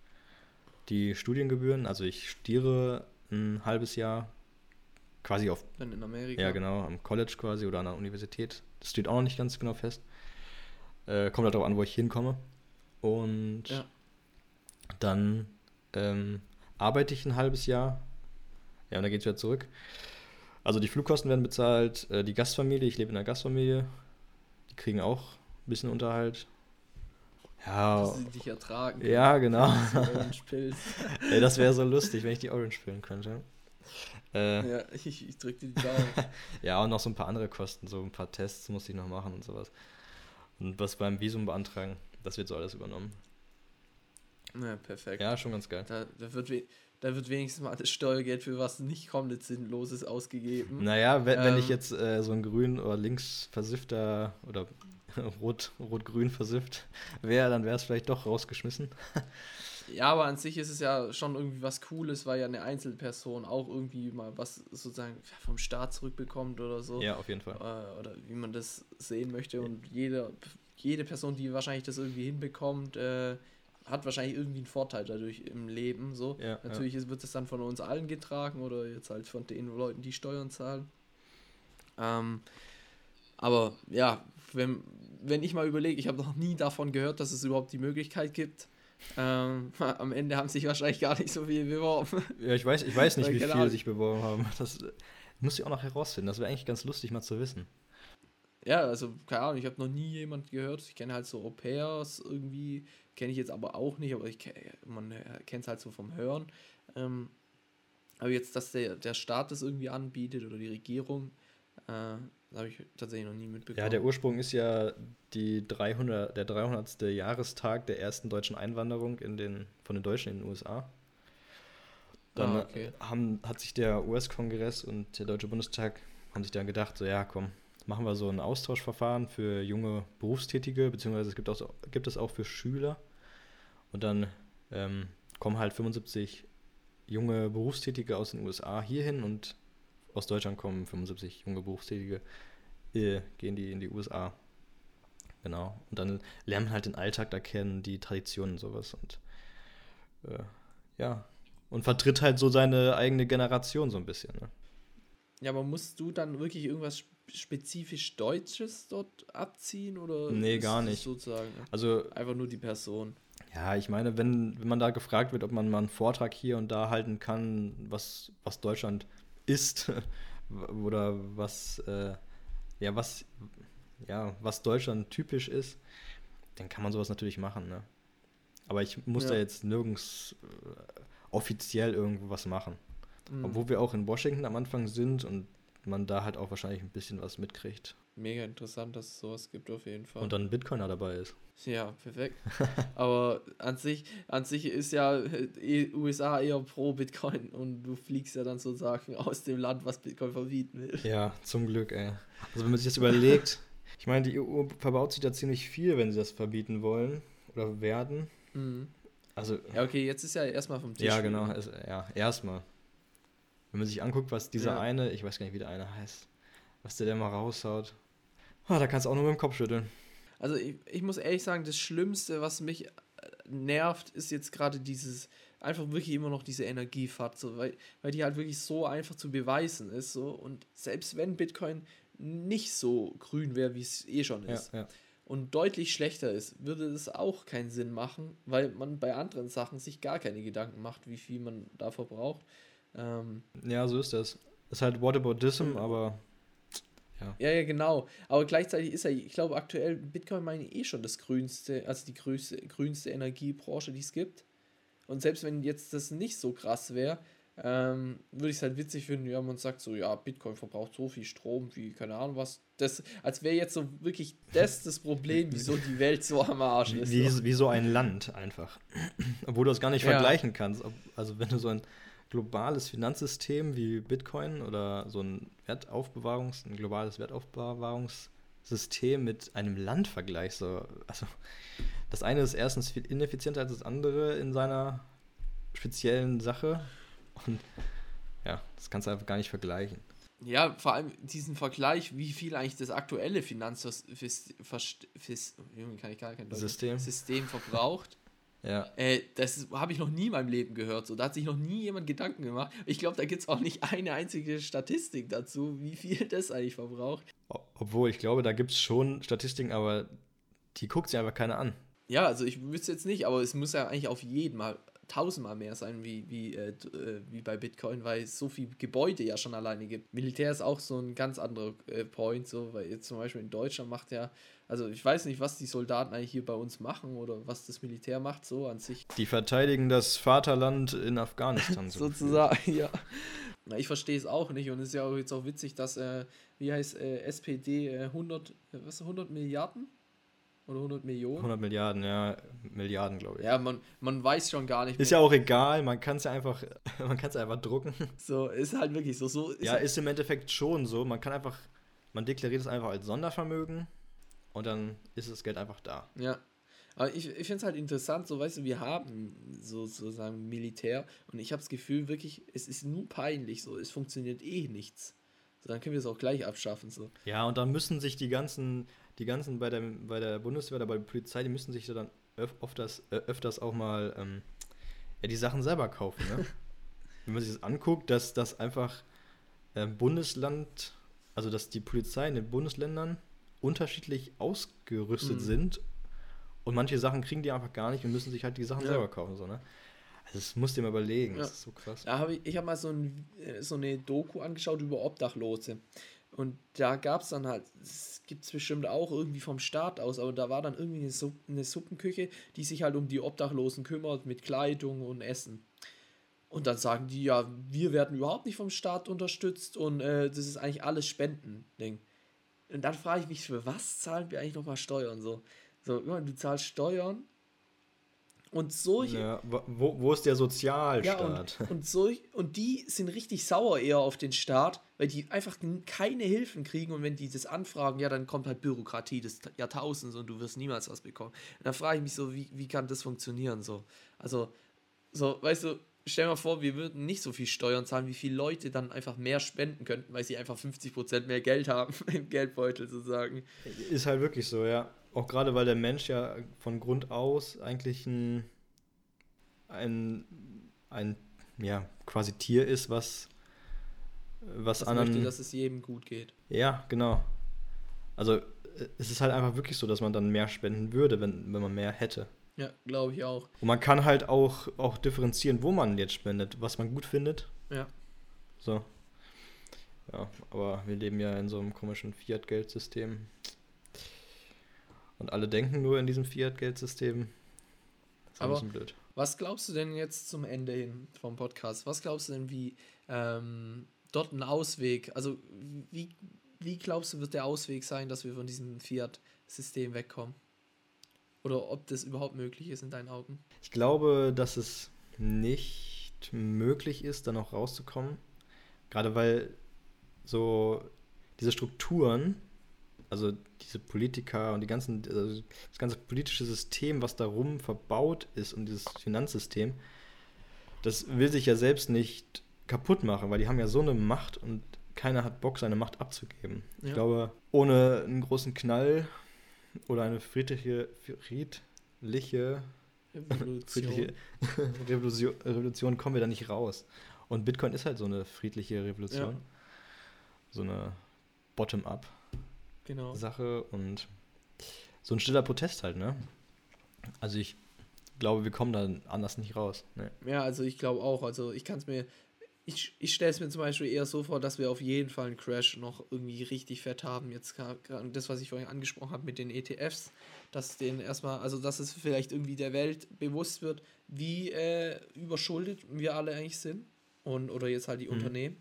die Studiengebühren. Also ich studiere ein halbes Jahr quasi auf, Dann in Amerika? ja genau, am College quasi oder an der Universität. Das steht auch noch nicht ganz genau fest. Äh, kommt halt darauf an, wo ich hinkomme. Und Ja. dann ähm, arbeite ich ein halbes Jahr. Ja, und dann geht es wieder zurück. Also die Flugkosten werden bezahlt, äh, die Gastfamilie, ich lebe in einer Gastfamilie, die kriegen auch ein bisschen Unterhalt. Ja, Dass sie dich ertragen können. ja, genau. So Orange Pills. Ey, das wäre so lustig, wenn ich die Orange spielen könnte. Äh, Ja, ich, ich drück dir die Daumen. ja, und noch so ein paar andere Kosten, so ein paar Tests musste ich noch machen und sowas. Und was beim Visum beantragen, das wird so alles übernommen. Ja, perfekt. Ja, schon ganz geil. Da, da, wird we da wird wenigstens mal das Steuergeld für was nicht komplett Sinnloses ausgegeben. Naja, wenn, wenn Ähm, ich jetzt äh, so ein grün oder links versiffter oder rot, rot-grün versifft wäre, dann wäre es vielleicht doch rausgeschmissen. Ja, aber an sich ist es ja schon irgendwie was Cooles, weil ja eine Einzelperson auch irgendwie mal was sozusagen vom Staat zurückbekommt oder so. Ja, auf jeden Fall. Äh, oder wie man das sehen möchte. Und jede, jede Person, die wahrscheinlich das irgendwie hinbekommt, äh, hat wahrscheinlich irgendwie einen Vorteil dadurch im Leben. So. Ja, Natürlich ist, wird es dann von uns allen getragen oder jetzt halt von den Leuten, die Steuern zahlen. Ähm, aber ja, wenn, wenn ich mal überlege, ich habe noch nie davon gehört, dass es überhaupt die Möglichkeit gibt. Ähm, am Ende haben sich wahrscheinlich gar nicht so viel beworben. Ja, ich weiß, ich weiß nicht, Weil, wie keine viele Ahnung. sich beworben haben. Das äh, muss ich auch noch herausfinden. Das wäre eigentlich ganz lustig mal zu wissen. Ja, also keine Ahnung, ich habe noch nie jemand gehört. Ich kenne halt so Au pairs irgendwie, kenne ich jetzt aber auch nicht, aber ich ke- man kennt es halt so vom Hören. Ähm, aber jetzt, dass der, der Staat das irgendwie anbietet oder die Regierung, äh, habe ich tatsächlich noch nie mitbekommen. Ja, der Ursprung ist ja die dreihundert, der dreihundertste Jahrestag der ersten deutschen Einwanderung in den, von den Deutschen in den U S A. Dann Ah, okay. haben, hat sich der U S-Kongress und der Deutsche Bundestag haben sich dann gedacht, so ja, komm, machen wir so ein Austauschverfahren für junge Berufstätige, beziehungsweise es gibt, auch, gibt es auch für Schüler. Und dann ähm, kommen halt fünfundsiebzig junge Berufstätige aus den U S A hierhin und aus Deutschland kommen fünfundsiebzig junge Berufstätige, äh, gehen die in die U S A. Genau. Und dann lernen wir halt den Alltag da kennen, die Traditionen und sowas. Und äh, ja. Und vertritt halt so seine eigene Generation so ein bisschen. Ne? Ja, aber musst du dann wirklich irgendwas sp- spezifisch Deutsches dort abziehen oder Nee, ist gar das nicht. sozusagen Also, einfach nur die Person? ja, ich meine, wenn, wenn man da gefragt wird, ob man mal einen Vortrag hier und da halten kann, was, was Deutschland ist oder was, äh, ja, was, ja, was Deutschland typisch ist, dann kann man sowas natürlich machen, ne? Aber ich muss Ja. da jetzt nirgends äh, offiziell irgendwo was machen. Mhm. Obwohl wir auch in Washington am Anfang sind und man da halt auch wahrscheinlich ein bisschen was mitkriegt. Mega interessant, dass es sowas gibt auf jeden Fall. Und dann ein Bitcoiner dabei ist. Ja, perfekt. Aber an sich, an sich ist ja äh, U S A eher pro Bitcoin und du fliegst ja dann sozusagen aus dem Land, was Bitcoin verbieten will. Ja, zum Glück, ey. Also wenn man sich das überlegt, ich meine, die E U verbaut sich da ziemlich viel, wenn sie das verbieten wollen oder werden. Mhm. Also, Ja, okay, jetzt ist ja erstmal vom Tisch. ja, genau, wieder. es, ja, erstmal. Wenn man sich anguckt, was dieser Ja. eine, ich weiß gar nicht, wie der eine heißt, was der da mal raushaut, ah, da kannst du auch nur mit dem Kopf schütteln. Also ich, ich muss ehrlich sagen, das Schlimmste, was mich äh, nervt, ist jetzt gerade dieses einfach wirklich immer noch diese Energiefahrt, so, weil, weil die halt wirklich so einfach zu beweisen ist. So. Und selbst wenn Bitcoin nicht so grün wäre, wie es eh schon ist, Ja, ja. und deutlich schlechter ist, würde das auch keinen Sinn machen, weil man bei anderen Sachen sich gar keine Gedanken macht, wie viel man da verbraucht. Ähm, Ja, so ist das. Ist halt Whataboutism, aber ja. ja, ja, genau. Aber gleichzeitig ist ja, ich glaube, aktuell Bitcoin meine ich eh schon das grünste, also die größte, grünste Energiebranche, die es gibt. Und selbst wenn jetzt das nicht so krass wäre, ähm, würde ich es halt witzig finden, ja, man sagt so, ja, Bitcoin verbraucht so viel Strom wie, keine Ahnung was. Das, als wäre jetzt so wirklich das das Problem, wieso die Welt so am Arsch ist. Wie, So. wie so ein Land einfach. Obwohl du das gar nicht Ja. vergleichen kannst. Ob- Also wenn du so ein globales Finanzsystem wie Bitcoin oder so ein Wertaufbewahrungs, ein globales Wertaufbewahrungssystem mit einem Land vergleichst, so, also das eine ist erstens viel ineffizienter als das andere in seiner speziellen Sache und ja, das kannst du einfach gar nicht vergleichen. Ja, vor allem diesen Vergleich, wie viel eigentlich das aktuelle Finanzsystem kann ich gar kein Deutsch, System. System verbraucht. Ja, Äh, das habe ich noch nie in meinem Leben gehört. So, da hat sich noch nie jemand Gedanken gemacht. Ich glaube, da gibt es auch nicht eine einzige Statistik dazu, wie viel das eigentlich verbraucht. O- obwohl ich glaube, da gibt es schon Statistiken, aber die guckt sich einfach keiner an. Ja, also ich wüsste jetzt nicht, aber es muss ja eigentlich auf jeden Mal tausendmal mehr sein wie, wie, äh, d- äh, wie bei Bitcoin, weil es so viel Gebäude ja schon alleine gibt. Militär ist auch so ein ganz anderer äh, Point, so, weil jetzt zum Beispiel in Deutschland macht ja, also ich weiß nicht, was die Soldaten eigentlich hier bei uns machen oder was das Militär macht, so an sich. Die verteidigen das Vaterland in Afghanistan. so Sozusagen, ja. Na, ich verstehe es auch nicht und es ist ja auch jetzt auch witzig, dass, äh, wie heißt äh, S P D, äh, hundert, äh, was, hundert Milliarden? Oder hundert Millionen? hundert Milliarden, ja, Milliarden, glaube ich. Ja, man, man weiß schon gar nicht Ist mehr. ja auch egal, man kann es ja einfach, man kann es einfach drucken. So, ist halt wirklich so. so ist Ja, halt, ist im Endeffekt schon so. Man kann einfach, man deklariert es einfach als Sondervermögen und dann ist das Geld einfach da. ja. Aber ich, ich finde es halt interessant, so, weißt du, wir haben so, sozusagen Militär und ich habe das Gefühl, wirklich, es ist nur peinlich, so, es funktioniert eh nichts. So, dann können wir es auch gleich abschaffen, so. Ja, und dann müssen sich die ganzen, die ganzen bei der, bei der Bundeswehr oder bei der Polizei, die müssen sich so dann öf, öfters, äh, öfters auch mal ähm, ja, die Sachen selber kaufen, ne? Wenn man sich das anguckt, dass das einfach ähm, Bundesland, also dass die Polizei in den Bundesländern unterschiedlich ausgerüstet Mhm. sind und manche Sachen kriegen die einfach gar nicht und müssen sich halt die Sachen Ja. selber kaufen, so, ne? Also das musst du dir mal überlegen, Ja. das ist so krass. Da hab ich ich habe mal so, ein, äh, so eine Doku angeschaut über Obdachlose. Und da gab es dann halt, es gibt es bestimmt auch irgendwie vom Staat aus, aber da war dann irgendwie eine, Supp, eine Suppenküche, die sich halt um die Obdachlosen kümmert mit Kleidung und Essen. Und dann sagen die, ja, wir werden überhaupt nicht vom Staat unterstützt und äh, das ist eigentlich alles Spendending. Und dann frage ich mich, für was zahlen wir eigentlich nochmal Steuern? So, so immer, du zahlst Steuern und solche, Ja, wo, wo ist der ja, Sozialstaat? und, und, so, und die sind richtig sauer eher auf den Staat, weil die einfach n- keine Hilfen kriegen und wenn die das anfragen, ja, dann kommt halt Bürokratie des Ta- Jahrtausends und du wirst niemals was bekommen. Und dann frage ich mich so, wie, wie kann das funktionieren so? Also, so, weißt du, stell dir mal vor, wir würden nicht so viel Steuern zahlen, wie viele Leute dann einfach mehr spenden könnten, weil sie einfach fünfzig Prozent mehr Geld haben im Geldbeutel sozusagen. Ist halt wirklich so, ja. Auch gerade weil der Mensch ja von Grund aus eigentlich ein, ein, ein ja, quasi Tier ist, was, was Das anderen. möchte, dass es jedem gut geht. Ja, genau. Also äh, es ist halt einfach wirklich so, dass man dann mehr spenden würde, wenn, wenn man mehr hätte. Ja, glaube ich auch. Und man kann halt auch, auch differenzieren, wo man jetzt spendet, was man gut findet. Ja. So. Ja, aber wir leben ja in so einem komischen Fiat-Geldsystem. Und alle denken nur in diesem Fiat-Geldsystem. Das ist ein Aber- bisschen blöd. Was glaubst du denn jetzt zum Ende hin vom Podcast? Was glaubst du denn, wie ähm, dort ein Ausweg, also wie, wie glaubst du, wird der Ausweg sein, dass wir von diesem Fiat-System wegkommen? Oder ob das überhaupt möglich ist in deinen Augen? Ich glaube, dass es nicht möglich ist, da noch rauszukommen. Gerade weil so diese Strukturen, also diese Politiker und die ganzen, also das ganze politische System, was darum verbaut ist und dieses Finanzsystem, das will sich ja selbst nicht kaputt machen, weil die haben ja so eine Macht und keiner hat Bock, seine Macht abzugeben. Ja. Ich glaube, ohne einen großen Knall oder eine friedliche, friedliche friedliche Revolution, Revolution kommen wir da nicht raus. Und Bitcoin ist halt so eine friedliche Revolution. Ja. So eine Bottom-up-Sache genau. Und so ein stiller Protest halt, ne? Also ich glaube, wir kommen da anders nicht raus. Ne? Ja, also ich glaube auch. Also ich kann es mir, ich, ich stelle es mir zum Beispiel eher so vor, dass wir auf jeden Fall einen Crash noch irgendwie richtig fett haben. Jetzt gerade das, was ich vorhin angesprochen habe mit den E T Fs, dass denen erstmal, also dass es vielleicht irgendwie der Welt bewusst wird, wie äh, überschuldet wir alle eigentlich sind. Und, oder jetzt halt die mhm. Unternehmen.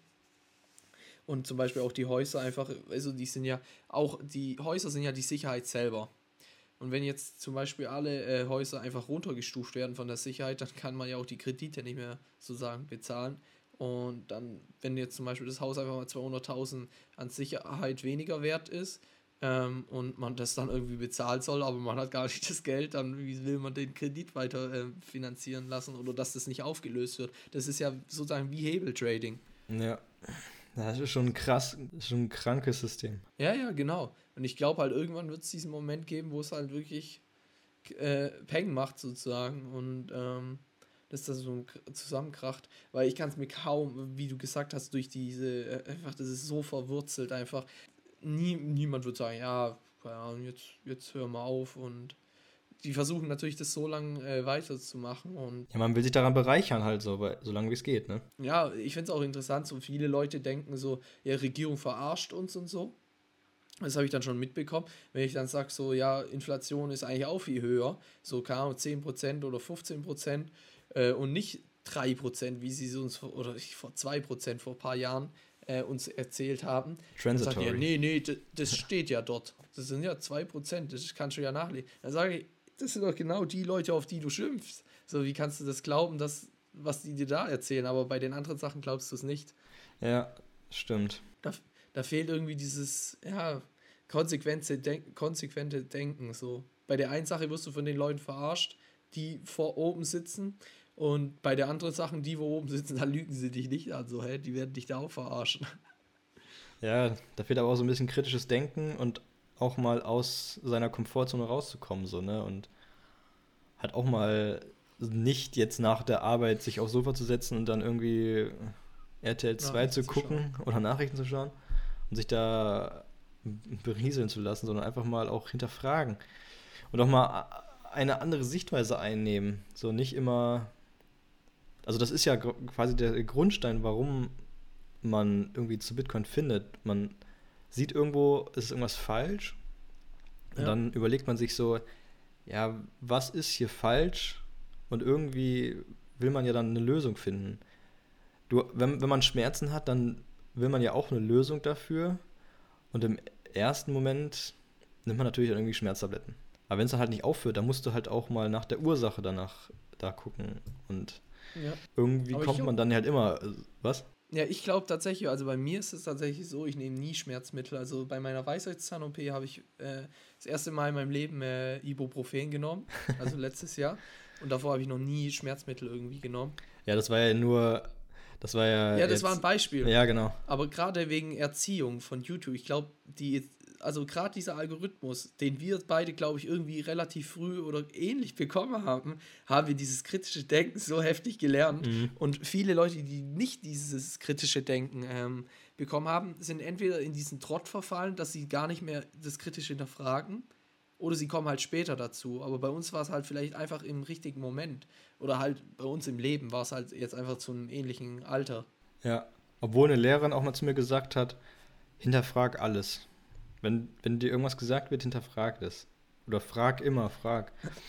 Und zum Beispiel auch die Häuser einfach, also die sind ja auch, die Häuser sind ja die Sicherheit selber. Und wenn jetzt zum Beispiel alle äh, Häuser einfach runtergestuft werden von der Sicherheit, dann kann man ja auch die Kredite nicht mehr sozusagen bezahlen. Und dann, wenn jetzt zum Beispiel das Haus einfach mal zweihunderttausend an Sicherheit weniger wert ist ähm, und man das dann irgendwie bezahlen soll, aber man hat gar nicht das Geld, dann wie will man den Kredit weiter äh, finanzieren lassen oder dass das nicht aufgelöst wird. Das ist ja sozusagen wie Hebeltrading. Ja. Das ist schon krass, das ist schon ein krankes System. Ja, ja, genau. Und ich glaube halt, irgendwann wird es diesen Moment geben, wo es halt wirklich äh, Peng macht sozusagen und ähm, dass das so zusammenkracht. Weil ich kann es mir kaum, wie du gesagt hast, durch diese, äh, einfach, das ist so verwurzelt einfach. Nie, niemand wird sagen, ja, ja jetzt, jetzt hör mal auf und die versuchen natürlich, das so lange äh, weiterzumachen. Und ja, man will sich daran bereichern halt so, weil, solange wie es geht, ne? Ja, ich finde es auch interessant, so viele Leute denken so, ja, Regierung verarscht uns und so. Das habe ich dann schon mitbekommen. Wenn ich dann sage, so, ja, Inflation ist eigentlich auch viel höher, so, keine Ahnung, zehn Prozent oder fünfzehn Prozent äh, und nicht drei Prozent, wie sie uns, vor, oder vor zwei Prozent vor ein paar Jahren äh, uns erzählt haben. Transitory. Dann sagt, ja, nee, nee, das, das steht ja dort. Das sind ja zwei Prozent, das kannst du ja nachlesen. Dann sage ich, das sind doch genau die Leute, auf die du schimpfst. So, wie kannst du das glauben, dass, was die dir da erzählen? Aber bei den anderen Sachen glaubst du es nicht. Ja, stimmt. Da, da fehlt irgendwie dieses, ja, konsequente, Denk- konsequente Denken. So. Bei der einen Sache wirst du von den Leuten verarscht, die vor oben sitzen. Und bei der anderen Sachen, die wo oben sitzen, da lügen sie dich nicht an. So, hä? Die werden dich da auch verarschen. Ja, da fehlt aber auch so ein bisschen kritisches Denken und auch mal aus seiner Komfortzone rauszukommen, so, ne, und halt auch mal nicht jetzt nach der Arbeit sich aufs Sofa zu setzen und dann irgendwie R T L zwei zu gucken zu oder Nachrichten zu schauen und sich da berieseln zu lassen, sondern einfach mal auch hinterfragen und auch mal eine andere Sichtweise einnehmen, so nicht immer, also das ist ja quasi der Grundstein, warum man irgendwie zu Bitcoin findet, man sieht irgendwo, es ist irgendwas falsch und ja. Dann überlegt man sich so, ja, was ist hier falsch und irgendwie will man ja dann eine Lösung finden. Du, wenn, wenn man Schmerzen hat, dann will man ja auch eine Lösung dafür und im ersten Moment nimmt man natürlich irgendwie Schmerztabletten. Aber wenn es dann halt nicht aufhört, dann musst du halt auch mal nach der Ursache danach da gucken und ja. irgendwie Aber kommt man dann halt immer, was? Ja, ich glaube tatsächlich, also bei mir ist es tatsächlich so, ich nehme nie Schmerzmittel. Also bei meiner Weisheitszahn-O P habe ich äh, das erste Mal in meinem Leben äh, Ibuprofen genommen, also letztes Jahr. Und davor habe ich noch nie Schmerzmittel irgendwie genommen. Ja, das war ja nur, das war ja... Ja, das jetzt, war ein Beispiel. Ja, genau. Aber gerade wegen Erziehung von YouTube, ich glaube, die... Also gerade dieser Algorithmus, den wir beide, glaube ich, irgendwie relativ früh oder ähnlich bekommen haben, haben wir dieses kritische Denken so heftig gelernt. Mhm. Und viele Leute, die nicht dieses kritische Denken ähm, bekommen haben, sind entweder in diesen Trott verfallen, dass sie gar nicht mehr das Kritische hinterfragen, oder sie kommen halt später dazu. Aber bei uns war es halt vielleicht einfach im richtigen Moment. Oder halt bei uns im Leben war es halt jetzt einfach zu einem ähnlichen Alter. Ja, obwohl eine Lehrerin auch mal zu mir gesagt hat, hinterfrag alles. Wenn, wenn dir irgendwas gesagt wird, hinterfrag das. Oder frag immer, frag.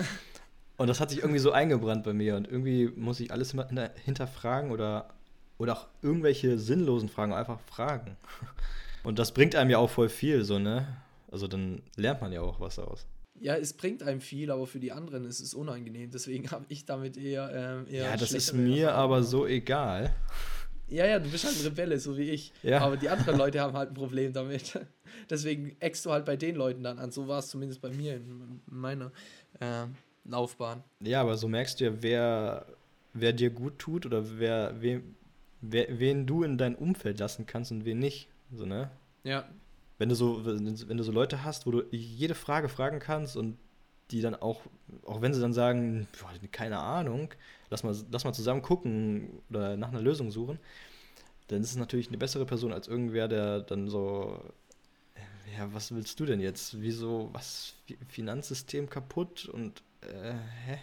Und das hat sich irgendwie so eingebrannt bei mir. Und irgendwie muss ich alles immer hinterfragen oder, oder auch irgendwelche sinnlosen Fragen einfach fragen. Und das bringt einem ja auch voll viel, so, ne? Also dann lernt man ja auch was daraus. Ja, es bringt einem viel, aber für die anderen ist es unangenehm. Deswegen habe ich damit eher, ähm, eher ja, das ist mir Erfahrung. Aber so egal. Ja, ja, du bist halt ein Rebelle, so wie ich. Ja. Aber die anderen Leute haben halt ein Problem damit. Deswegen eckst du halt bei den Leuten dann an. So war es zumindest bei mir in meiner äh, Laufbahn. Ja, aber so merkst du ja, wer, wer dir gut tut oder wer, wen, wer, wen du in dein Umfeld lassen kannst und wen nicht. So, ne? Ja. Wenn du so, wenn du so Leute hast, wo du jede Frage fragen kannst und die dann auch, auch wenn sie dann sagen, boah, keine Ahnung, lass mal, lass mal zusammen gucken oder nach einer Lösung suchen, dann ist es natürlich eine bessere Person als irgendwer, der dann so, ja, was willst du denn jetzt? Wieso, was, Finanzsystem kaputt und, äh, hä?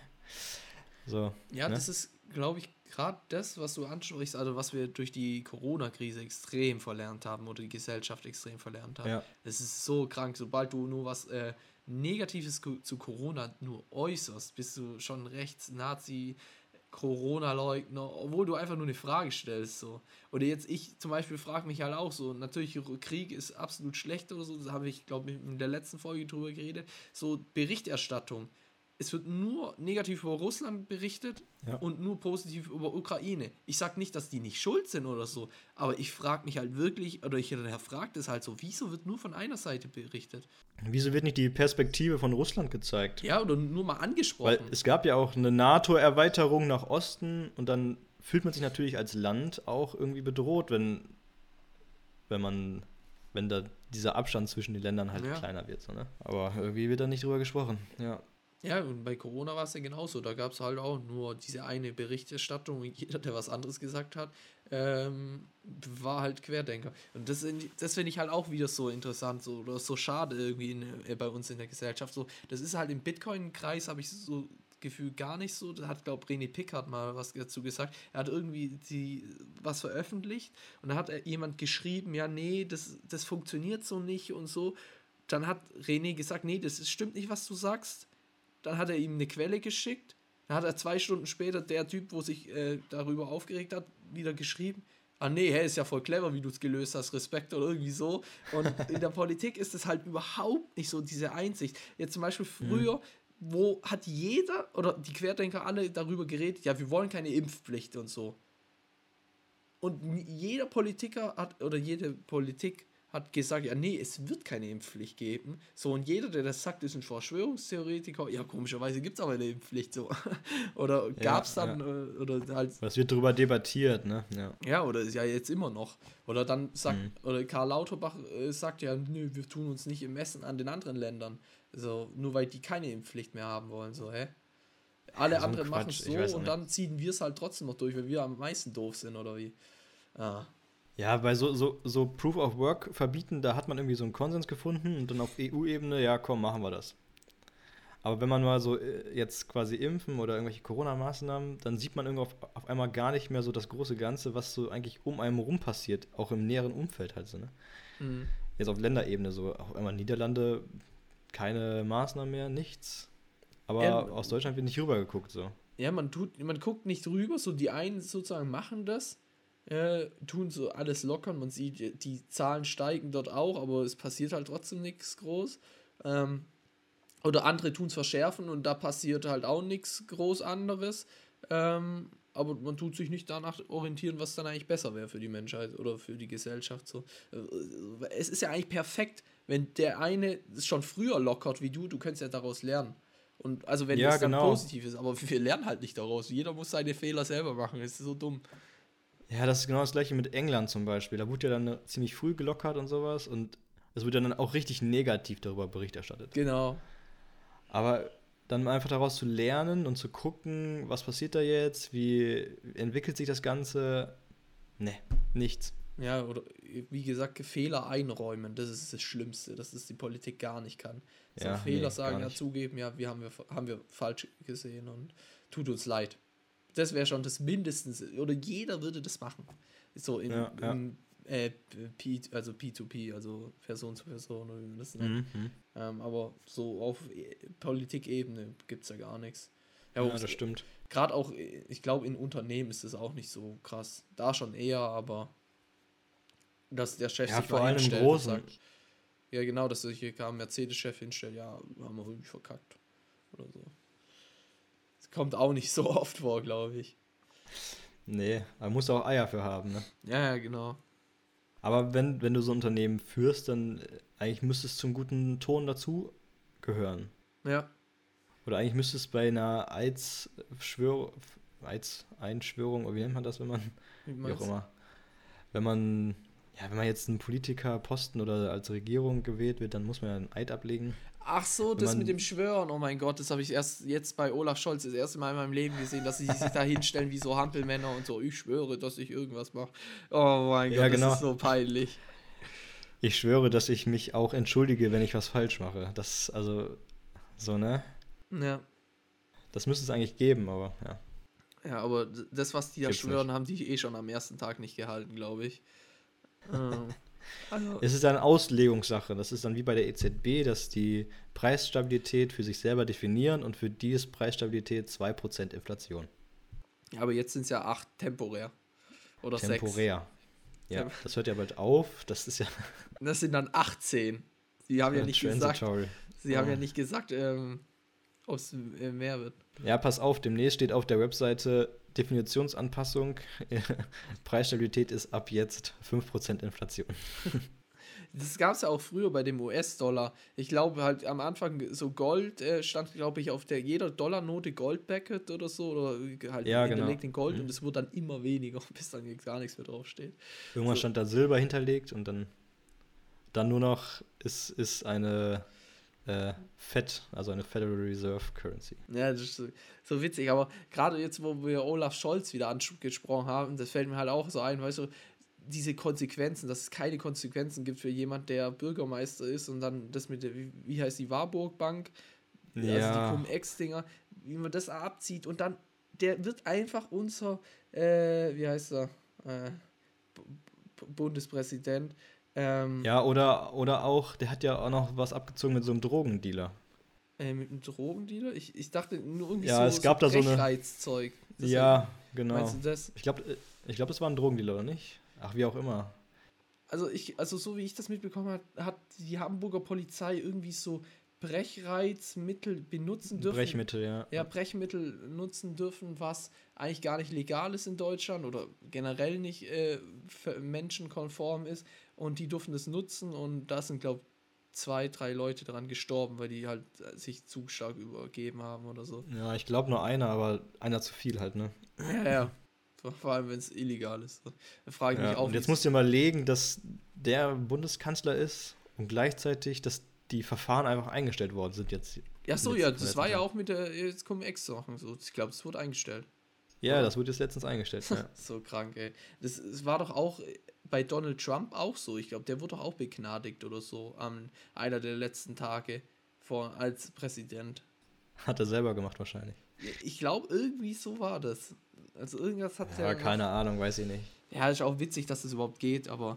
So, Ja, ne? das ist, glaube ich, gerade das, was du ansprichst, also was wir durch die Corona-Krise extrem verlernt haben oder die Gesellschaft extrem verlernt hat. Ja. Es ist so krank, sobald du nur was äh, Negatives ku- zu Corona nur äußerst, bist du schon rechts, Nazi, Corona-Leugner, obwohl du einfach nur eine Frage stellst. So. Oder jetzt ich zum Beispiel frage mich halt auch so, natürlich Krieg ist absolut schlecht oder so, das habe ich, glaube ich, in der letzten Folge drüber geredet, so Berichterstattung. Es wird nur negativ über Russland berichtet Ja. und nur positiv über Ukraine. Ich sage nicht, dass die nicht schuld sind oder so, aber ich frage mich halt wirklich, oder ich hinterfrage das halt so, wieso wird nur von einer Seite berichtet? Wieso wird nicht die Perspektive von Russland gezeigt? Ja, oder nur mal angesprochen. Weil es gab ja auch eine NATO-Erweiterung nach Osten und dann fühlt man sich natürlich als Land auch irgendwie bedroht, wenn, wenn man, wenn da dieser Abstand zwischen den Ländern halt Ja. kleiner wird. So, ne? Aber irgendwie wird da nicht drüber gesprochen. Ja. Ja, und bei Corona war es ja genauso. Da gab es halt auch nur diese eine Berichterstattung und jeder, der was anderes gesagt hat, ähm, war halt Querdenker. Und das, in- das finde ich halt auch wieder so interessant so, oder so schade irgendwie in, äh, bei uns in der Gesellschaft. So, das ist halt im Bitcoin-Kreis, habe ich so Gefühl gar nicht so. Da hat, glaube ich, René Pickard mal was dazu gesagt. Er hat irgendwie die, was veröffentlicht und da hat er jemand geschrieben, ja, nee, das, das funktioniert so nicht und so. Dann hat René gesagt, nee, das ist, stimmt nicht, was du sagst. Dann hat er ihm eine Quelle geschickt. Dann hat er zwei Stunden später der Typ, wo sich äh, darüber aufgeregt hat, wieder geschrieben. Ah nee, hey, ist ja voll clever, wie du es gelöst hast, Respekt oder irgendwie so. Und in der Politik ist es halt überhaupt nicht so, diese Einsicht. Jetzt zum Beispiel früher, wo hat jeder oder die Querdenker alle darüber geredet, ja, wir wollen keine Impfpflicht und so. Und n- jeder Politiker hat, oder jede Politik hat gesagt, ja, nee, es wird keine Impfpflicht geben. So, und jeder, der das sagt, ist ein Verschwörungstheoretiker. Ja, komischerweise gibt es aber eine Impfpflicht. So. Oder gab es dann, ja. äh, oder halt, Was wird darüber debattiert, ne? Ja. ja, oder ist ja jetzt immer noch. Oder dann sagt, Mhm. oder Karl Lauterbach äh, sagt ja, nö, wir tun uns nicht im Messen an den anderen Ländern. So, nur weil die keine Impfpflicht mehr haben wollen. So, hä? Alle Ja, so ein anderen machen Quatsch, es ich so weiß auch und nicht. dann ziehen wir es halt trotzdem noch durch, weil wir am meisten doof sind, oder wie? Ah. Ja, bei so, so, so Proof of Work verbieten, da hat man irgendwie so einen Konsens gefunden und dann auf E U-Ebene, ja komm, machen wir das. Aber wenn man mal so äh, jetzt quasi impfen oder irgendwelche Corona-Maßnahmen, dann sieht man irgendwie auf, auf einmal gar nicht mehr so das große Ganze, was so eigentlich um einen rum passiert, auch im näheren Umfeld halt so, ne? Mhm. Jetzt auf Länderebene so, auf einmal Niederlande, keine Maßnahmen mehr, nichts. Aber Ja, aus Deutschland wird nicht rübergeguckt so. Ja, man tut, man guckt nicht drüber, so die einen sozusagen machen das, äh, tun so alles lockern, man sieht, die die Zahlen steigen dort auch, aber es passiert halt trotzdem nichts groß. Ähm, oder andere tun es verschärfen und da passiert halt auch nichts groß anderes. Ähm, aber man tut sich nicht danach orientieren, was dann eigentlich besser wäre für die Menschheit oder für die Gesellschaft. So. Äh, Es ist ja eigentlich perfekt, wenn der eine es schon früher lockert wie du, du könntest ja daraus lernen. Und also wenn Ja, das dann genau. positiv ist, aber wir lernen halt nicht daraus. Jeder muss seine Fehler selber machen. Es ist so dumm. Ja, das ist genau das gleiche mit England zum Beispiel. Da wurde ja dann ziemlich früh gelockert und sowas und es wird ja dann auch richtig negativ darüber Bericht erstattet. Genau. Aber dann einfach daraus zu lernen und zu gucken, was passiert da jetzt, wie entwickelt sich das Ganze, ne, nichts. Ja, oder wie gesagt, Fehler einräumen, das ist das Schlimmste, dass das die Politik gar nicht kann. So Ja, Fehler nee, sagen, gar ja, nicht. zugeben, ja, wir haben wir, haben wir falsch gesehen und tut uns leid. Das wäre schon das Mindestens, oder jeder würde das machen. So in, Ja, ja. in äh, P, also P zwei P, also Person zu Person, oder wie man das nennt. Mhm. Ähm, aber so auf e- Politikebene gibt es ja gar nichts. Ja, Ja, das stimmt. gerade auch, äh, ich glaube, in Unternehmen ist das auch nicht so krass. Da schon eher, aber dass der Chef Ja, sich vor mal allem im hinstellt und Großen. sagt, ja genau, dass sich hier kam Mercedes-Chef hinstellt, ja, haben wir irgendwie verkackt. Oder so. Das kommt auch nicht so oft vor, glaube ich. Nee, man muss auch Eier für haben, ne? Ja, ja, genau. Aber wenn, wenn du so ein Unternehmen führst, dann äh, eigentlich müsste es zum guten Ton dazu gehören. Ja, Oder eigentlich müsste es bei einer Eidsschwör Eidseinschwörung, oder wie nennt man das, wenn man, wie wie auch meinst du? immer, wenn man Ja, wenn man jetzt einen Politikerposten oder als Regierung gewählt wird, dann muss man ja einen Eid ablegen. Ach so, Wenn das man, mit dem Schwören, oh mein Gott, das habe ich erst jetzt bei Olaf Scholz das erste Mal in meinem Leben gesehen, dass sie sich da hinstellen wie so Hampelmänner und so, ich schwöre, dass ich irgendwas mache. Oh mein ja, Gott, genau. das ist so peinlich. Ich schwöre, dass ich mich auch entschuldige, wenn ich was falsch mache. Das, also, so, ne? Ja. Das müsste es eigentlich geben, aber ja. Ja, aber d- das, was die da Gibt's schwören, nicht. haben die eh schon am ersten Tag nicht gehalten, glaube ich. Ähm, also, Es ist eine Auslegungssache. Das ist dann wie bei der E Z B, dass die Preisstabilität für sich selber definieren und für die ist Preisstabilität zwei Prozent Inflation. ja, aber jetzt sind es ja acht temporär. Oder sechs. Temporär. Ja, Tem- das hört ja bald auf. Das ist ja Das sind dann achtzehn. Sie haben ja nicht gesagt, transitory. sie haben ja Ja. nicht gesagt, ähm, ob es äh, mehr wird. Ja, pass auf, demnächst steht auf der Webseite Definitionsanpassung. Preisstabilität ist ab jetzt fünf Prozent Inflation. Das gab es ja auch früher bei dem U S-Dollar. Ich glaube halt am Anfang so Gold äh, stand, glaube ich, auf der jeder Dollarnote Gold-Backet oder so. Oder halt Ja, hinterlegt genau. in Gold Mhm. und es wurde dann immer weniger, bis dann gar nichts mehr draufsteht. Irgendwann So. stand da Silber hinterlegt und dann, dann nur noch ist, ist eine äh, Fed, also eine Federal Reserve Currency. Ja, das ist so, so witzig, aber gerade jetzt, wo wir Olaf Scholz wieder angesprochen haben, das fällt mir halt auch so ein, weißt du, diese Konsequenzen, dass es keine Konsequenzen gibt für jemand, der Bürgermeister ist und dann das mit der, wie, wie heißt die, Warburg Bank, also die Ja, Cum-Ex-Dinger, wie man das abzieht und dann, der wird einfach unser, äh, wie heißt er, äh, B- B- Bundespräsident, ähm, ja oder, oder auch, der hat ja auch noch was abgezogen mit so einem Drogendealer. äh, mit einem Drogendealer, ich, ich dachte nur irgendwie Ja, so, es gab so da so eine- Brechreizzeug. Das Ja, genau. Meinst du das? Ich glaube, ich glaub, das war ein Drogendealer, oder nicht? Ach, wie auch immer. Also ich, also so wie ich das mitbekommen habe, hat die Hamburger Polizei irgendwie so Brechreizmittel benutzen dürfen. Brechmittel, ja. Ja, Brechmittel nutzen dürfen, was eigentlich gar nicht legal ist in Deutschland oder generell nicht äh, für menschenkonform ist. Und die durften das nutzen und da sind, glaube ich, zwei, drei Leute daran gestorben, weil die halt äh, sich zu stark übergeben haben oder so. Ja, ich glaube nur einer, aber einer zu viel halt, ne? Ja, ja. Vor allem, wenn es illegal ist. Da frage ich Ja, mich auch, und wie jetzt es- musst du dir mal legen, dass der Bundeskanzler ist und gleichzeitig, dass die Verfahren einfach eingestellt worden sind jetzt. Ja, so, letzten- ja, letzten das war ja Tag. auch mit der jetzt Cum-Ex-Sachen so. Ich glaube, es wurde eingestellt. Ja, das wurde jetzt letztens eingestellt. Ja. So krank, ey. Das, das war doch auch bei Donald Trump auch so. Ich glaube, der wurde doch auch begnadigt oder so am einer der letzten Tage vor, als Präsident. Hat er selber gemacht wahrscheinlich. Ich glaube, irgendwie so war das. Also irgendwas hat Ja, der. keine Ahnung, weiß ich nicht. Ja, ist auch witzig, dass das überhaupt geht, aber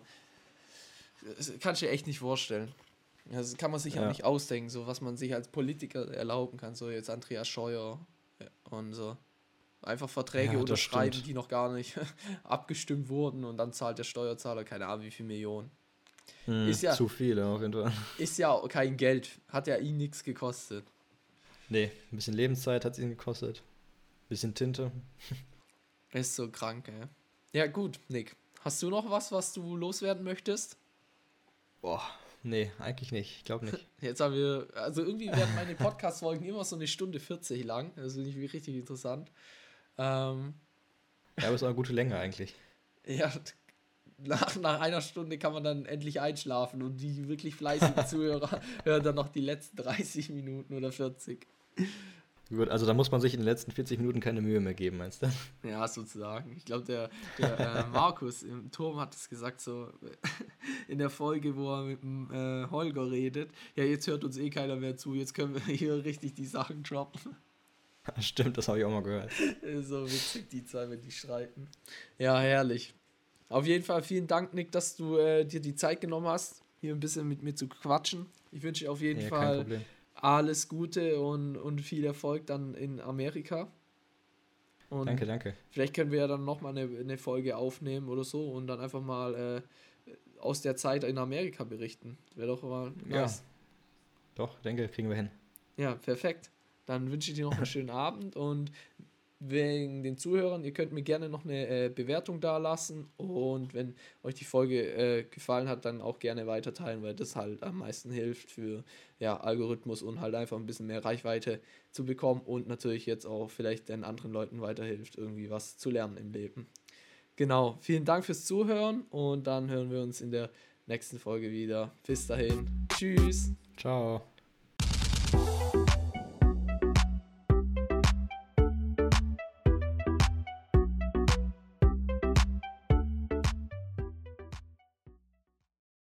das kannst du dir echt nicht vorstellen. Das kann man sich ja Ja. nicht ausdenken, so was man sich als Politiker erlauben kann. So jetzt Andreas Scheuer und so. Einfach Verträge Ja, das unterschreiben, stimmt. die noch gar nicht abgestimmt wurden und dann zahlt der Steuerzahler keine Ahnung wie viel Millionen. Hm, Ist ja- Zu viele auf jeden Fall. Ist ja auch kein Geld, hat ja ihn nichts gekostet. Nee, ein bisschen Lebenszeit hat es ihn gekostet. Bisschen Tinte. Ist so krank, ey. Ja gut, Nick. Hast du noch was, was du loswerden möchtest? Boah, nee, eigentlich nicht. Ich glaube nicht. Jetzt haben wir, also irgendwie werden meine Podcast-Folgen immer so eine Stunde vierzig lang. Das finde ich richtig interessant. Ähm, Ja, aber es ist auch eine gute Länge eigentlich. ja, nach, nach einer Stunde kann man dann endlich einschlafen und die wirklich fleißigen Zuhörer hören dann noch die letzten dreißig Minuten oder vierzig. Gut, also da muss man sich in den letzten vierzig Minuten keine Mühe mehr geben, meinst du? Ja, sozusagen. Ich glaube, der, der äh, Markus im Turm hat es gesagt, so in der Folge, wo er mit dem äh, Holger redet. Ja, jetzt hört uns eh keiner mehr zu, jetzt können wir hier richtig die Sachen droppen. Stimmt, das habe ich auch mal gehört. So witzig, die zwei, wenn die streiten. Ja, herrlich. Auf jeden Fall vielen Dank, Nick, dass du äh, dir die Zeit genommen hast, hier ein bisschen mit mir zu quatschen. Ich wünsche dir auf jeden Ja, kein Fall Problem. alles Gute und, und viel Erfolg dann in Amerika. Und Danke, danke. vielleicht können wir ja dann nochmal eine, eine Folge aufnehmen oder so und dann einfach mal äh, aus der Zeit in Amerika berichten. Wäre doch mal Ja. nice. Doch, denke, kriegen wir hin. Ja, perfekt. Dann wünsche ich dir noch einen schönen Abend und wegen den Zuhörern, ihr könnt mir gerne noch eine äh, Bewertung da lassen und wenn euch die Folge äh, gefallen hat, dann auch gerne weiterteilen, weil das halt am meisten hilft für ja, Algorithmus und halt einfach ein bisschen mehr Reichweite zu bekommen und natürlich jetzt auch vielleicht den anderen Leuten weiterhilft, irgendwie was zu lernen im Leben. Genau, vielen Dank fürs Zuhören und dann hören wir uns in der nächsten Folge wieder. Bis dahin. Tschüss. Ciao.